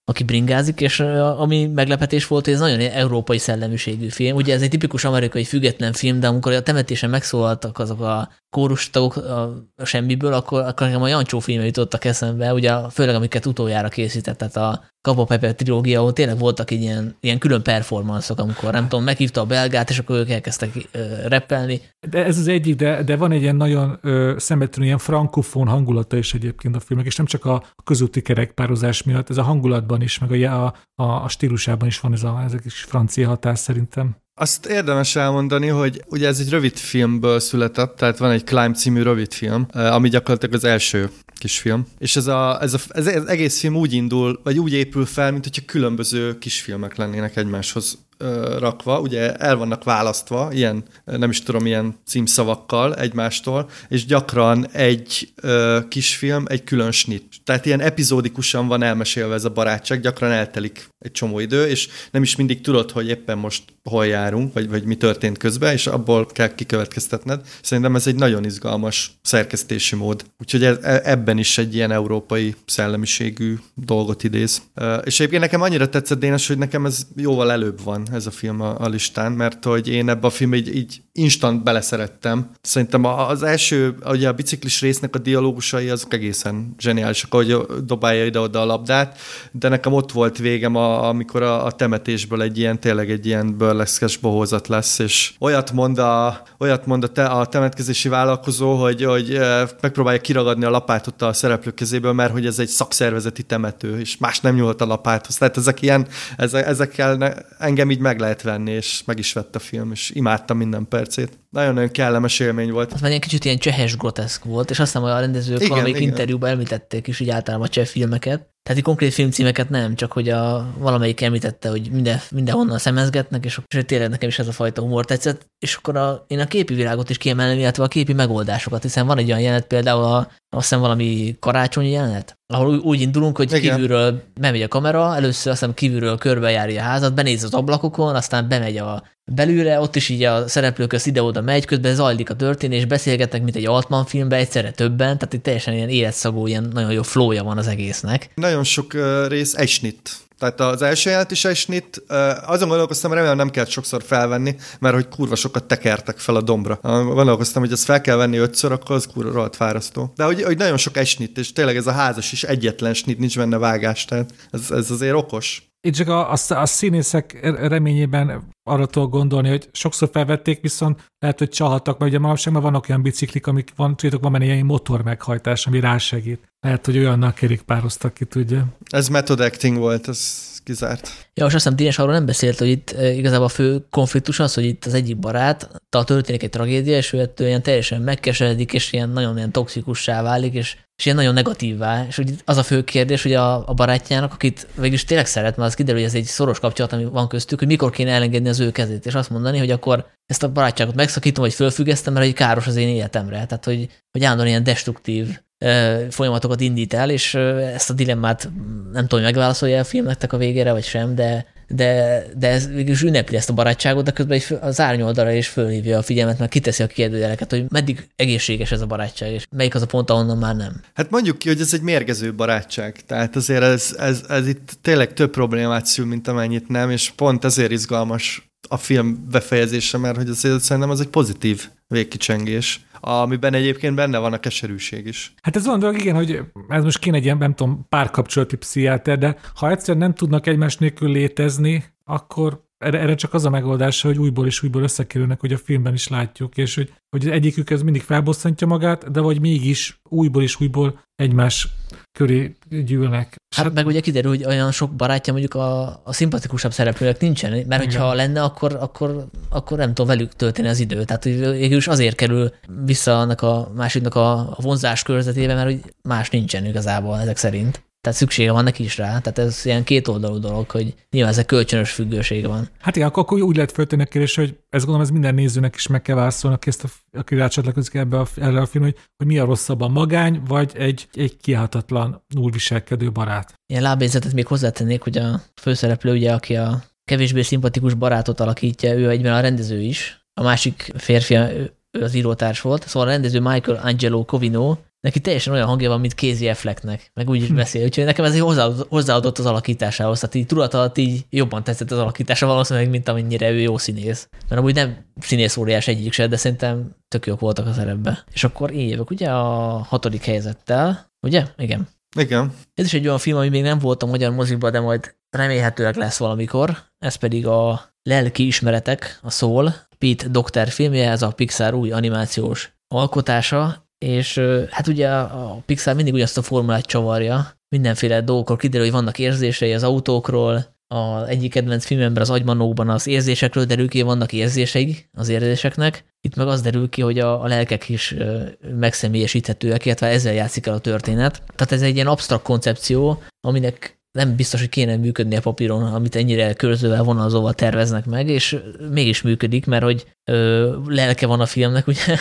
aki bringázik, és ami meglepetés volt, hogy ez nagyon európai szelleműségű film. Ugye ez egy tipikus amerikai független film, de amikor a temetésen megszólaltak azok a kórustagok a semmiből, akkor nekem a Jancsó filmje jutottak eszembe, ugye főleg amiket utoljára készített, tehát a Kapo Pepe trilógia, ahol tényleg voltak ilyen külön performanszok, amikor nem tudom, meghívta a belgát, és akkor ők elkezdtek rappelni. De ez az egyik, de van egy ilyen nagyon szemetlenül ilyen frankofón hangulata is egyébként a filmek, és nem csak a közúti kerekpározás miatt, ez a hangulatban is, meg a stílusában is van ez a kis francia hatás szerintem. Azt érdemes elmondani, hogy ugye ez egy rövid filmből született, tehát van egy Climb című rövid film, ami gyakorlatilag az első kisfilm. És ez az egész film úgy indul, vagy úgy épül fel, mint hogyha különböző kisfilmek lennének egymáshoz rakva, ugye el vannak választva, ilyen, nem is tudom, ilyen címszavakkal egymástól, és gyakran egy kisfilm, egy külön snit. Tehát ilyen epizódikusan van elmesélve ez a barátság, gyakran eltelik egy csomó idő, és nem is mindig tudod, hogy éppen most hol járunk, vagy mi történt közben, és abból kell kikövetkeztetned. Szerintem ez egy nagyon izgalmas szerkesztési mód. Úgyhogy ebben is egy ilyen európai szellemiségű dolgot idéz. És egyébként nekem annyira tetszett, Dénes, hogy nekem ez jóval előbb van ez a film a listán, mert hogy én ebbe a filmbe így instant beleszerettem. Szerintem az első, ugye a biciklis résznek a dialógusai azok egészen zseniálisak, ahogy dobálja ide-oda a labdát, de nekem ott volt végem, amikor a temetésből tényleg egy ilyen burleszkes bohózat lesz, és olyat mond a temetkezési vállalkozó, hogy megpróbálja kiragadni a lapátot a szereplő kezéből, mert hogy ez egy szakszervezeti temető, és más nem nyúlhat a lapáthoz. Tehát ezekkel engem így meg lehet venni, és meg is vett a film, és imádtam minden percét. Nagyon-nagyon kellemes élmény volt. Az már egy kicsit ilyen csehes groteszk volt, és azt hiszem, hogy a rendezők valamelyik interjúban említették is így általában a cseh filmeket. Tehát így konkrét filmcímeket nem, csak hogy valamelyik említette, hogy mindenhonnan szemezgetnek, és tényleg nekem is ez a fajta humor tetszett, és akkor én a képi világot is kiemelném, illetve a képi megoldásokat, hiszen van egy olyan jelenet például azt hiszem valami karácsonyi jelenet, ahol úgy indulunk, hogy kívülről bemegy a kamera, először azt hiszem kívülről körbejárja a házat, benéz az ablakokon, aztán bemegy a belülre, ott is így a szereplők közt ide-oda megy, közben zajlik a történés, beszélgetnek, mint egy Altman filmben, egyszerre többen, tehát itt teljesen ilyen életszagú, ilyen nagyon jó flowja van az egésznek. Nagyon sok rész egy snit. Tehát az első jelent is egy snit. Azon gondolkoztam, remélem nem kellett sokszor felvenni, mert hogy kurva sokat tekertek fel a dombra. Gondolkoztam, hogy ezt fel kell venni 5-ször, akkor az kurva rohadt fárasztó. De hogy nagyon sok egy snit, és tényleg ez a házas is egyetlen snit, nincs benne vágás, tehát ez azért okos. Én csak a színészek reményében arra tudok gondolni, hogy sokszor felvették, viszont lehet, hogy csalhattak, mert ugye manapság már vannak olyan biciklik, amik van benne ilyen motor meghajtás, ami rásegít. Lehet, hogy olyannal kerékpároztak ki, tudja. Ez method acting volt, ez kizárt. Ja, most azt hiszem, Dénes arról nem beszélt, hogy itt igazából a fő konfliktus az, hogy itt az egyik baráttal történik egy tragédia, és ő ettől ilyen teljesen megkeseredik, és ilyen nagyon ilyen toxikussá válik, és ilyen nagyon negatívvá. És hogy az a fő kérdés, hogy a barátjának, akit végülis tényleg szeret, mert az kiderül, hogy ez egy szoros kapcsolat, ami van köztük, hogy mikor kéne elengedni az ő kezét, és azt mondani, hogy akkor ezt a barátságot megszakítom, vagy fölfüggesztem, mert hogy káros az én életemre. Tehát, hogy állandóan ilyen destruktív folyamatokat indít el, és ezt a dilemmát nem tudom, hogy megválaszolja a film nektek a végére, vagy sem, de ez végülis ünnepli ezt a barátságot, de közben az árnyoldalra is fölhívja a figyelmet, mert kiteszi a kérdőjeleket, hogy meddig egészséges ez a barátság, és melyik az a pont, ahonnan már nem. Hát mondjuk ki, hogy ez egy mérgező barátság, tehát azért ez itt tényleg több problémát szül, mint amennyit nem, és pont ezért izgalmas a film befejezése, mert hogy azért szerintem az egy pozitív végkicsengés, amiben egyébként benne van a keserűség is. Hát ez olyan dolog, igen, hogy ez most kéne egy ilyen, nem tudom, párkapcsolati pszichiáter, de ha egyszer nem tudnak egymás nélkül létezni, akkor erre csak az a megoldása, hogy újból és újból összekerülnek, hogy a filmben is látjuk, és hogy egyikük ez mindig felbosszantja magát, de vagy mégis újból és újból egymás köré gyűlnek. Hát meg ugye kiderül, hogy olyan sok barátja mondjuk a szimpatikusabb szereplőnek nincsen, mert hogyha lenne, akkor nem tudom velük tölteni az időt. Tehát végülis azért kerül vissza annak a másiknak a vonzás körzetébe, mert hogy más nincsen igazából ezek szerint. Tehát szüksége van neki is rá. Tehát ez ilyen kétoldalú dolog, hogy nyilván ezek kölcsönös függősége van. Hát igen, akkor úgy lehet föltenni a kérdés, hogy ezt gondolom, ez minden nézőnek is meg kell válaszolni, aki rácsatlakozik erre a film, hogy mi a rosszabb, a magány, vagy egy kiáltatlanul viselkedő barát. Ilyen lábjegyzetet még hozzátennék, hogy a főszereplő, ugye, aki a kevésbé szimpatikus barátot alakítja, ő egyben a rendező is. A másik férfi, ő az írótárs volt. Szóval a rendező Michael Angelo Covino, neki teljesen olyan hangja van, mint Casey Afflecknek, meg úgy is beszél, úgyhogy nekem ez hozzáadott az alakításához, tehát így tudat alatt így jobban tetszett az alakítása valószínűleg, mint amennyire ő jó színész. Mert amúgy nem színész óriás egyik se, de szerintem tök jók voltak a szerepbe. És akkor így jövök, ugye a 6. helyezettel, ugye? Igen. Igen. Ez is egy olyan film, ami még nem volt a magyar mozikban, de majd remélhetőleg lesz valamikor. Ez pedig a Lelki ismeretek, a Soul, Pete Docter filmje, ez a Pixar új animációs alkotása, és hát ugye a Pixar mindig ugyanazt a formulát csavarja. Mindenféle dolgokról kiderül, hogy vannak érzései az autókról, az egyik kedvenc filmemben, az Agymanókban az érzésekről derül ki, vannak érzései az érzéseknek. Itt meg az derül ki, hogy a lelkek is megszemélyesíthetőek, illetve ezzel játszik el a történet. Tehát ez egy ilyen absztrakt koncepció, aminek nem biztos, hogy kéne működni a papíron, amit ennyire körzővel, vonalzóval terveznek meg, és mégis működik, mert hogy lelke van a filmnek, ugye?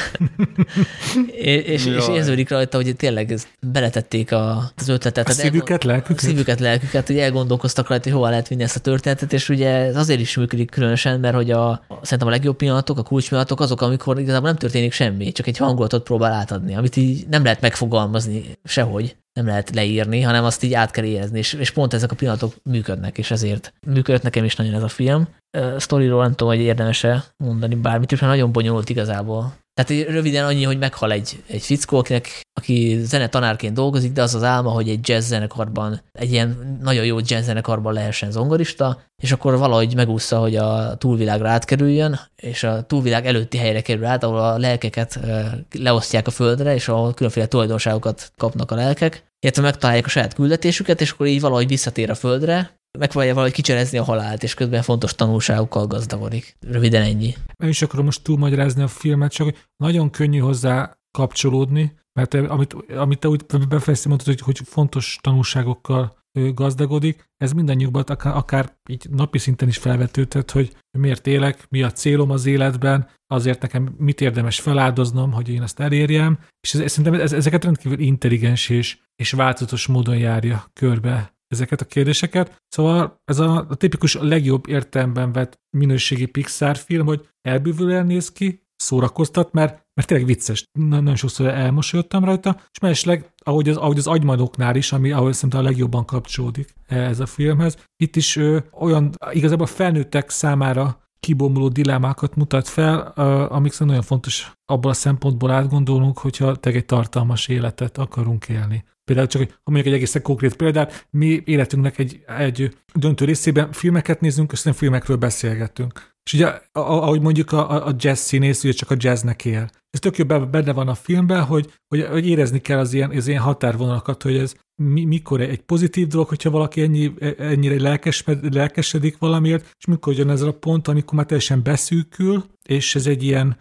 és érződik rajta, hogy tényleg beletették az ötletet. A szívüket, lelküket, hogy elgondolkoztak rajta, hogy hova lehet vinni ezt a történetet, és ugye ez azért is működik különösen, mert hogy szerintem a legjobb pillanatok, a kulcspillanatok azok, amikor igazából nem történik semmi, csak egy hangulatot próbál átadni, amit így nem lehet megfogalmazni sehogy. Nem lehet leírni, hanem azt így át kell érezni, és pont ezek a pillanatok működnek, és ezért működött nekem is nagyon ez a film. Sztoriról nem tudom, hogy érdemes-e mondani bármit, és már nagyon bonyolult igazából. Tehát röviden annyi, hogy meghal egy fickó, aki zenetanárként dolgozik, de az az álma, hogy egy jazz zenekarban, egy ilyen nagyon jó jazz zenekarban lehessen zongorista, és akkor valahogy megúszza, hogy a túlvilágra átkerüljön, és a túlvilág előtti helyre kerül át, ahol a lelkeket leosztják a földre, és ahol különféle tulajdonságokat kapnak a lelkek, illetve megtalálják a saját küldetésüket, és akkor így valahogy visszatér a földre, megpróbálja valahogy kicserezni a halált, és közben fontos tanulságokkal gazdagodik. Röviden ennyi. Nem is akarom most túlmagyarázni a filmet, csak nagyon könnyű hozzá kapcsolódni, mert amit te úgy befejeztél, mondtad, hogy fontos tanulságokkal gazdagodik, ez mindannyiukban akár így napi szinten is felvetődhet, hogy miért élek, mi a célom az életben, azért nekem mit érdemes feláldoznom, hogy én ezt elérjem, és szerintem ezeket rendkívül intelligens és változatos módon járja körbe ezeket a kérdéseket. Szóval ez a tipikus legjobb értelemben vett minőségi Pixar film, hogy elbűvölően néz ki, szórakoztat, mert tényleg vicces. Nagyon sokszor elmosolyodtam rajta, és mellesleg, ahogy az Agymanóknál is, ahol szerintem a legjobban kapcsolódik ez a filmhez, itt is olyan igazából felnőttek számára kibomló dilemmákat mutat fel, amik szerintem nagyon fontos abból a szempontból átgondolnunk, hogyha egy tartalmas életet akarunk élni. Például csak, ha mondjuk egy egészen konkrét példát, mi életünknek egy döntő részében filmeket nézünk, és filmekről beszélgetünk. És ugye, ahogy mondjuk a jazz színész, ugye csak a jazznek él. Ez tök jó benne van a filmben, hogy érezni kell az ilyen határvonalakat, hogy ez mikor egy pozitív dolog, hogyha valaki ennyire lelkesedik valamiért, és mikor jön ez a pont, amikor már teljesen beszűkül, és ez egy ilyen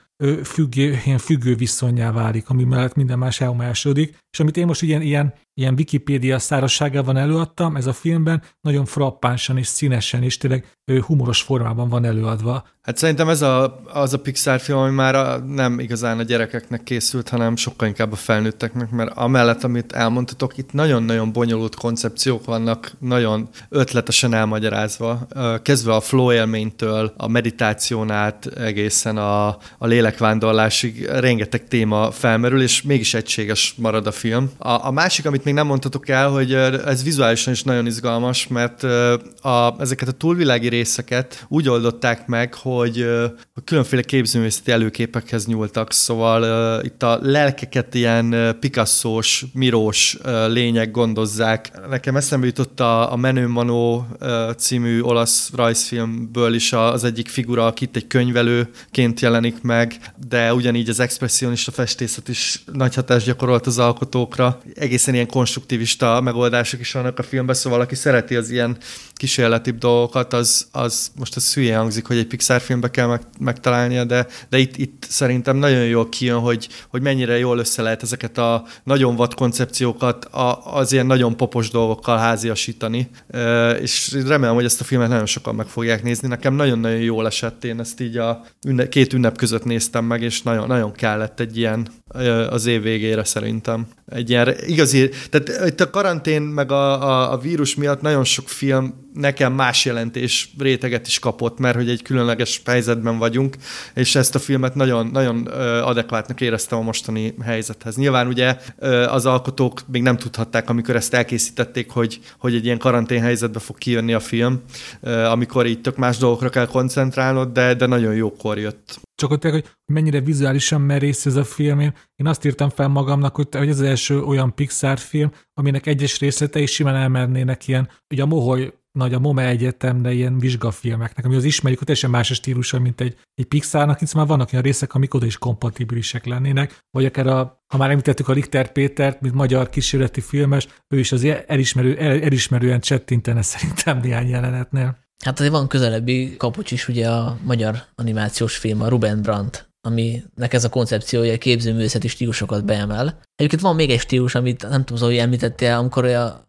függő viszonnyá válik, ami mellett minden más elmásodik. És amit én most ilyen Wikipédia szárazságában előadtam, ez a filmben nagyon frappánsan és színesen és tényleg humoros formában van előadva. Hát szerintem ez az a Pixar film, ami már nem igazán a gyerekeknek készült, hanem sokkal inkább a felnőtteknek, mert amellett, amit elmondtatok, itt nagyon-nagyon bonyolult koncepciók vannak, nagyon ötletesen elmagyarázva, kezdve a flow élménytől, a meditáción át egészen a lélekvándorlásig rengeteg téma felmerül, és mégis egységes marad a film. A másik, amit még nem mondhatok el, hogy ez vizuálisan is nagyon izgalmas, mert ezeket a túlvilági részeket úgy oldották meg, hogy különféle képzőművészeti előképekhez nyúltak, szóval itt a lelkeket ilyen Picasso-s, Mirós lények gondozzák. Nekem eszembe jutott a Menő Manó című olasz rajzfilmből is az egyik figura, aki itt egy könyvelőként jelenik meg, de ugyanígy az expresszionista festészet is nagy hatást gyakorolt az alkotókra. Egészen ilyen konstruktivista megoldások is vannak a filmben, szóval aki szereti az ilyen kísérletibb dolgokat, az most az hülye hangzik, hogy egy Pixar filmbe kell megtalálnia, de itt szerintem nagyon jól kijön, hogy mennyire jól össze lehet ezeket a nagyon vad koncepciókat az ilyen nagyon popos dolgokkal háziasítani, és remélem, hogy ezt a filmet nagyon sokan meg fogják nézni. Nekem nagyon-nagyon jól esett, én ezt így a két ünnep között néztem meg, és nagyon, nagyon kellett egy ilyen az év végére szerintem. Egy ilyen igazi, tehát itt a karantén meg a vírus miatt nagyon sok film nekem más jelentés réteget is kapott, mert hogy egy különleges helyzetben vagyunk, és ezt a filmet nagyon, nagyon adekvátnak éreztem a mostani helyzethez. Nyilván ugye az alkotók még nem tudhatták, amikor ezt elkészítették, hogy egy ilyen karantén helyzetbe fog kijönni a film, amikor így tök más dolgokra kell koncentrálnod, de nagyon jókor jött. Csak ott, hogy mennyire vizuálisan merész ez a film. Én azt írtam fel magamnak, hogy ez az első olyan Pixar film, aminek egyes részletei simán elmernének ilyen, ugye a Moholy nagy a MOME Egyetem, de ilyen vizsgafilmeknek, ami az ismerjük, hogy teljesen más a stílusa, mint egy Pixarnak, hiszen már vannak olyan részek, amik oda is kompatibilisek lennének, vagy akár ha már említettük a Richter Pétert, mint magyar kísérleti filmes, ő is az elismerően csettintene szerintem néhány jelenetnél. Hát azért van közelebbi kapocs is, ugye a magyar animációs film, a Ruben Brandt, aminek ez a koncepciója képzőművészeti stílusokat beemel. Egyébként van még egy stílus, amit nem tudom, hogy említettél, amikor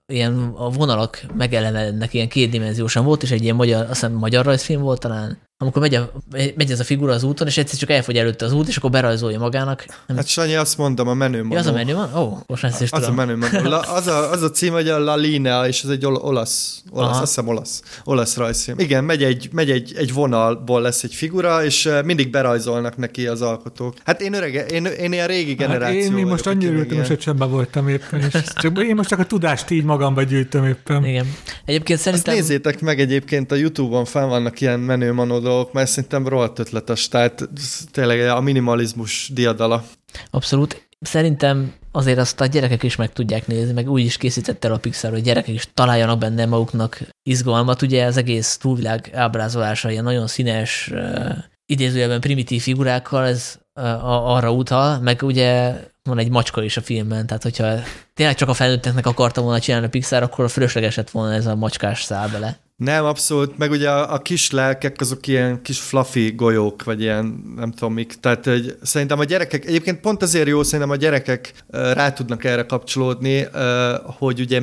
a vonalak megelevenednek ilyen kétdimenziósan. Volt is egy ilyen magyar, azt hiszem magyar rajzfilm volt talán, amikor megy ez a figura az úton, és egyszer csak elfogy előtte az út, és akkor berajzolja magának. Hát Sanyi, azt mondom, a menő manó. Ja, az a menő manó? Ó, most ezt is tudom. Az a menő manó. Az a cím, hogy a La Linea, és ez egy olasz, azt hiszem olasz rajzfilm. Igen, megy egy vonalból lesz egy figura, és mindig berajzolnak neki az alkotók. Hát én ilyen régi generáció. Én most annyira örültem, hogy csömbben voltam éppen, és én most csak a tudást így magamba gyűjtöm éppen. Igen. Egyébként szerintem... Azt nézzétek meg egyébként, a YouTube-on fel vannak ilyen menő manó dolgok, mert szerintem rohadt ötletes, tehát tényleg a minimalizmus diadala. Abszolút. Szerintem azért azt a gyerekek is meg tudják nézni, meg úgy is készítette el a Pixar, hogy gyerekek is találjanak benne maguknak izgalmat. Ugye az egész túlvilág ábrázolása ilyen nagyon színes, idézőjelben primitív figurákkal, ez arra utal, meg ugye van egy macska is a filmben, tehát hogyha tényleg csak a felnőtteknek akarta volna csinálni a Pixar, akkor fölösleges lett volna ez a macskás szál bele. Nem, abszolút, meg ugye a kis lelkek azok ilyen kis fluffy golyók, vagy ilyen nem tudom mik, tehát szerintem a gyerekek, egyébként pont azért jó, szerintem a gyerekek rá tudnak erre kapcsolódni, hogy ugye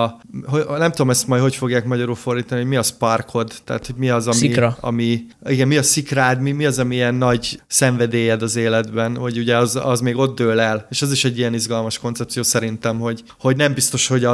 nem tudom ezt majd hogy fogják magyarul fordítani, hogy mi a sparkod, tehát hogy mi az, igen, mi a szikrád, mi az, ami ilyen nagy szenvedélyed az életben, hogy ugye az még ott dől el, és az is egy ilyen izgalmas koncepció szerintem, hogy nem biztos, hogy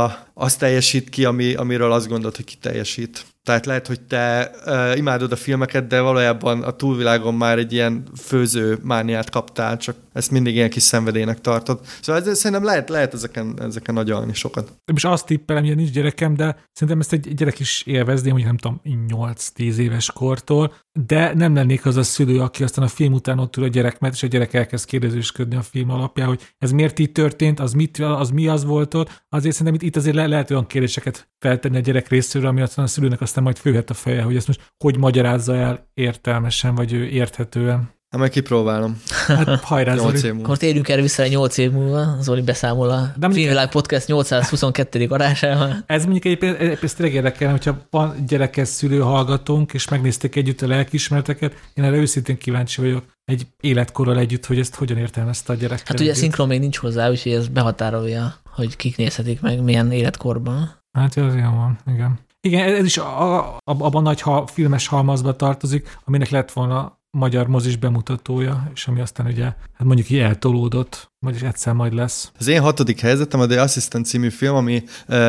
az teljesít ki, amiről azt gondolod, hogy ki teljesít. Tehát lehet, hogy te imádod a filmeket, de valójában a túlvilágon már egy ilyen főző mániát kaptál, csak ezt mindig ilyen kis szenvedélynek tartod. Szóval szerintem lehet ezeken agyalni sokat. És azt tippelem, hogy nincs gyerekem, de szerintem ezt egy gyerek is élvezni, hogy nem tudom, 8-10 éves kortól, de nem lennék az a szülő, aki aztán a film után ott ül a gyerek mellett, és a gyerek elkezd kérdezősködni a film alapján, hogy ez miért így történt, az mi az volt ott. Azért szerintem itt azért lehet olyan kérdéseket feltenni a gyerek részéről, ami aztán a szülőnek aztán majd főhet a feje, hogy ezt most hogy magyarázza el értelmesen, vagy érthetően. Hát majd kipróbálom. Hát hajrá, Zoli. Akkor térjünk erre vissza 8 év múlva. Zoli beszámol a Filmvilág Podcast 822. adásával. Ez mondjuk egyébként tényleg érdekel, hogyha van gyerekes szülő hallgatónk, és megnézték együtt a lelkiismereteket, én erre őszintén kíváncsi vagyok egy életkorral együtt, hogy ezt hogyan értelmezte a gyerek. Hát ugye szinkron még nincs hozzá, úgyhogy ez behatárolja, hogy kik nézhetik meg, milyen életkorban. Hát ez ilyen van, igen. Igen, ez is abban nagy filmes halmazba tartozik, aminek lett volna magyar mozis bemutatója, és ami aztán ugye, hát mondjuk így eltolódott, vagyis egyszer majd lesz. Az én 6. helyzetem a The Assistant című film, ami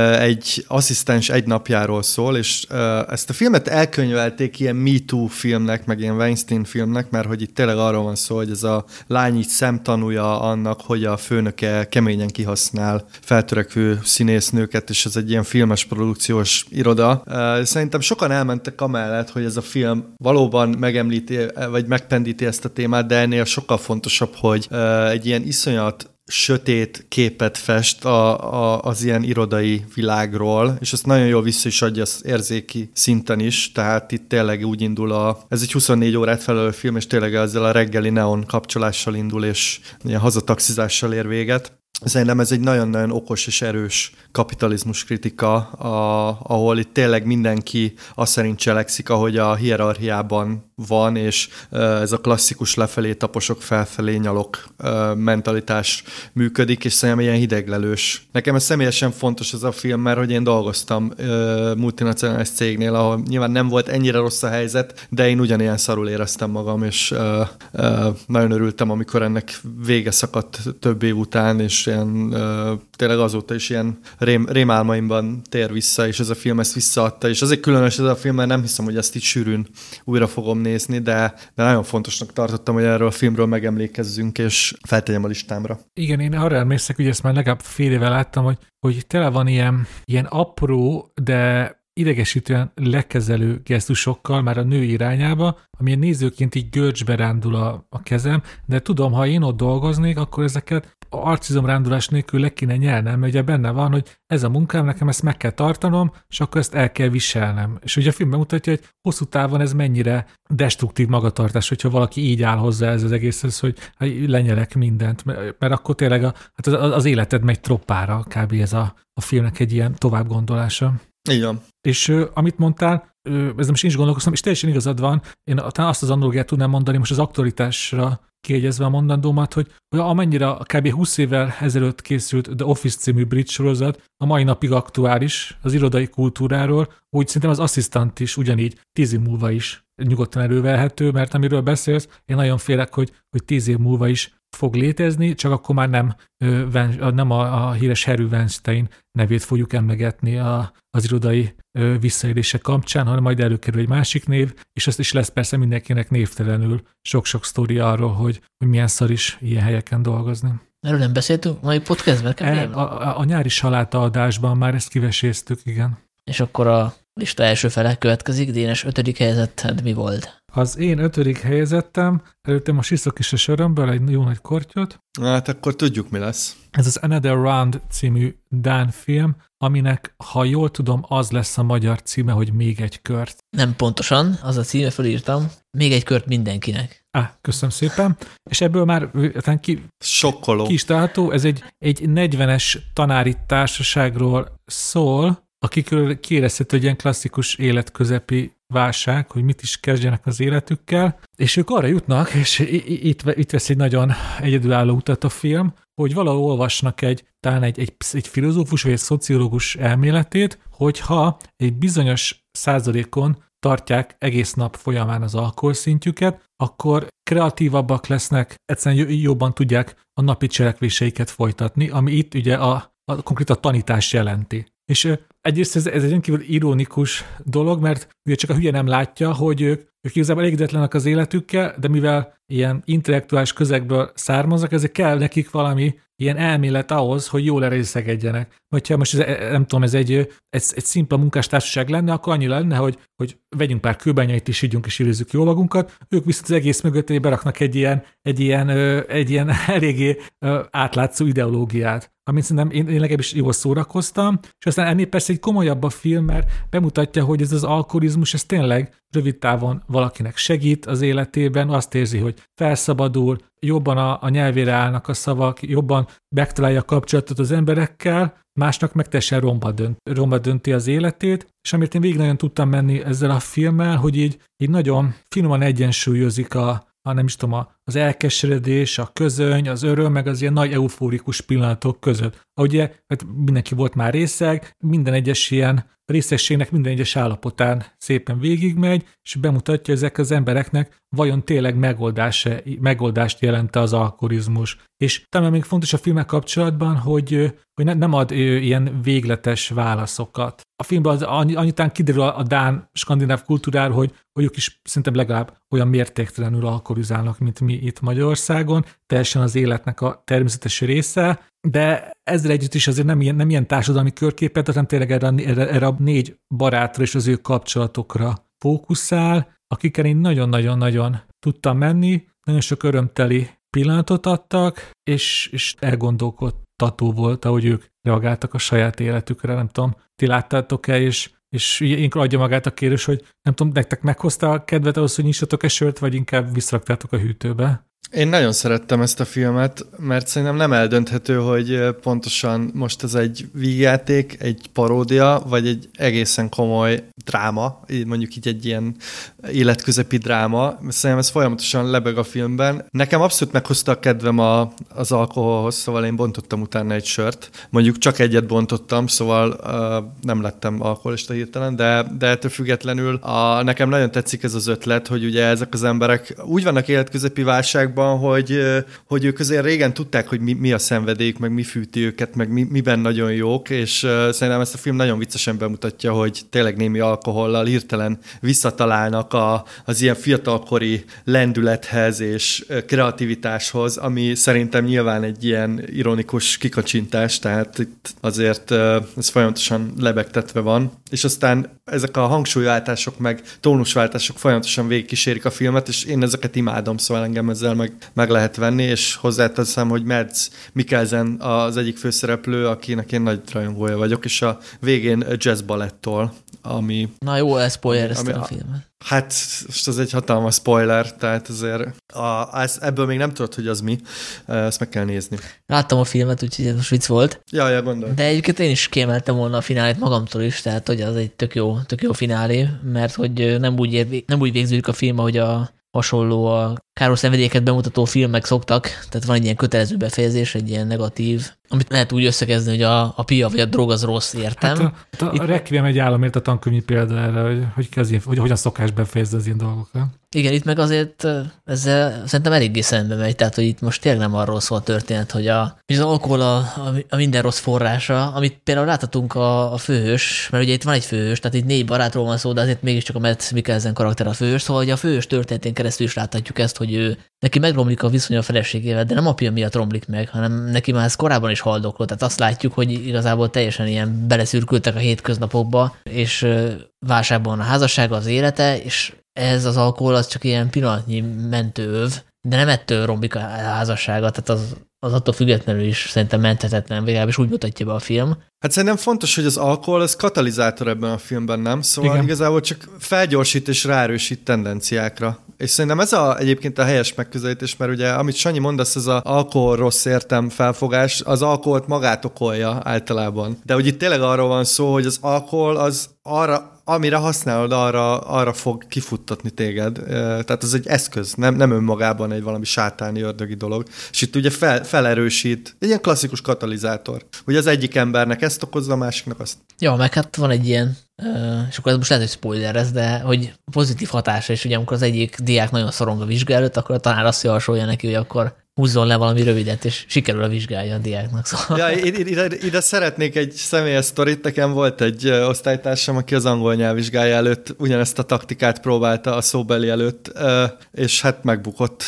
egy asszisztens egy napjáról szól, és ezt a filmet elkönyvelték ilyen Me Too filmnek, meg ilyen Weinstein filmnek, mert hogy itt tényleg arról van szó, hogy ez a lány így szemtanúja annak, hogy a főnöke keményen kihasznál feltörekvő színésznőket, és ez egy ilyen filmes produkciós iroda. Szerintem sokan elmentek amellett, hogy ez a film valóban megemlíti, vagy megpendíti ezt a témát, de ennél sokkal fontosabb, hogy egy ilyen iszonyat sötét képet fest az ilyen irodai világról, és ezt nagyon jól vissza is adja az érzéki szinten is, tehát itt tényleg úgy indul ez egy 24 órát felelő film, és tényleg ezzel a reggeli neon kapcsolással indul, és ilyen hazataxizással ér véget. Szerintem ez egy nagyon-nagyon okos és erős kapitalizmus kritika, ahol itt tényleg mindenki azt szerint cselekszik, ahogy a hierarchiában van, és ez a klasszikus lefelé taposok, felfelé nyalok mentalitás működik, és szerintem ilyen hideglelős. Nekem ez személyesen fontos ez a film, mert hogy én dolgoztam multinacionális cégnél, ahol nyilván nem volt ennyire rossz a helyzet, de én ugyanilyen szarul éreztem magam, és nagyon örültem, amikor ennek vége szakadt több év után, és ilyen, tényleg azóta is ilyen rémálmaimban tér vissza, és ez a film ezt visszaadta, és azért különös ez a film, mert nem hiszem, hogy ezt így sűrűn újra fogom nézni, de nagyon fontosnak tartottam, hogy erről a filmről megemlékezzünk, és feltegyem a listámra. Igen, én arra emlékszek, hogy ezt már legalább fél éve láttam, hogy tele van ilyen apró, de idegesítően lekezelő gesztusokkal már a nő irányába, amilyen nézőként így görcsbe rándul a kezem, de tudom, ha én ott dolgoznék, akkor ezeket a arcizomrándulás nélkül le kéne nyelnem, mert ugye benne van, hogy ez a munkám, nekem ezt meg kell tartanom, és akkor ezt el kell viselnem. És ugye a film bemutatja, hogy hosszú távon ez mennyire destruktív magatartás, hogyha valaki így áll hozzá ez az egészhez, hogy lenyelek mindent, mert akkor tényleg az életed megy troppára, kb. Ez a filmnek egy ilyen továbbgondolása. Így van. És amit mondtál, ez most én is gondolkoztam, és teljesen igazad van, én talán azt az analógiát tudnám mondani most az aktualitásra kiegyezve a mondandómat, hogy amennyire a kb. 20 évvel ezelőtt készült The Office című brit sorozat a mai napig aktuális az irodai kultúráról, úgy szerintem az Assistant is ugyanígy 10 év múlva is nyugodtan elővelhető, mert amiről beszélsz, én nagyon félek, hogy 10 év múlva is fog létezni, csak akkor már nem a híres Harry Weinstein nevét fogjuk emlegetni az irodai visszaélések kapcsán, hanem majd előkerül egy másik név, és ezt is lesz persze mindenkinek névtelenül sok-sok sztori arról, hogy milyen szar is ilyen helyeken dolgozni. Erről nem beszéltünk mai podcastben? A nyári saláta adásban már ezt kiveséztük, igen. És akkor a lista első fele következik. Dénes 5. helyezetted mi volt? Az én 5. helyezettem, előtte most iszok is a sörömből egy jó nagy kortyot. Hát akkor tudjuk, mi lesz. Ez az Another Round című dán film, aminek, ha jól tudom, az lesz a magyar címe, hogy Még egy kört. Nem pontosan, az a címe, felírtam. Még egy kört mindenkinek. Köszönöm szépen. És ebből már sokkoló. Ki is található, ez egy 40-es tanári társaságról szól, akikről kiérezhető egy ilyen klasszikus életközepi válság, hogy mit is kezdjenek az életükkel, és ők arra jutnak, és itt vesz egy nagyon egyedülálló utat a film, hogy valahol olvasnak talán egy filozófus vagy egy szociológus elméletét, hogyha egy bizonyos százalékon tartják egész nap folyamán az alkoholszintjüket, akkor kreatívabbak lesznek, egyszerűen jobban tudják a napi cselekvéseiket folytatni, ami itt ugye konkrét a tanítás jelenti. És egyrészt ez egy rendkívül ironikus dolog, mert ugye csak a hülye nem látja, hogy ők igazából elégedetlenek az életükkel, de mivel ilyen intellektuális közegből származnak, ezért kell nekik valami ilyen elmélet ahhoz, hogy jól erészegedjenek. Vagy ha most nem tudom, ez egy szimpla munkástársaság lenne, akkor annyi lenne, hogy vegyünk pár kőbányait is, ígyunk és érezzük jól magunkat, ők viszont az egész mögötté beraknak egy ilyen eléggé átlátszó ideológiát, amit szerintem én legalábbis jól szórakoztam, és aztán ennél persze egy komolyabb a film, mert bemutatja, hogy ez az alkoholizmus, ez tényleg rövid távon valakinek segít az életében, azt érzi, hogy felszabadul, jobban a nyelvére állnak a szavak, jobban megtalálja a kapcsolatot az emberekkel, másnak meg teljesen romba dönti az életét, és amit én végig nagyon tudtam menni ezzel a filmmel, hogy így nagyon finoman egyensúlyozik nem is tudom, az elkeseredés, a közöny, az öröm, meg az ilyen nagy eufórikus pillanatok között. Ugye, hát mindenki volt már részeg, minden egyes ilyen részegségnek minden egyes állapotán szépen végigmegy, és bemutatja, hogy ezek az embereknek vajon tényleg megoldást jelente az alkoholizmus. És talán még fontos a filmek kapcsolatban, hogy nem ad ilyen végletes válaszokat. A filmben annyitán kiderül a dán skandináv kultúráról, hogy ők is szerintem legalább olyan mértéktelenül alkoholizálnak, mint mi itt Magyarországon, teljesen az életnek a természetes része, de ezzel együtt is azért nem ilyen társadalmi körképet, hanem tényleg erre a 4 barátra és az ő kapcsolatokra fókuszál, akikkel én nagyon-nagyon-nagyon tudtam menni, nagyon sok örömteli pillanatot adtak, és elgondolkodtató volt, ahogy ők reagáltak a saját életükre, nem tudom, ti láttátok-e, és ilyenkor adja magát a kérdés, hogy nem tudom, nektek meghozta a kedvet ahhoz, hogy nyissatok-e sört, vagy inkább visszaraktátok a hűtőbe? Én nagyon szerettem ezt a filmet, mert szerintem nem eldönthető, hogy pontosan most ez egy vígjáték, egy paródia, vagy egy egészen komoly dráma, mondjuk így egy ilyen életközepi dráma. Szerintem ez folyamatosan lebeg a filmben. Nekem abszolút meghozta a kedvem az alkoholhoz, szóval én bontottam utána egy sört. Mondjuk csak egyet bontottam, szóval nem lettem alkoholista hirtelen, de ettől függetlenül nekem nagyon tetszik ez az ötlet, hogy ugye ezek az emberek úgy vannak életközepi válságban, hogy ők azért régen tudták, hogy mi a szenvedélyük, meg mi fűti őket, meg miben nagyon jók, és szerintem ezt a film nagyon viccesen bemutatja, hogy tényleg némi alkohollal hirtelen visszatalálnak az ilyen fiatalkori lendülethez és kreativitáshoz, ami szerintem nyilván egy ilyen ironikus kikacsintás, tehát itt azért ez folyamatosan lebegtetve van, és aztán ezek a hangsúlyváltások meg tónusváltások folyamatosan végigkísérik a filmet, és én ezeket imádom, szóval engem ezzel meg lehet venni, és hozzáteszem, hogy Mads Mikkelsen az egyik főszereplő, akinek én nagy rajongója vagyok, és a végén Jazz Ballettól, ami... Na jó, elszpoilereztem a filmet. Hát, most ez egy hatalmas spoiler, tehát azért ebből még nem tudod, hogy az mi, ezt meg kell nézni. Láttam a filmet, úgyhogy ez most vicc volt. Ja, gondolom. De egyébként én is kiemeltem volna a finálét magamtól is, tehát hogy az egy tök jó finálé, mert hogy nem úgy végződik a film, ahogy hasonló a káros szenvedélyeket bemutató filmek szoktak, tehát van egy ilyen kötelező befejezés, egy ilyen negatív, amit lehet úgy összegezni, hogy a pia vagy a drog az rossz, értem. Hát a Requiem egy államért a tankönyvi példa erre, hogy hogyan szokás befejezni az ilyen dolgokat. Igen, itt meg azért ezzel szerintem eléggé szembe megy, tehát hogy itt most tényleg nem arról szól a történet, hogy az alkohol a minden rossz forrása, amit például láthatunk a főhős, mert ugye itt van egy főhős, tehát itt 4 barátról van szó, de azért mégiscsak a Mads Mikkelsen karakter a főhős, szóval hogy a főhős történetén keresztül is láthatjuk ezt, hogy neki megromlik a viszony a feleségével, de nem apja miatt romlik meg, hanem neki már ez korábban is haldoklott, tehát azt látjuk, hogy igazából teljesen ilyen beleszürkültek a hétköznapokba, és válságban a házassága, az élete, és ez az alkohol az csak ilyen pillanatnyi mentőöv, de nem ettől romlik a házassága, tehát az attól függetlenül is szerintem menthetetlen, legalábbis úgy mutatja be a film. Hát szerintem fontos, hogy az alkohol az katalizátor ebben a filmben, nem? Szóval igen. Igazából csak felgyorsít és ráerősít tendenciákra. És szerintem ez egyébként a helyes megközelítés, mert ugye, amit Sanyi mondasz, ez az alkohol rossz értem felfogás, az alkoholt magát okolja általában. De hogy itt tényleg arról van szó, hogy az alkohol az amire használod, arra fog kifuttatni téged. Tehát ez egy eszköz, nem önmagában egy valami sátáni ördögi dolog. És itt ugye felerősít, egy ilyen klasszikus katalizátor. Ugye az egyik embernek ezt okozza, a másiknak azt. Ja, meg hát van egy ilyen, és akkor ez most lehet, hogy spoiler ez, de hogy pozitív hatása is, ugye amikor az egyik diák nagyon szorong a vizsga előtt, akkor a tanár azt javasolja neki, hogy akkor húzzon le valami rövidet, és sikerül a vizsgája a diáknak. Szóval. Ja, ide szeretnék egy személyes sztorit. Nekem volt egy osztálytársam, aki az angol nyelvvizsgája előtt ugyanezt a taktikát próbálta a szóbeli előtt, és hát megbukott.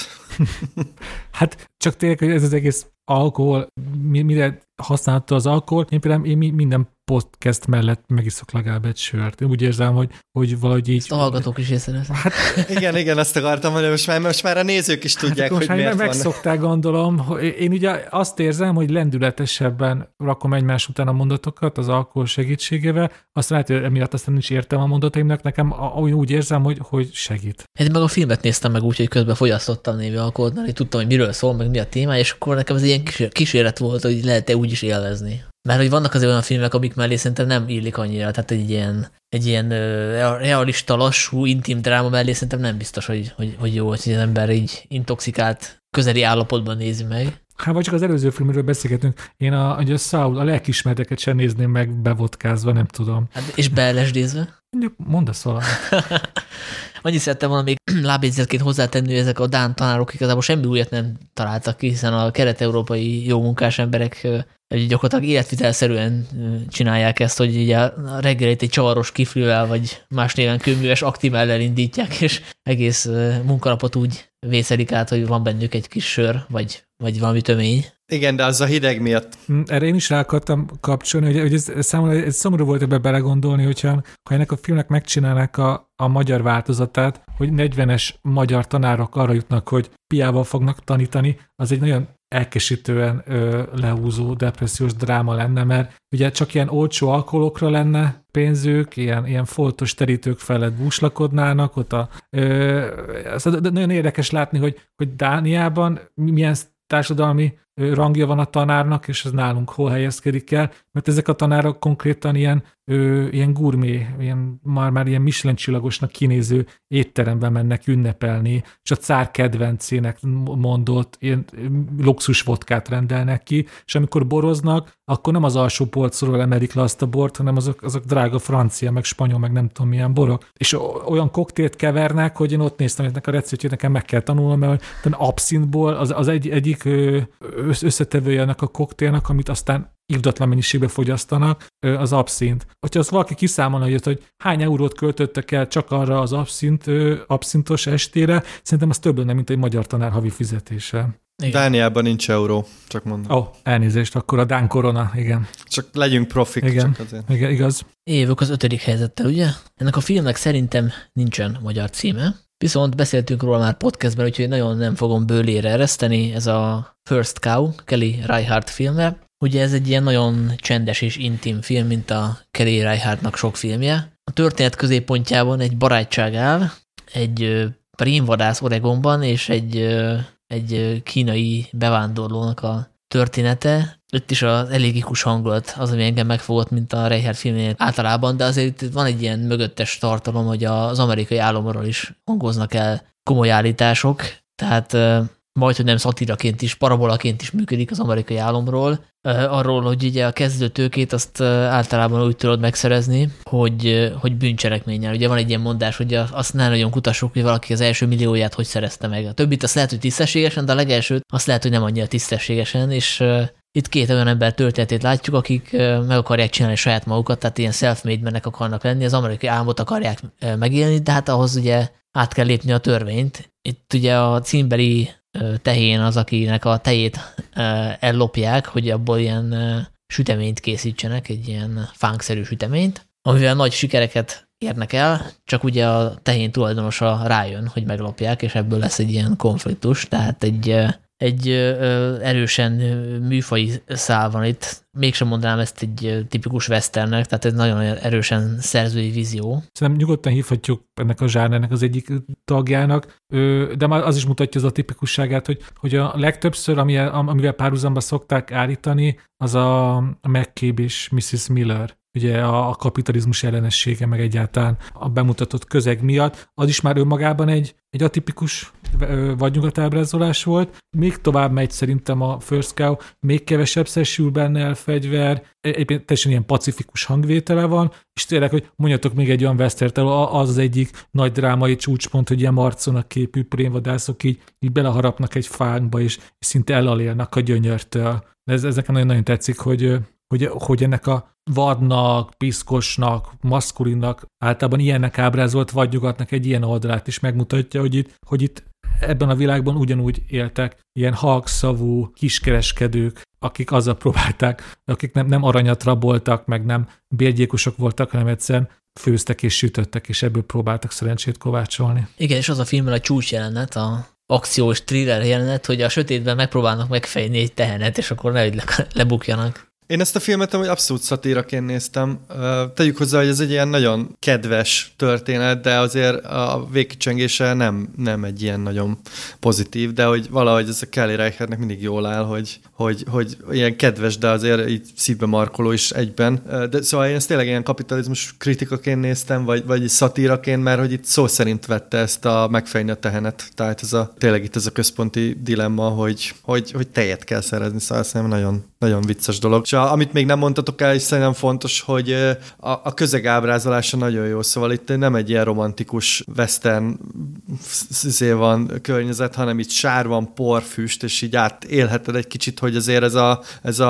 Hát csak tényleg, hogy ez az egész alkohol, mire használta az alkohol, én például minden podcast mellett megiszok legalább egy sört. Én úgy érzem, hogy valahogy így... Ezt a hallgatók is észrevesznek. Hát, igen, azt akartam mondani, most már a nézők is tudják, hogy miért van. Megszokták, gondolom. Én ugye azt érzem, hogy lendületesebben rakom egymás után a mondatokat az alkohol segítségével, azt lehet, hogy emiatt aztán nincs értem a mondataimnak, nekem úgy érzem, hogy segít. Én meg a filmet néztem meg úgy, hogy közben fogyasztottam némi alkoholt, mert tudtam, hogy miről szól, meg mi a téma, és akkor nekem ez ilyen kísérlet volt, hogy lehet-e úgy is élvezni. Mert hogy vannak azért olyan filmek, amik mellé szerintem nem illik annyira, tehát egy ilyen realista, lassú, intim dráma mellé szerintem nem biztos, hogy jó, hogy az ember így intoxikált, közeli állapotban nézi meg. Hát vagy csak az előző filmről beszélgetünk. Én a lelkiismereteket sem nézném meg bevodkázva, nem tudom. Hát és beellesdézve? Mondasz valamit. Annyit szerettem volna még lábjegyzetként hozzátenni, hogy ezek a dán tanárok igazából semmi újat nem találtak ki, hiszen a kelet-európai jó munkás emberek gyakorlatilag életvitelszerűen csinálják ezt, hogy ugye a reggelit egy csavaros kiflivel, vagy más néven kőműves aktimellel indítják, és egész munkanapot úgy vészelik át, hogy van bennük egy kis sör, vagy valami tömény. Igen, de az a hideg miatt. Erre én is rá akartam kapcsolni, hogy ez számomra ez szomorú volt ebbe belegondolni, hogyha ennek a filmnek megcsinálnák a magyar változatát, hogy 40-es magyar tanárok arra jutnak, hogy piával fognak tanítani, az egy nagyon elkesítően lehúzó depressziós dráma lenne, mert ugye csak ilyen olcsó alkoholokra lenne pénzük, ilyen foltos terítők felett búslakodnának, ott nagyon érdekes látni, hogy Dániában milyen társadalmi rangja van a tanárnak, és ez nálunk hol helyezkedik el, mert ezek a tanárok konkrétan ilyen gurmé, már ilyen Michelin csillagosnak kinéző étteremben mennek ünnepelni, és a cár kedvencének mondott ilyen luxus vodkát rendelnek ki, és amikor boroznak, akkor nem az alsó polcról emelik le azt a bort, hanem azok drága francia, meg spanyol, meg nem tudom milyen borok. És olyan koktélt kevernek, hogy én ott néztem, hogy a receptjét nekem meg kell tanulnom, mert abszintból az egyik összetevője ennek a koktélnak, amit aztán írdatlan mennyiségbe fogyasztanak, az abszint. Hogyha azt valaki kiszámolna, hogy hány eurót költöttek el csak arra az abszintos estére, szerintem az több lenne, mint egy magyar tanár havi fizetése. Igen. Dániában nincs euró, csak mondom. Elnézést, akkor a Dán korona, igen. Csak legyünk profik, igen. Csak azért. Igen, igaz. Évük az 5. helyzettel, ugye? Ennek a filmnek szerintem nincsen magyar címe, viszont beszéltünk róla már podcastben, úgyhogy nagyon nem fogom bőlére ereszteni, ez a First Cow, Kelly Reichardt filmje. Ugye ez egy ilyen nagyon csendes és intim film, mint a Kelly Reichardt-nak sok filmje. A történet középpontjában egy barátság áll, egy prémvadász Oregonban, és egy kínai bevándorlónak a története. Itt is az elégikus hangulat az, ami engem megfogott, mint a Reichardt filmnél általában, de azért itt van egy ilyen mögöttes tartalom, hogy az amerikai államról is hangoznak el komoly állítások, tehát majdhogy nem szatiraként is, parabolaként is működik az amerikai államról, arról, hogy ugye a kezdőtőkét azt általában úgy tudod megszerezni, hogy bűncselekménnyel. Ugye van egy ilyen mondás, hogy azt ne nagyon kutassuk, hogy valaki az első millióját hogy szerezte meg. A többit azt lehet, hogy tisztességesen, de a legelsőt azt lehet, hogy nem annyira tisztességesen, és itt két olyan ember történetét látjuk, akik meg akarják csinálni saját magukat, tehát ilyen self-made mennek akarnak lenni, az amerikai álmot akarják megélni, de hát ahhoz ugye át kell lépni a törvényt. Itt ugye a címbeli tehén az, akinek a tejét ellopják, hogy abból ilyen süteményt készítsenek, egy ilyen fánkszerű süteményt, amivel nagy sikereket érnek el, csak ugye a tehén tulajdonosa rájön, hogy meglopják, és ebből lesz egy ilyen konfliktus, tehát egy erősen műfaji szál van itt. Mégsem mondanám ezt egy tipikus westernnek, tehát ez nagyon erősen szerzői vízió. Szerintem nyugodtan hívhatjuk ennek a zsánernek az egyik tagjának, de már az is mutatja az a tipikusságát, hogy a legtöbbször, amivel párhuzamba szokták állítani, az a McCabe és Mrs. Miller. Ugye a kapitalizmus ellenessége, meg egyáltalán a bemutatott közeg miatt, az is már önmagában egy atipikus vadnyugatábrázolás volt. Még tovább megy szerintem a First Cow, még kevesebb sül benne el fegyver, egyébként teljesen ilyen pacifikus hangvétele van, és tényleg, hogy mondjatok még egy olyan westert, az egyik nagy drámai csúcspont, hogy ilyen marconak képű prémvadászok így beleharapnak egy fánkba, és szinte elalélnak a gyönyörtől. Ez nekem nagyon-nagyon tetszik, hogy ennek a vadnak, piszkosnak, maszkulinnak, általában ilyennek ábrázolt vadnyugatnak egy ilyen oldalát is megmutatja, hogy itt ebben a világban ugyanúgy éltek ilyen halkszavú kiskereskedők, akik azzal próbálták, akik nem aranyat raboltak, meg nem bérgyilkosok voltak, hanem egyszerűen főztek és sütöttek, és ebből próbáltak szerencsét kovácsolni. Igen, és az a filmben a csúcs jelenet, a akciós thriller jelenet, hogy a sötétben megpróbálnak megfejni egy tehenet, és akkor nehogy lebukjanak. Én ezt a filmet amúgy abszolút szatíraként néztem. Tegyük hozzá, hogy ez egy ilyen nagyon kedves történet, de azért a végkicsengése nem egy ilyen nagyon pozitív, de hogy valahogy ez a Kelly Reichardtnek mindig jól áll, hogy ilyen kedves, de azért így szívbe markoló is egyben. De szóval én ezt tényleg ilyen kapitalizmus kritikaként néztem, vagy szatíraként, mert hogy itt szó szerint vette ezt a megfejni a tehenet. Tehát tényleg itt ez a központi dilemma, hogy tejet kell szerezni, szóval szerintem nagyon, nagyon vicces dolog. És amit még nem mondtatok el, és szerintem fontos, hogy a közeg ábrázolása nagyon jó, szóval itt nem egy ilyen romantikus western van környezet, hanem itt sár van, porfüst, és így átélheted egy kicsit, hogy azért ez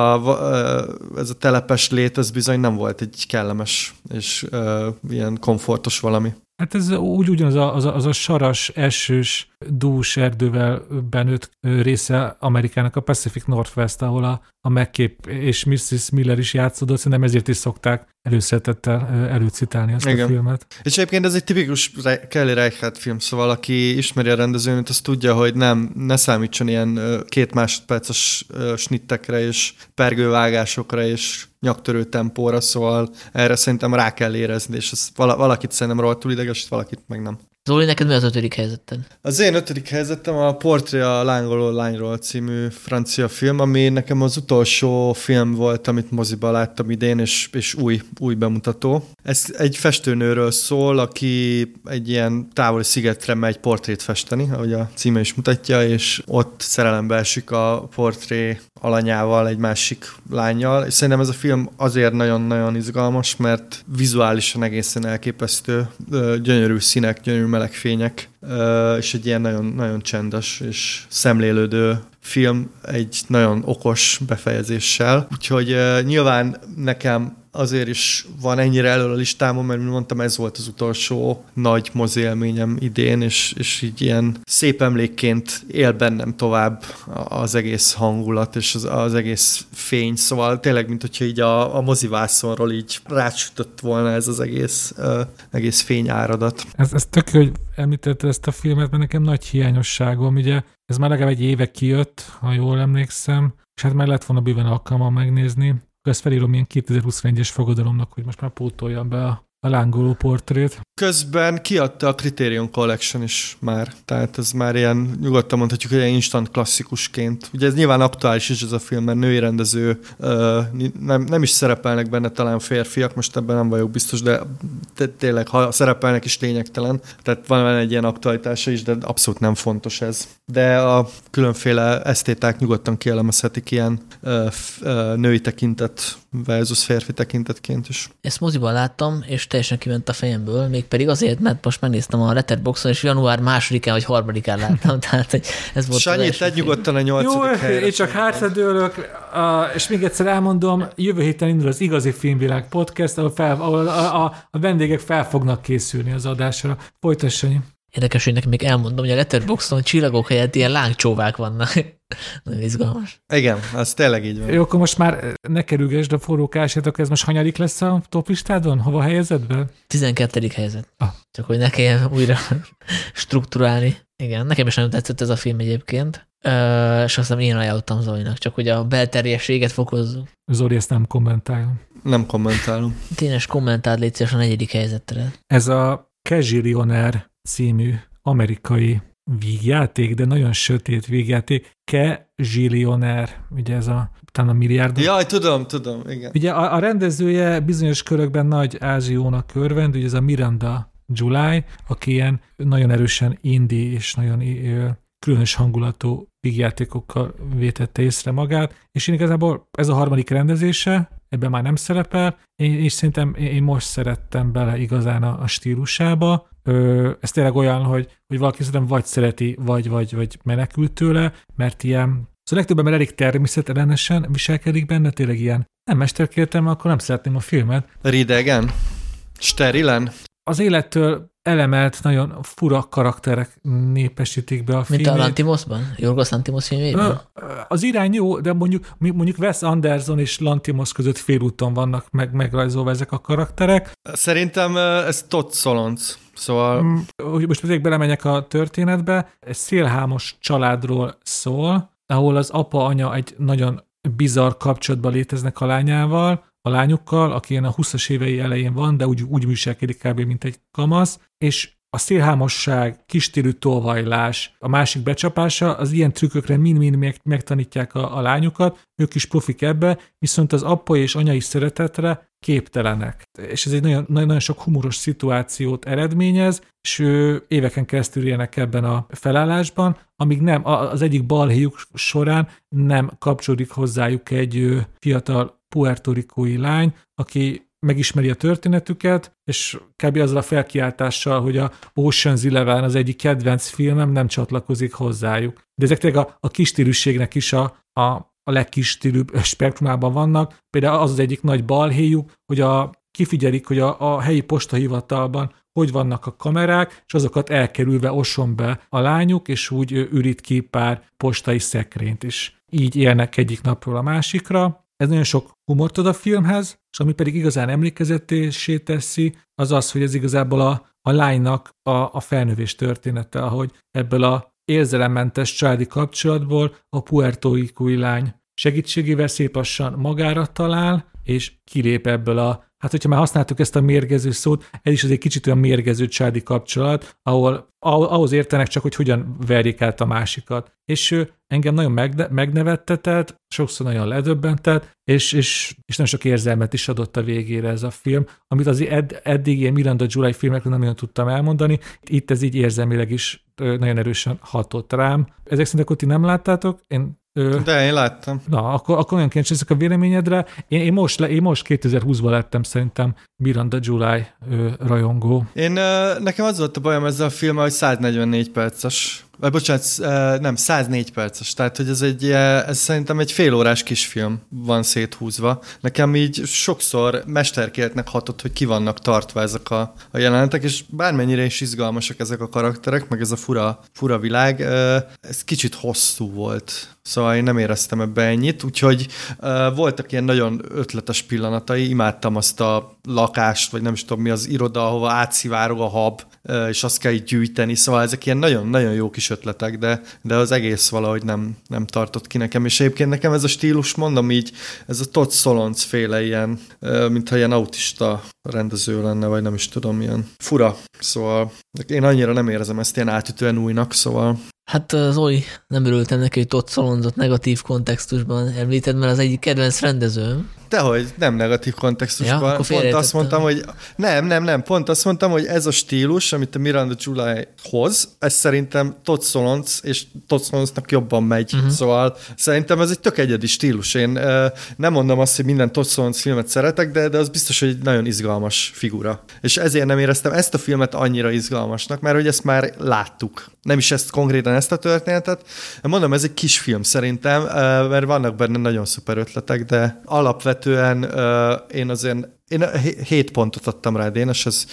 a telepes lét, az bizony nem volt egy kellemes és ilyen komfortos valami. Hát ez ugyanaz az a saras, esős, dús erdővel benőtt része Amerikának, a Pacific Northwest, ahol a McCabe és Mrs. Miller is játszódott, szerintem ezért is szokták előszeretettel előcitálni ezt a filmet. És egyébként ez egy tipikus Kelly Reichardt film, szóval aki ismeri a rendezőnőt, az tudja, hogy ne számítson ilyen 2 másodperces snittekre és pergővágásokra és nyaktörő tempóra, szóval erre szerintem rá kell érezni, és ez valakit szerintem rohadtul idegesít, valakit meg nem. Zoli, neked mi az 5. helyzeted? Az én 5. helyzetem a Portré a lángoló lányról című francia film, ami nekem az utolsó film volt, amit moziba láttam idén, és új bemutató. Ez egy festőnőről szól, aki egy ilyen távoli szigetre megy portrét festeni, ahogy a címe is mutatja, és ott szerelembe esik a portré alanyával, egy másik lánnyal, és szerintem ez a film azért nagyon-nagyon izgalmas, mert vizuálisan egészen elképesztő, gyönyörű színek, gyönyörű meleg fények, és egy ilyen nagyon, nagyon csendes és szemlélődő film egy nagyon okos befejezéssel. Úgyhogy nyilván nekem azért is van ennyire elől a listámon, mert mint mondtam, ez volt az utolsó nagy moziélményem idén, és így ilyen szép emlékként él bennem tovább az egész hangulat, és az egész fény, szóval tényleg, mint hogyha így a mozivászonról így rácsütött volna ez az egész fényáradat. Ez tök jó, hogy említetted ezt a filmet, mert nekem nagy hiányosságom, ugye ez már legalább egy éve kijött, ha jól emlékszem, és hát meg lett volna bőven alkalma megnézni. Ezt felírom ilyen 2021-es fogadalomnak, hogy most már pótoljam be a lángoló portrét. Közben kiadta a Criterion Collection is már, tehát ez már ilyen, nyugodtan mondhatjuk, hogy ilyen instant klasszikusként. Ugye ez nyilván aktuális is ez a film, mert női rendező, nem is szerepelnek benne talán férfiak, most ebben nem vagyok biztos, de tényleg, ha szerepelnek is lényegtelen, tehát van egy ilyen aktualitása is, de abszolút nem fontos ez. De a különféle esztéták nyugodtan kielemezhetik ilyen női tekintet versus férfi tekintetként is. Ezt moziban láttam, és teljesen kiment a fejemből, mégpedig azért, mert most megnéztem a Letterboxdon, és január 2-án vagy 3-án láttam, tehát hogy ez volt. Sanyi, te nyugodtan a 8. helyre. Én csak hátradőlök, és még egyszer elmondom, jövő héten indul az Igazi Filmvilág podcast, ahol a vendégek fel fognak készülni az adásra. Folytass, Sanyi. Érdekes, hogy nekem még elmondom, hogy a Letterboxdon csillagok helyett ilyen lángcsóvák vannak. Nagyon izgalmas. Igen, az tényleg így van. Jó, akkor most már ne kerülgesd a forrókásátok, ez most hanyadik lesz a top listádon? Hova helyezed be? 12. helyzet. Csak hogy ne kelljen újra strukturálni. Igen, nekem is nagyon tetszett ez a film egyébként. És aztán én ajánlottam Zolinak, csak hogy a belterjességet fokozzuk. Zoli, ezt nem kommentálom. Nem kommentálom. Tényleg kommentáld, légy szíves a 4. helyzetre. Ez a Cajillionaire című amerikai vígjáték, de nagyon sötét vígjáték. Cajillionaire, ugye ez talán a milliárd. Jaj, tudom, igen. Ugye a rendezője bizonyos körökben nagy ázsiónak örvend, ugye ez a Miranda July, aki ilyen nagyon erősen indie és nagyon különös hangulatú vígjátékokkal vétette észre magát, és én igazából ez a 3. rendezése, ebben már nem szerepel, és szerintem én most szerettem bele igazán a stílusába. Ez tényleg olyan, hogy valaki szerintem vagy szereti, vagy menekült tőle, mert ilyen, szóval legtöbben mert elég természetellenesen viselkedik benne, tényleg ilyen nem mesterkértem, akkor nem szeretném a filmet. Ridegen? Sterilen? Az élettől elemelt, nagyon fura karakterek népesítik be a filmét. Mint a Lantimosban? Yorgos Lantimos filmjében? Az irány jó, de mondjuk Wes Anderson és Lantimos között félúton vannak megrajzolva ezek a karakterek. Szerintem ez Todd Solondz. Szóval... Most pedig belemenjek a történetbe. Egy szélhámos családról szól, ahol az apa-anya egy nagyon bizarr kapcsolatban léteznek a lányukkal, aki ilyen a 20-as évei elején van, de úgy viselkedik kb. Mint egy kamasz, és a szélhámosság, kisstílű tolvajlás, a másik becsapása, az ilyen trükkökre mind-mind megtanítják a lányukat, ők is profik ebbe, viszont az apai és anyai szeretetre képtelenek. És ez egy nagyon, nagyon sok humoros szituációt eredményez, és éveken keresztül élnek ebben a felállásban, amíg nem, az egyik balhéjuk során nem kapcsolódik hozzájuk egy fiatal puertorikói lány, aki megismeri a történetüket, és kb. Azzal a felkiáltással, hogy a Ocean's 11 az egyik kedvenc filmem, nem csatlakozik hozzájuk. De ezek tényleg a kisstílűségnek is a legkisstílűbb spektrumában vannak. Például az egyik nagy balhéjuk, hogy kifigyelik, hogy a helyi postahivatalban hogy vannak a kamerák, és azokat elkerülve oson be a lányuk, és úgy ürít ki pár postai szekrényt is. Így élnek egyik napról a másikra. Ez nagyon sok humort ad a filmhez, és ami pedig igazán emlékezetessé teszi, az az, hogy ez igazából a lánynak a felnövés története, ahogy ebből a érzelemmentes családi kapcsolatból a puerto-ricói lány segítségével szép lassan magára talál, és kilép ebből hát hogyha már használtuk ezt a mérgező szót, ez is az egy kicsit olyan mérgező családi kapcsolat, ahhoz értenek csak, hogy hogyan verjék át a másikat. És engem nagyon megnevettetett, sokszor nagyon ledöbbentett, és nagyon sok érzelmet is adott a végére ez a film, amit az eddig ilyen Miranda July filmekről nem nagyon tudtam elmondani. Itt ez így érzelmileg is nagyon erősen hatott rám. Ezek szerint ti nem láttátok? De én láttam. Na, akkor olyan kíváncsi a véleményedre. Én most 2020-ban lettem szerintem Miranda July rajongó. Nekem az volt a bajom ezzel a filmmel, hogy 144 perces. Bocsánat, nem, 104 perces. Tehát, hogy ez szerintem egy félórás kisfilm van széthúzva. Nekem így sokszor mesterkéletnek hatott, hogy ki vannak tartva ezek a jelenetek, és bármennyire is izgalmasak ezek a karakterek, meg ez a fura világ, ez kicsit hosszú volt. Szóval én nem éreztem ebbe ennyit, úgyhogy voltak ilyen nagyon ötletes pillanatai, imádtam azt a lakást, vagy nem is tudom mi az iroda, ahova átszivárog a hab, és azt kell így gyűjteni, szóval ezek ilyen nagyon-nagyon jó kis ötletek, de az egész valahogy nem tartott ki nekem, és egyébként nekem ez a stílus, mondom így, ez a Todd Solondz féle ilyen, mintha ilyen autista rendező lenne, vagy nem is tudom, ilyen fura, szóval én annyira nem érzem ezt ilyen átütően újnak, szóval. Hát Zoli, nem örültem neki, hogy Todd Solondzot negatív kontextusban említed, mert az egyik kedvenc rendezőm. Dehogy, nem negatív kontextusban. Ja, pont azt mondtam, hogy pont azt mondtam, hogy ez a stílus, amit a Miranda July hoz, ez szerintem Todd Solondz, és Todd Solondznak jobban megy. Szóval szerintem ez egy tök egyedi stílus. Én nem mondom azt, hogy minden Todd Solondz filmet szeretek, de az biztos, hogy egy nagyon izgalmas figura. És ezért nem éreztem ezt a filmet annyira izgalmasnak, mert hogy ezt már láttuk. Nem is konkrétan ezt a történetet. Mondom, ez egy kis film szerintem, mert vannak benne nagyon szuper ötletek, de alapvetően én azért 7 pontot adtam rá, de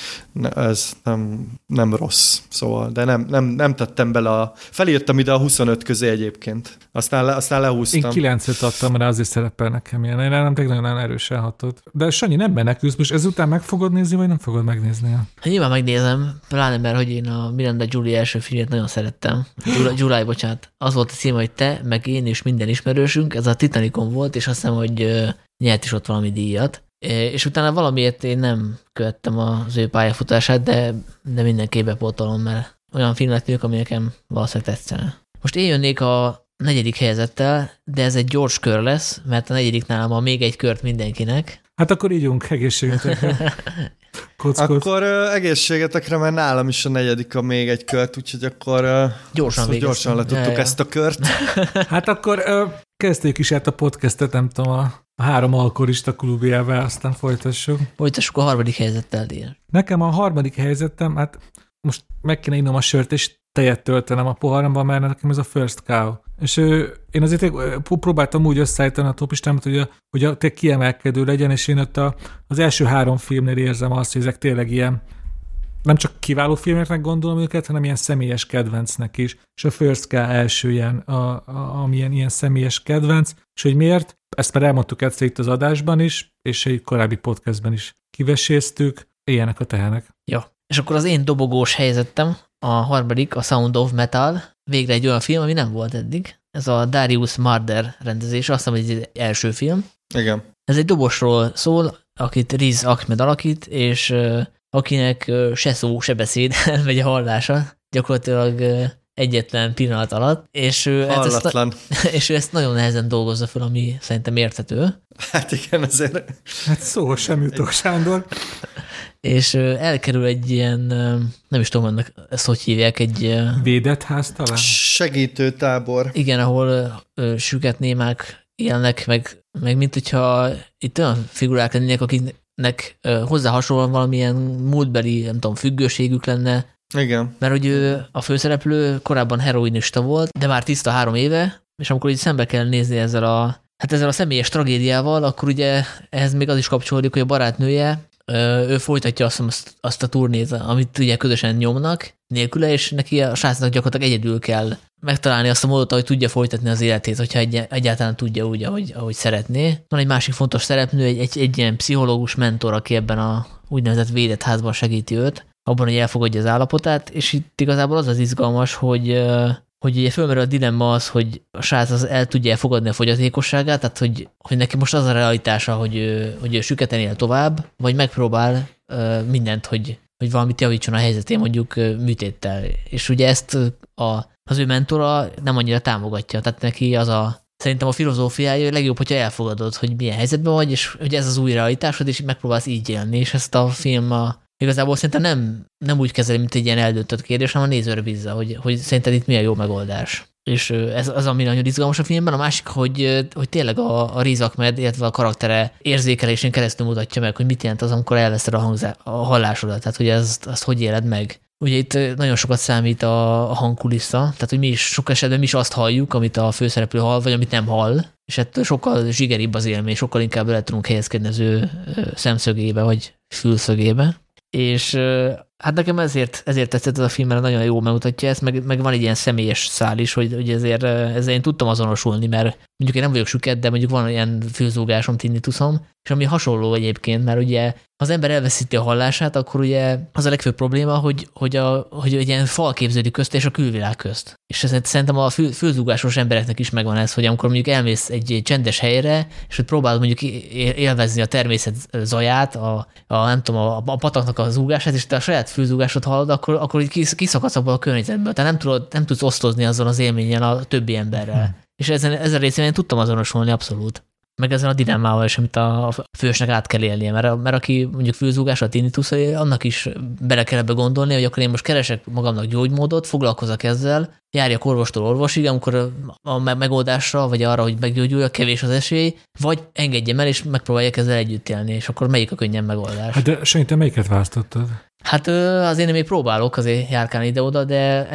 ez nem rossz, szóval, de nem tettem bele felírtam ide a 25 közé egyébként. Aztán lehúztam. Én 9-et adtam rá, azért szerepel nekem ilyen. Én nem nagyon erősen hatott. De Sanyi, nem menekülsz, most ezután meg fogod nézni, vagy nem fogod megnézni? Hát nyilván megnézem, pláne mert, hogy én a Miranda July első filmjét nagyon szerettem. July, bocsánat. Az volt a címe, hogy te, meg én és minden ismerősünk, ez a Titanicon volt, és azt hiszem, hogy nyert is ott valami díjat. És utána valamiért én nem követtem az ő pályafutását, de mindenképp bepótolom, mert olyan filmek nők, ami nekem valószínűleg tetszene. Most én jönnék a 4. helyezettel, de ez egy gyors kör lesz, mert a 4. nálam a még egy kört mindenkinek. Hát akkor ígyunk, egészségetekre. Akkor egészségetekre, mert nálam is a 4. a még egy kört, úgyhogy akkor gyorsan letudtuk ezt a kört. Hát akkor kezdjük is át a podcastet, nem tudom, a 3 alkoholista klubjával, aztán folytassuk. Folytassuk a 3. helyzettel, Díjas. Nekem a 3. helyzetem, hát most meg kéne innom a sört, és tejet töltenem a poharamba, mert nekem ez a first cow. És én azért próbáltam úgy összeállítani a topistámat, hogy a kiemelkedő legyen, és én ott az első 3 filmnél érzem azt, hogy ezek tényleg ilyen, nem csak kiváló filmeknek gondolom őket, hanem ilyen személyes kedvencnek is. És a First Cow első ilyen személyes kedvenc. És hogy miért? Ezt már elmondtuk egyszer itt az adásban is, és egy korábbi podcastben is kiveséztük. Ilyenek a tehenek. Jó. És akkor az én dobogós helyzetem, a 3. a Sound of Metal, végre egy olyan film, ami nem volt eddig. Ez a Darius Marder rendezés, azt hiszem, hogy egy első film. Igen. Ez egy dobosról szól, akit Riz Ahmed alakít, és akinek se szó, se beszéd, elmegy a hallása, gyakorlatilag egyetlen pillanat alatt, és ő ezt nagyon nehezen dolgozza fel, ami szerintem érthető. Hát igen, azért. Hát szó sem jutok, Sándor. És elkerül egy ilyen, nem is tudom, ezt hogy hívják, egy... Védett ház talán? Segítőtábor. Igen, ahol süket némák élnek, meg mint hogyha itt olyan figurák lennének, akiknek hozzá hasonlóan valamilyen múltbeli, nem tudom, függőségük lenne. Igen. Mert hogy a főszereplő korábban heroinista volt, de már tiszta 3 éve, és amikor így szembe kell nézni ezzel a személyes tragédiával, akkor ugye ehhez még az is kapcsolódik, hogy a barátnője ő folytatja azt a turnét, amit ugye közösen nyomnak nélküle, és neki a srácnak gyakorlatilag egyedül kell megtalálni azt a módot, hogy tudja folytatni az életét, hogyha egyáltalán tudja úgy, ahogy szeretné. Van egy másik fontos szereplő, egy ilyen pszichológus mentor, aki ebben a úgynevezett védett házban segíti őt, abban, hogy elfogadja az állapotát, és itt igazából az izgalmas, hogy ugye fölmerül a dilemma az, hogy a srác az el tudja fogadni a fogyatékosságát, tehát hogy neki most az a realitása, hogy ő süketen él tovább, vagy megpróbál mindent, hogy valamit javítson a helyzetén, mondjuk műtéttel. És ugye ezt az ő mentora nem annyira támogatja, tehát neki szerintem a filozófiája, hogy legjobb, hogyha elfogadod, hogy milyen helyzetben vagy, és hogy ez az új realitásod, és megpróbálsz így élni, és ezt a film igazából szerintem nem úgy kezeli, mint egy ilyen eldöntött kérdés, hanem a nézőre bízza, hogy szerinted itt mi a jó megoldás. És ez az, ami nagyon izgalmas a filmben. A másik, hogy tényleg a Riz Ahmed, illetve a karaktere érzékelésén keresztül mutatja meg, hogy mit jelent az, amikor elveszed a hallásodat, tehát hogy azt hogy éled meg. Ugye itt nagyon sokat számít a hangkulissza, tehát hogy mi is sok esetben mi is azt halljuk, amit a főszereplő hall, vagy amit nem hall, és ettől sokkal zsigeribb az élmény, sokkal inkább el tudunk helyezkedni az ő szemszögébe, vagy fülszögébe. És hát nekem ezért tetszett ez a film, mert nagyon jól megmutatja ezt, meg van egy ilyen személyes szál is, hogy ezzel én tudtam azonosulni, mert mondjuk én nem vagyok süket, de mondjuk van ilyen fülzúgásom, tinnituszom, és ami hasonló egyébként, mert ugye ha az ember elveszíti a hallását, akkor ugye az a legfőbb probléma, hogy egy ilyen fal képződik közt és a külvilág közt. És szerintem a fülzúgásos embereknek is megvan ez, hogy amikor mondjuk elmész egy csendes helyre, és hogy próbálod mondjuk élvezni a természet zaját, nem tudom, a pataknak a zúgását, és te a saját fülzúgásod hallod, akkor így kiszakadsz abból a környezetből. Tehát nem tudsz osztozni azon az élménnyel a többi emberrel. És ezen a részén én tudtam azonosulni abszolút. Meg ezen a dilemmával is, amit a fősnek át kell élnie, mert aki mondjuk fülzúgásra, tinnitus, annak is bele kell ebbe gondolni, hogy akkor én most keresek magamnak gyógymódot, foglalkozok ezzel, járjak orvostól orvosig, amikor a megoldásra, vagy arra, hogy meggyógyulja, kevés az esély, vagy engedjem el, és megpróbálják ezzel együtt élni, és akkor melyik a könnyen megoldás. Hát de szerintem melyiket választottad? Hát azért én még próbálok azért járkálni ide-oda, de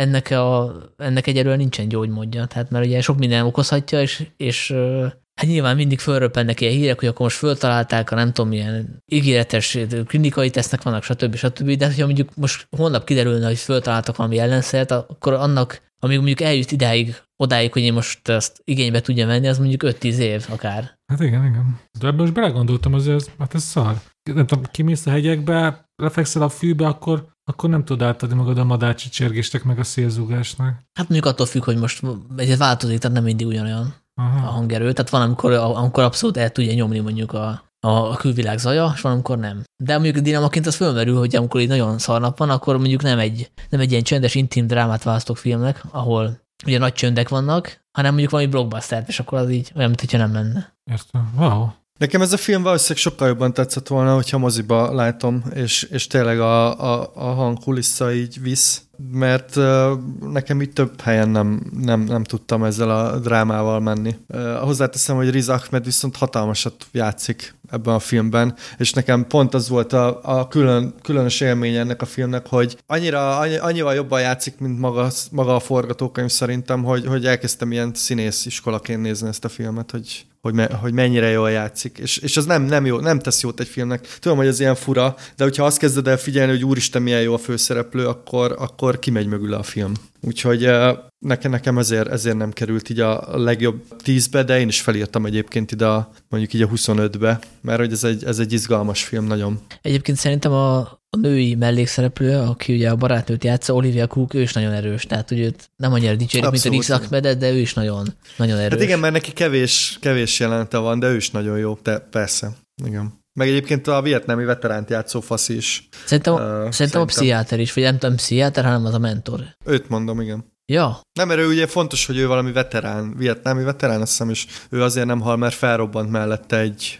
ennek egyelőre nincsen gyógymódja, tehát mert ugye sok minden okozhatja, és hát nyilván mindig fölröppennek ilyen hírek, hogy akkor most föltalálták a nem tudom milyen ígéretes klinikai tesznek vannak, stb. De hogyha mondjuk most holnap kiderülne, hogy föltaláltak valami ellenszert, akkor annak, amíg mondjuk eljut odáig, hogy én most ezt igénybe tudja venni, az mondjuk 5-10 év akár. Hát igen. De ebben most belegondoltam, azért, hát ez szar. Nem tudom, kimész a hegyekbe, lefekszel a fűbe, akkor nem tudod átadni magad a madárcsicsergéstek meg a szélzúgásnak. Hát mondjuk attól függ, hogy most egyet változik, tehát nem mindig ugyanolyan. Aha. A hangerő. Tehát van, amikor abszolút el tudja nyomni mondjuk a külvilág zaja, és van, amikor nem. De mondjuk dinamaként az fölmerül, hogy amikor így nagyon szarnap van, akkor mondjuk nem egy ilyen csendes, intim drámát választok filmnek, ahol ugye nagy csöndek vannak, hanem mondjuk valami blockbustert, és akkor az így olyan, mintha nem lenne. Értem. Wow. Nekem ez a film valószínűleg sokkal jobban tetszett volna, hogyha moziba látom, és tényleg a hangkulissza így visz, mert nekem így több helyen nem tudtam ezzel a drámával menni. Hozzáteszem, hogy Riz Ahmed viszont hatalmasat játszik ebben a filmben, és nekem pont az volt a különös élmény ennek a filmnek, hogy annyival jobban játszik, mint maga a forgatókönyv szerintem, hogy elkezdtem ilyen színész iskolaként nézni ezt a filmet, hogy mennyire jól játszik. És az nem jó, nem tesz jót egy filmnek. Tudom, hogy ez ilyen fura, de hogyha azt kezded el figyelni, hogy úristen, milyen jó a főszereplő, akkor kimegy mögül a film. Úgyhogy nekem ezért nem került így a legjobb 10-be, de én is felírtam egyébként ide mondjuk így a 25-be, mert hogy ez egy izgalmas film nagyon. Egyébként szerintem a női mellékszereplő, aki ugye a barátnőt játsza, Olivia Cook, ő is nagyon erős, tehát hogy őt nem annyira dicsérik, mint a Riz Ahmedet, de ő is nagyon, nagyon erős. Hát igen, mert neki kevés jelenete van, de ő is nagyon jó, persze, igen. Meg egyébként a vietnámi veteránt játszó faszi is. Szerintem a pszichiáter is, vagy nem tudom pszichiáter, hanem az a mentor. Őt mondom, igen. Ja. Nem, mert ő ugye fontos, hogy ő valami veterán, vietnámi veterán, azt hiszem, és ő azért nem hal, mert felrobbant mellette egy...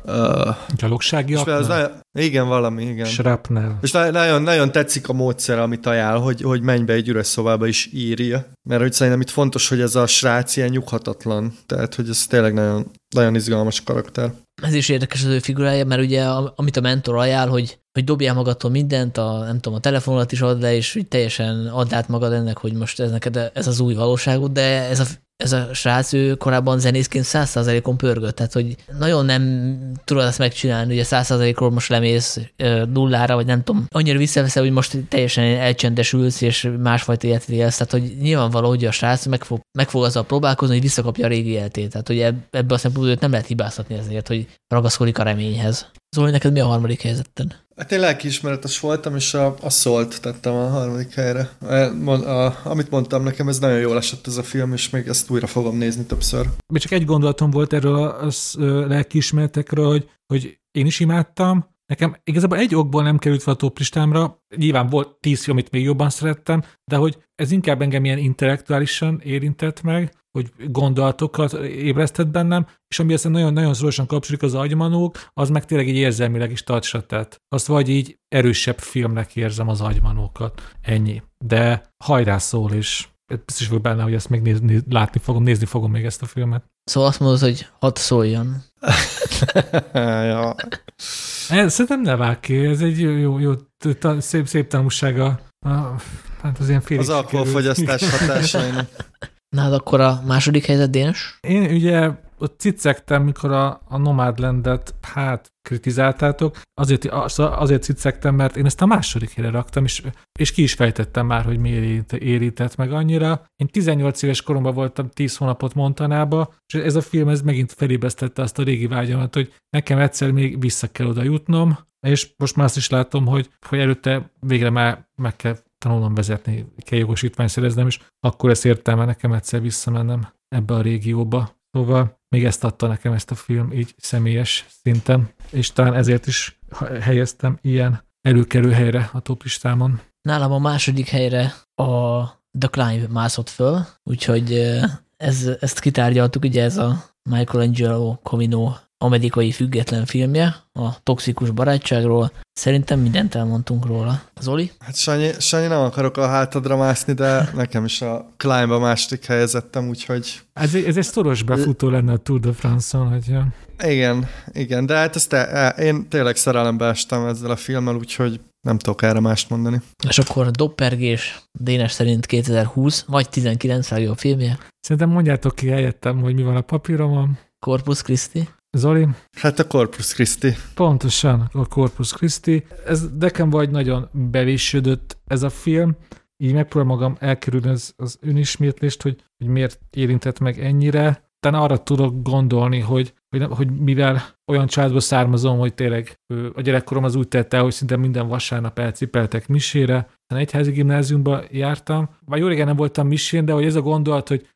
gyalogsági akna? Igen, valami, igen. Shrapnel. És nagyon tetszik a módszer, amit ajánl, hogy menj be egy üres szobába is írja, mert hogy szerintem itt fontos, hogy ez a srác ilyen nyughatatlan, tehát hogy ez tényleg nagyon, nagyon izgalmas karakter. Ez is érdekes az ő figurája, mert ugye amit a mentor ajánl, hogy dobjál magadtól mindent, nem tudom, a telefonodat is add le, és teljesen add át magad ennek, hogy most ez neked ez az új valóságod, de ez ez a srác, ő korábban zenészként 100%-on pörgött, tehát hogy nagyon nem tudod ezt megcsinálni, ugye 100%-ról most lemész nullára, vagy nem tudom, annyira visszaveszel, hogy most teljesen elcsendesülsz, és másfajta életet élsz, tehát hogy nyilvánvaló, hogy a srác meg fog azzal próbálkozni, hogy visszakapja a régi életét, tehát hogy ebből a szempontból nem lehet hibáztatni ezért, hogy ragaszkodik a reményhez. Zoli, neked mi a harmadik helyzeted? Hát én lelkiismeretes voltam, és a Salt tettem a harmadik helyre. Amit mondtam nekem, ez nagyon jól esett ez a film, és még ezt újra fogom nézni többször. Még csak egy gondolatom volt erről a lelkiismeretekről, hogy én is imádtam. Nekem igazából egy okból nem került fel a toplistámra. Nyilván volt 10 film, amit még jobban szerettem, de hogy ez inkább engem ilyen intellektuálisan érintett meg, hogy gondolatokat ébresztett bennem, és ami aztán nagyon-nagyon szorosan kapcsolódik az Agymanók, az meg tényleg így érzelmileg is tartsat tett. Azt vagy így erősebb filmnek érzem az Agymanókat. Ennyi. De hajrá Szól, és biztos vagyok benne, hogy ezt még nézni fogom még ezt a filmet. Szóval azt mondod, hogy hadd szóljon. Ja. Szerintem ne vágj ki, ez egy jó szép tanulsága. Hát az ilyen félig az alkoholfogyasztás hatásainak. Na, hát akkor a második helyzet, Dénes? Én ugye ott cicegtem, mikor a Nomadlandet kritizáltátok, azért cicegtem, mert én ezt a második helyre raktam, és ki is fejtettem már, hogy miért érintett meg annyira. Én 18 éves koromban voltam 10 hónapot Montanába, és ez a film ez megint felébresztette azt a régi vágyamat, hogy nekem egyszer még vissza kell oda jutnom, és most már azt is látom, hogy előtte végre már meg kell tanulnom vezetni, kell jogosítványt szereznem, és akkor ezt értelme nekem egyszer visszamennem ebbe a régióba. Szóval még ezt adta nekem ezt a film így személyes szinten, és talán ezért is helyeztem ilyen előkerül helyre a toplistámon. Nálam a második helyre a The Climb mászott föl, úgyhogy ezt kitárgyaltuk, ugye ez a Michelangelo Comino amerikai független filmje, a toxikus barátságról. Szerintem mindent elmondtunk róla. Zoli? Hát Sanyi, nem akarok a hátadra mászni, de nekem is a Climb-ba második helyezettem, úgyhogy... Ez egy szoros befutó lenne a Tour de France-on, hogy... Igen, de hát én tényleg szerelembe estem ezzel a filmmel, úgyhogy nem tudok erre mást mondani. És akkor Doppergés, Dénes szerint 2020, vagy 19 legjobb filmje? Szerintem mondjátok ki helyettem, hogy mi van a papíromon. Corpus Christi. Zoli? Hát a Corpus Christi. Pontosan, a Corpus Christi. Ez nekem vagy nagyon belésődött ez a film, így megpróbálom magam elkerülni az önismétlést, hogy miért érintett meg ennyire. Talán arra tudok gondolni, hogy mivel olyan családból származom, hogy tényleg a gyerekkorom az úgy tett el, hogy szinte minden vasárnap elcipeltek misére. Egyházi gimnáziumba jártam, vagy jó régen nem voltam misén, de hogy ez a gondolat, hogy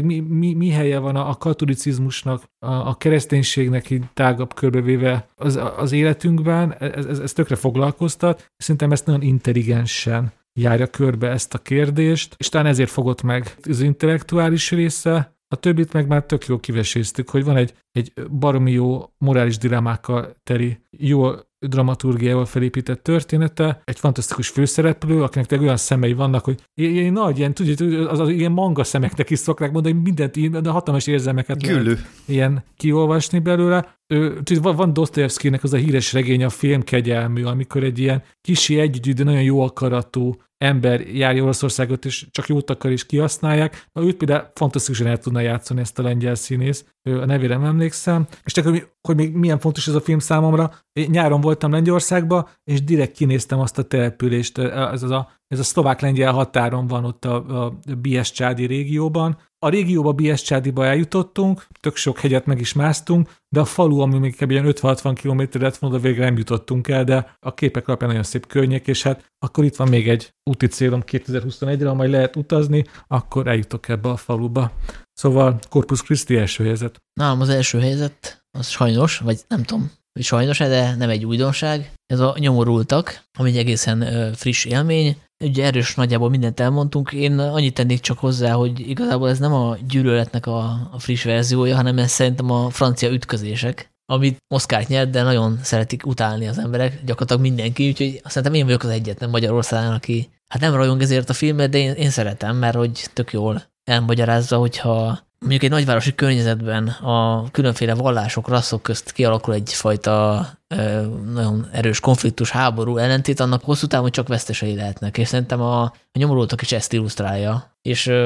mi helye van a katolicizmusnak, a kereszténységnek így tágabb körbevéve az életünkben, ez tökre foglalkoztat. Szerintem ezt nagyon intelligensen járja körbe ezt a kérdést, és talán ezért fogott meg az intellektuális része. A többit meg már tök jól kiveséztük, hogy van egy baromi jó morális dilemmákkal teli, jó dramaturgiával felépített története, egy fantasztikus főszereplő, akinek olyan szemei vannak, hogy ilyen nagy, az ilyen manga szemeknek is szokták mondani, hogy mindent, de hatalmas érzelmeket lehet ilyen kiolvasni belőle. Van Dostoyevskynek az a híres regény, a Fémkegyelmű, amikor egy ilyen kicsi együgyű, de nagyon jó akaratú ember járja Oroszországot, és csak jót akar is kihasználják. Na, őt például fantasztikusan el tudna játszani ezt a lengyel színész, a nevére nem emlékszem. És csak, hogy még milyen fontos ez a film számomra, nyáron voltam Lengyelországban, és direkt kinéztem azt a települést, ez a szlovák-lengyel határon van ott a Bieszcsádi régióban. A régióba Bieszcsádiba eljutottunk, tök sok hegyet meg is másztunk, de a falu, ami még kb. 50-60 km lett volna, végre nem jutottunk el, de a képek alapján nagyon szép környék, és hát akkor itt van még egy úti célom 2021-re, ha majd lehet utazni, akkor eljutok ebbe a faluba. Szóval Corpus Christi első helyzet. Nálam az első helyzet, az sajnos, vagy nem tudom, hogy sajnos, de nem egy újdonság. Ez a Nyomorultak, ami egy egészen friss élmény. Ugye erős nagyjából mindent elmondtunk. Én annyit tennék csak hozzá, hogy igazából ez nem a Gyűlöletnek a friss verziója, hanem ez szerintem a francia ütközések, amit Oscart nyert, de nagyon szeretik utálni az emberek, gyakorlatilag mindenki, úgyhogy szerintem én vagyok az egyetlen Magyarországon, aki hát nem rajong ezért a filmet, de én szeretem, mert hogy tök jól elmagyarázza, hogyha mondjuk egy nagyvárosi környezetben a különféle vallások, rasszok közt kialakul egyfajta nagyon erős konfliktus, háború, ellentét, annak hosszú távon csak vesztesei lehetnek, és szerintem a Nyomorultak is ezt illusztrálja. És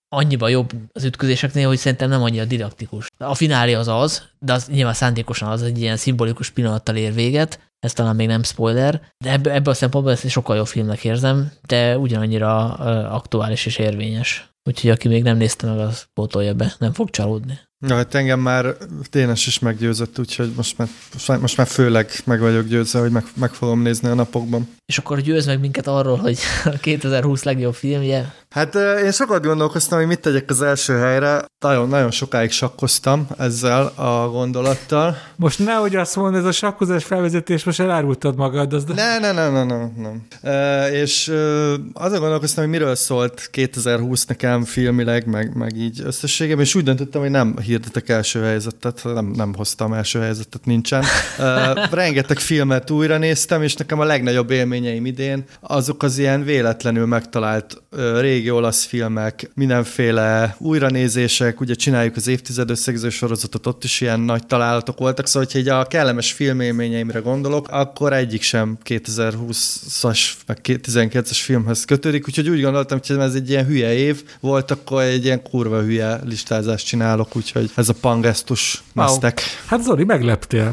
annyiba jobb az ütközéseknél, hogy szerintem nem annyira didaktikus. A finálé az, de az nyilván szándékosan az, egy ilyen szimbolikus pillanattal ér véget, ez talán még nem spoiler, de ebből a szempontból ezt sokkal jobb filmnek érzem, de ugyanannyira aktuális és érvényes. Úgyhogy aki még nem nézte meg, az pótolja be, nem fog csalódni. Ja, hát engem már Dénes is meggyőzött, úgyhogy most már főleg meg vagyok győzve, hogy meg fogom nézni a napokban. És akkor győz meg minket arról, hogy a 2020 legjobb filmje. Hát én sokat gondolkoztam, hogy mit tegyek az első helyre. Nagyon sokáig sakkoztam ezzel a gondolattal. Most nehogy azt mondd, ez a sakkozás felvezetés, most elárultad magad. Az... Nem. És azon gondolkoztam, hogy miről szólt 2020 nekem filmileg, meg így összességében, és úgy döntöttem, hogy nem hirdetek első helyzetet, nem hoztam első helyzetet, nincsen. Rengeteg filmet újra néztem, és nekem a legnagyobb élményeim idén azok az ilyen véletlenül megtalált régi olasz filmek, mindenféle újranézések, ugye csináljuk az évtized összegző sorozatot, ott is ilyen nagy találatok voltak, szóval hogyha így a kellemes filmélményeimre gondolok, akkor egyik sem 2020-as, meg 2019-es filmhez kötődik, úgyhogy úgy gondoltam, hogy ez egy ilyen hülye év volt, akkor egy ilyen kurva hülye listázást csinálok, úgyhogy ez a pangesztus mesztek. Hát Zoli, megleptél.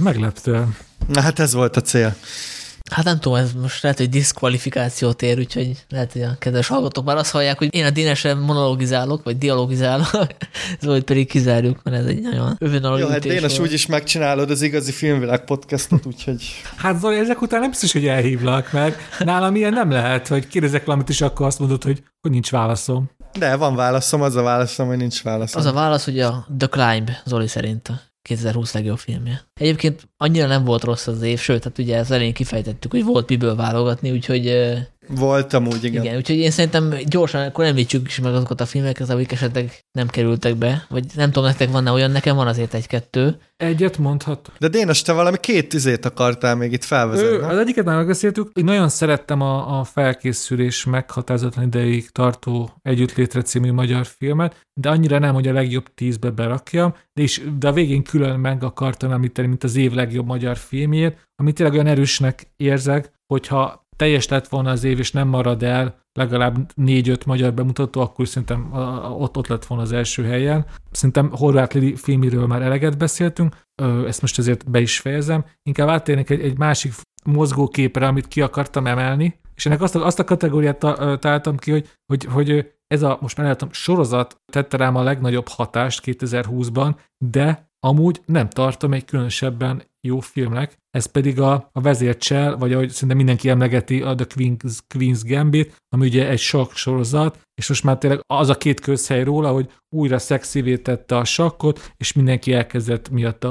Na hát ez volt a cél. Hát nem tudom, ez most lehet, hogy diszkvalifikációt ér, úgyhogy lehet, hogy a kedves hallgatók már azt hallják, hogy én a Dénesre monologizálok, vagy dialogizálok, Zolit pedig kizárjuk, mert ez egy nagyon övönalú jó, hát Dénes úgyis megcsinálod az igazi filmvilág podcastot, úgyhogy... Hát Zoli, ezek után nem biztos, hogy elhívlak, mert nálam ilyen nem lehet, hogy kérdezek valamit, és akkor azt mondod, hogy nincs válaszom. De van válaszom, az a válaszom, hogy nincs válaszom. Az a válasz, hogy a The Climb, Zoli szerint a 2020 legjobb filmje. Egyébként annyira nem volt rossz az év, sőt, hát ugye az elején kifejtettük, hogy volt miből válogatni, úgyhogy... Voltam úgy, igen. Igen, úgyhogy én szerintem gyorsan akkor említsük is meg azokat a filmeket, amik esetleg nem kerültek be, vagy nem tudom, nektek van-e olyan, nekem van azért egy-kettő. Egyet mondhat. De Dénes, te valami 2 tüzét akartál még itt felvezetni. Az egyiket már megbeszéltük. Én nagyon szerettem a Felkészülés meghatározatlan ideig tartó Együttlétre című magyar filmet, de annyira nem, hogy a legjobb 10-be berakjam, de a végén külön meg akartam említeni, mint az év legjobb magyar filmjét, amit tényleg olyan erősnek érzek, hogyha teljes lett volna az év, és nem marad el legalább 4-5 magyar bemutató, akkor szerintem ott lett volna az első helyen. Szerintem Horváth Lili filmiről már eleget beszéltünk, ezt most azért be is fejezem. Inkább áttérnék egy másik mozgóképre, amit ki akartam emelni, és ennek azt a kategóriát találtam ki, hogy ez a, most már látom, sorozat tette rám a legnagyobb hatást 2020-ban, de amúgy nem tartom egy különösebben jó filmnek, ez pedig a Vezércsel, vagy ahogy szerintem mindenki emlegeti, a The Queen's Gambit, ami ugye egy sakk sorozat, és most már tényleg az a 2 közhely róla, hogy újra szexivé tette a sakkot, és mindenki elkezdett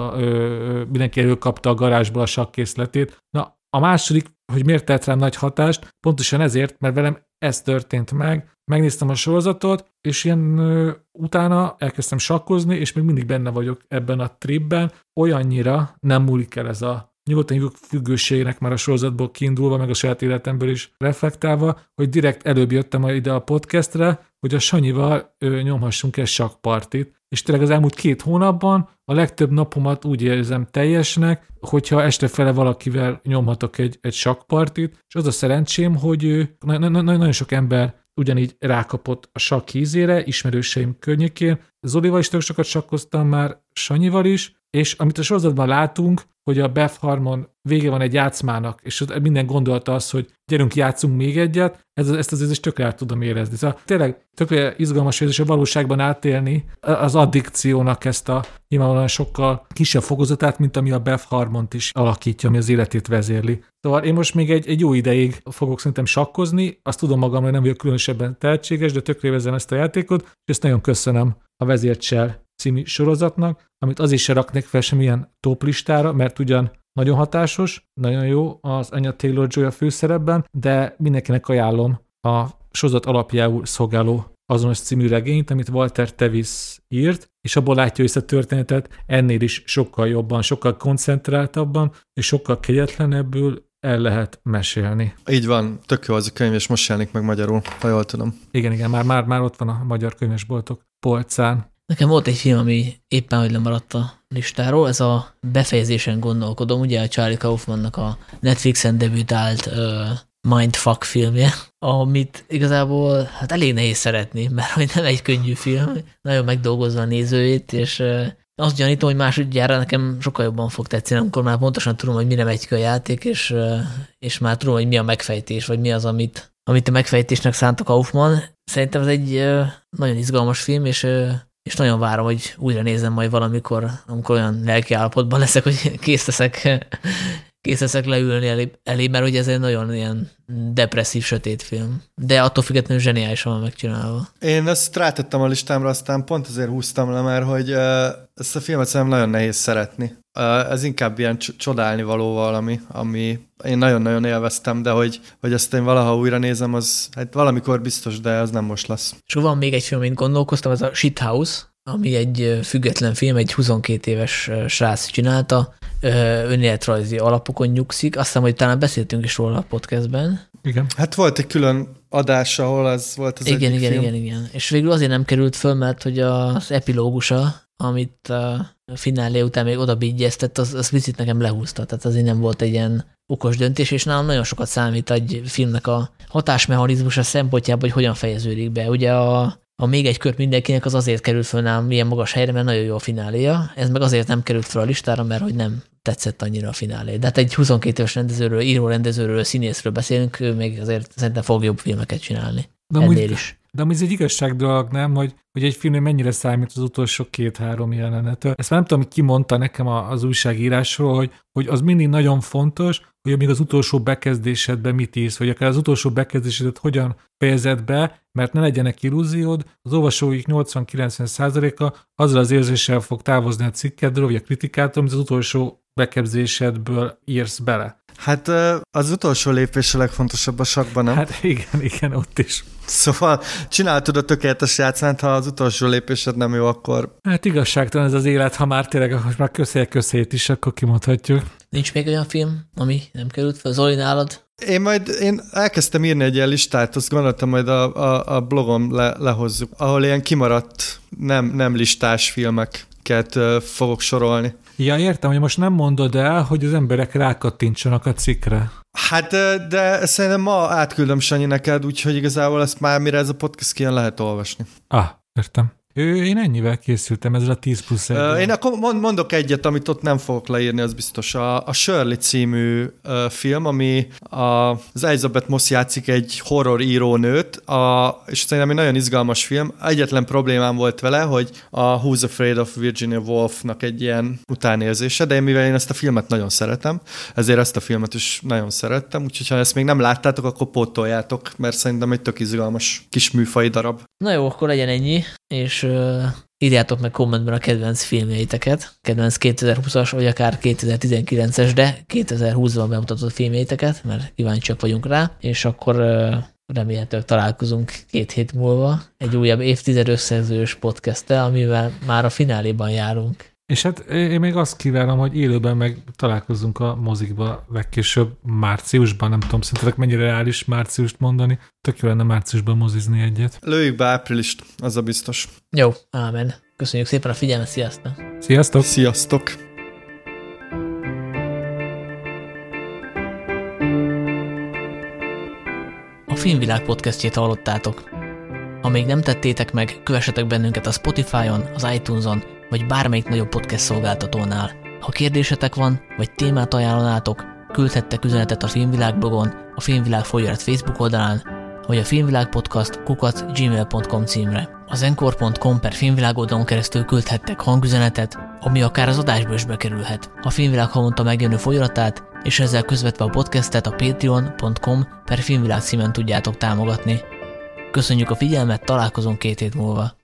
mindenki előkapta a garázsból a sakkészletét. Na, a második, hogy miért tett rám nagy hatást, pontosan ezért, mert velem ez történt meg. Megnéztem a sorozatot, és ilyen utána elkezdtem sakkozni, és még mindig benne vagyok ebben a tripben. Olyannyira nem múlik el ez a nyugodtan függőségnek már a sorozatból kiindulva, meg a saját életemből is reflektálva, hogy direkt előbb jöttem ide a podcastre, hogy a Sanyival nyomhassunk egy sakkpartit. És tényleg az elmúlt 2 hónapban a legtöbb napomat úgy érzem teljesnek, hogyha estefele valakivel nyomhatok egy sakkpartit, és az a szerencsém, hogy nagyon sok ember ugyanígy rákapott a sakk ízére, ismerőseim környékén. Zolival is tök sokat sakkoztam már, Sanyival is, és amit a sorozatban látunk, hogy a Beth Harmon vége van egy játszmának, és minden gondolata az, hogy gyerünk, játszunk még egyet, ezt azért is tökre át tudom érezni. Szóval tényleg tökre izgalmas érzés a valóságban átélni az addikciónak ezt a nyilvánvalóan sokkal kisebb fokozatát, mint ami a Beth Harmont is alakítja, ami az életét vezérli. Szóval én most még egy jó ideig fogok szerintem sakkozni, azt tudom magamra, nem vagyok különösebben tehetséges, de tökre élvezem ezt a játékot, és ezt nagyon köszönöm a Vezércsel című sorozatnak, amit azért se raknék fel semmilyen top listára, mert ugyan nagyon hatásos, nagyon jó az Anya Taylor-Joy a főszerepben, de mindenkinek ajánlom a sorozat alapjául szolgáló azonos című regényt, amit Walter Tevis írt, és abból látja ezt a történetet ennél is sokkal jobban, sokkal koncentráltabban, és sokkal kegyetlenebbül el lehet mesélni. Így van, tök jó az a könyv, és most jelenik meg magyarul, ha jól tudom. Igen, már ott van a magyar könyvesboltok polcán. Nekem volt egy film, ami éppen hogy lemaradt a listáról, ez a Befejezésen gondolkodom, ugye a Charlie Kaufmannak a Netflixen debütált mindfuck filmje, amit igazából hát elég nehéz szeretni, mert hogy nem egy könnyű film, nagyon megdolgozva a nézőjét, és azt gyanítom, hogy másodjára nekem sokkal jobban fog tetszeni, amikor már pontosan tudom, hogy mire megy ki a játék, és már tudom, hogy mi a megfejtés, vagy mi az, amit a megfejtésnek szánta Kaufman. Szerintem ez egy nagyon izgalmas film, és nagyon várom, hogy újra nézem majd valamikor, amikor olyan lelkiállapotban leszek, hogy kész leszek leülni elé, mert ugye ez egy nagyon ilyen depresszív, sötét film. De attól függetlenül zseniálisan van megcsinálva. Én ezt rátettem a listámra, aztán pont azért húztam le, mert hogy ezt a filmet szerintem nagyon nehéz szeretni. Ez inkább ilyen csodálni való valami, ami én nagyon-nagyon élveztem, de hogy ezt én valaha újra nézem, az hát valamikor biztos, de az nem most lesz. És van még egy film, amit gondolkoztam, ez a Shithouse, ami egy független film, egy 22 éves srác csinálta, önéletrajzi alapokon nyugszik. Azt hiszem, hogy talán beszéltünk is róla a podcastben. Igen. Hát volt egy külön adás, ahol ez volt az egyik film. Igen. És végül azért nem került föl, mert hogy az epilógusa, amit a finálé után még odabígyeztett, az picit nekem lehúzta. Tehát azért nem volt egy ilyen okos döntés, és nálam nagyon sokat számít egy filmnek a hatásmechanizmusa szempontjából, hogy hogyan fejeződik be. Ugye a még egy kört mindenkinek az azért került föl nálam milyen magas helyre, mert nagyon jó a fináléja. Ez meg azért nem került föl a listára, mert hogy nem tetszett annyira a finálé. De hát egy 22 éves rendezőről, író-rendezőről, színészről beszélünk, ő még azért szerintem fog jobb filmeket csinálni. Ennél is. De ez egy igazság dolog, nem? Hogy egy filmnél mennyire számít az utolsó 2-3 jelenet. Ezt már nem tudom, ki mondta nekem az újságírásról, hogy az mindig nagyon fontos, hogy amíg az utolsó bekezdésedben mit írsz, vagy akár az utolsó bekezdésedet hogyan fejezed be, mert ne legyenek illúziód, az olvasóik 80-90%-a azzal az érzéssel fog távozni a cikkedről, vagy a kritikától, amit az utolsó bekezdésedből írsz bele. Hát az utolsó lépés a legfontosabb a sakkban, nem? Hát igen, ott is. Szóval csináltad a tökéletes játszmányt, ha az utolsó lépésed nem jó, akkor... Hát igazságtalan ez az élet, ha már tényleg most már közhelyet is, akkor kimondhatjuk. Nincs még olyan film, ami nem került fel? Zoli, nálad? Én elkezdtem írni egy ilyen listát, azt gondoltam, majd a blogom lehozzuk, ahol ilyen kimaradt, nem listás filmeket fogok sorolni. Ja, értem, hogy most nem mondod el, hogy az emberek rákattintsanak a cikkre. Hát, de szerintem ma átküldöm Sanyi neked, úgyhogy igazából ezt már mire ez a podcast kijön lehet olvasni. Értem. Én ennyivel készültem ezzel a 10+1. Én akkor mondok egyet, amit ott nem fogok leírni, az biztos. A Shirley című film, ami az Elizabeth Moss játszik egy horror írónőt, és szerintem egy nagyon izgalmas film. Egyetlen problémám volt vele, hogy a Who's Afraid of Virginia Woolfnak egy ilyen utánérzése, de mivel én ezt a filmet nagyon szeretem, ezért ezt a filmet is nagyon szerettem, úgyhogy ha ezt még nem láttátok, akkor pótoljátok, mert szerintem egy tök izgalmas kis műfai darab. Na jó, akkor legyen ennyi, és írjátok meg kommentben a kedvenc filmjeiteket, kedvenc 2020-as, vagy akár 2019-es, de 2020-ban bemutatott filmjeiteket, mert kíváncsiak vagyunk rá, és akkor remélhetőleg találkozunk 2 hét múlva egy újabb évtized összegzős podcasttel, amivel már a fináléban járunk. És hát én még azt kívánom, hogy élőben meg találkozzunk a mozikba legkésőbb márciusban, nem tudom, szerintetek mennyire reális márciust mondani, tök jó lenne márciusban mozizni egyet. Lőjük be áprilist, az a biztos. Jó, ámen. Köszönjük szépen a figyelmet, sziasztok! Sziasztok! Sziasztok! A Filmvilág podcastjét hallottátok. Ha még nem tettétek meg, kövessetek bennünket a Spotify-on, az iTunes-on, vagy bármelyik nagyobb podcast szolgáltatónál. Ha kérdésetek van, vagy témát ajánlanátok, küldhettek üzenetet a Filmvilág blogon, a Filmvilág folyóirat Facebook oldalán, vagy a filmvilágpodcast@gmail.com címre. Az encore.com/filmvilág oldalon keresztül küldhettek hangüzenetet, ami akár az adásba is bekerülhet. A Filmvilág havonta megjelenő folyóiratát, és ezzel közvetve a podcastet a patreon.com/filmvilág címen tudjátok támogatni. Köszönjük a figyelmet, találkozunk 2 hét múlva.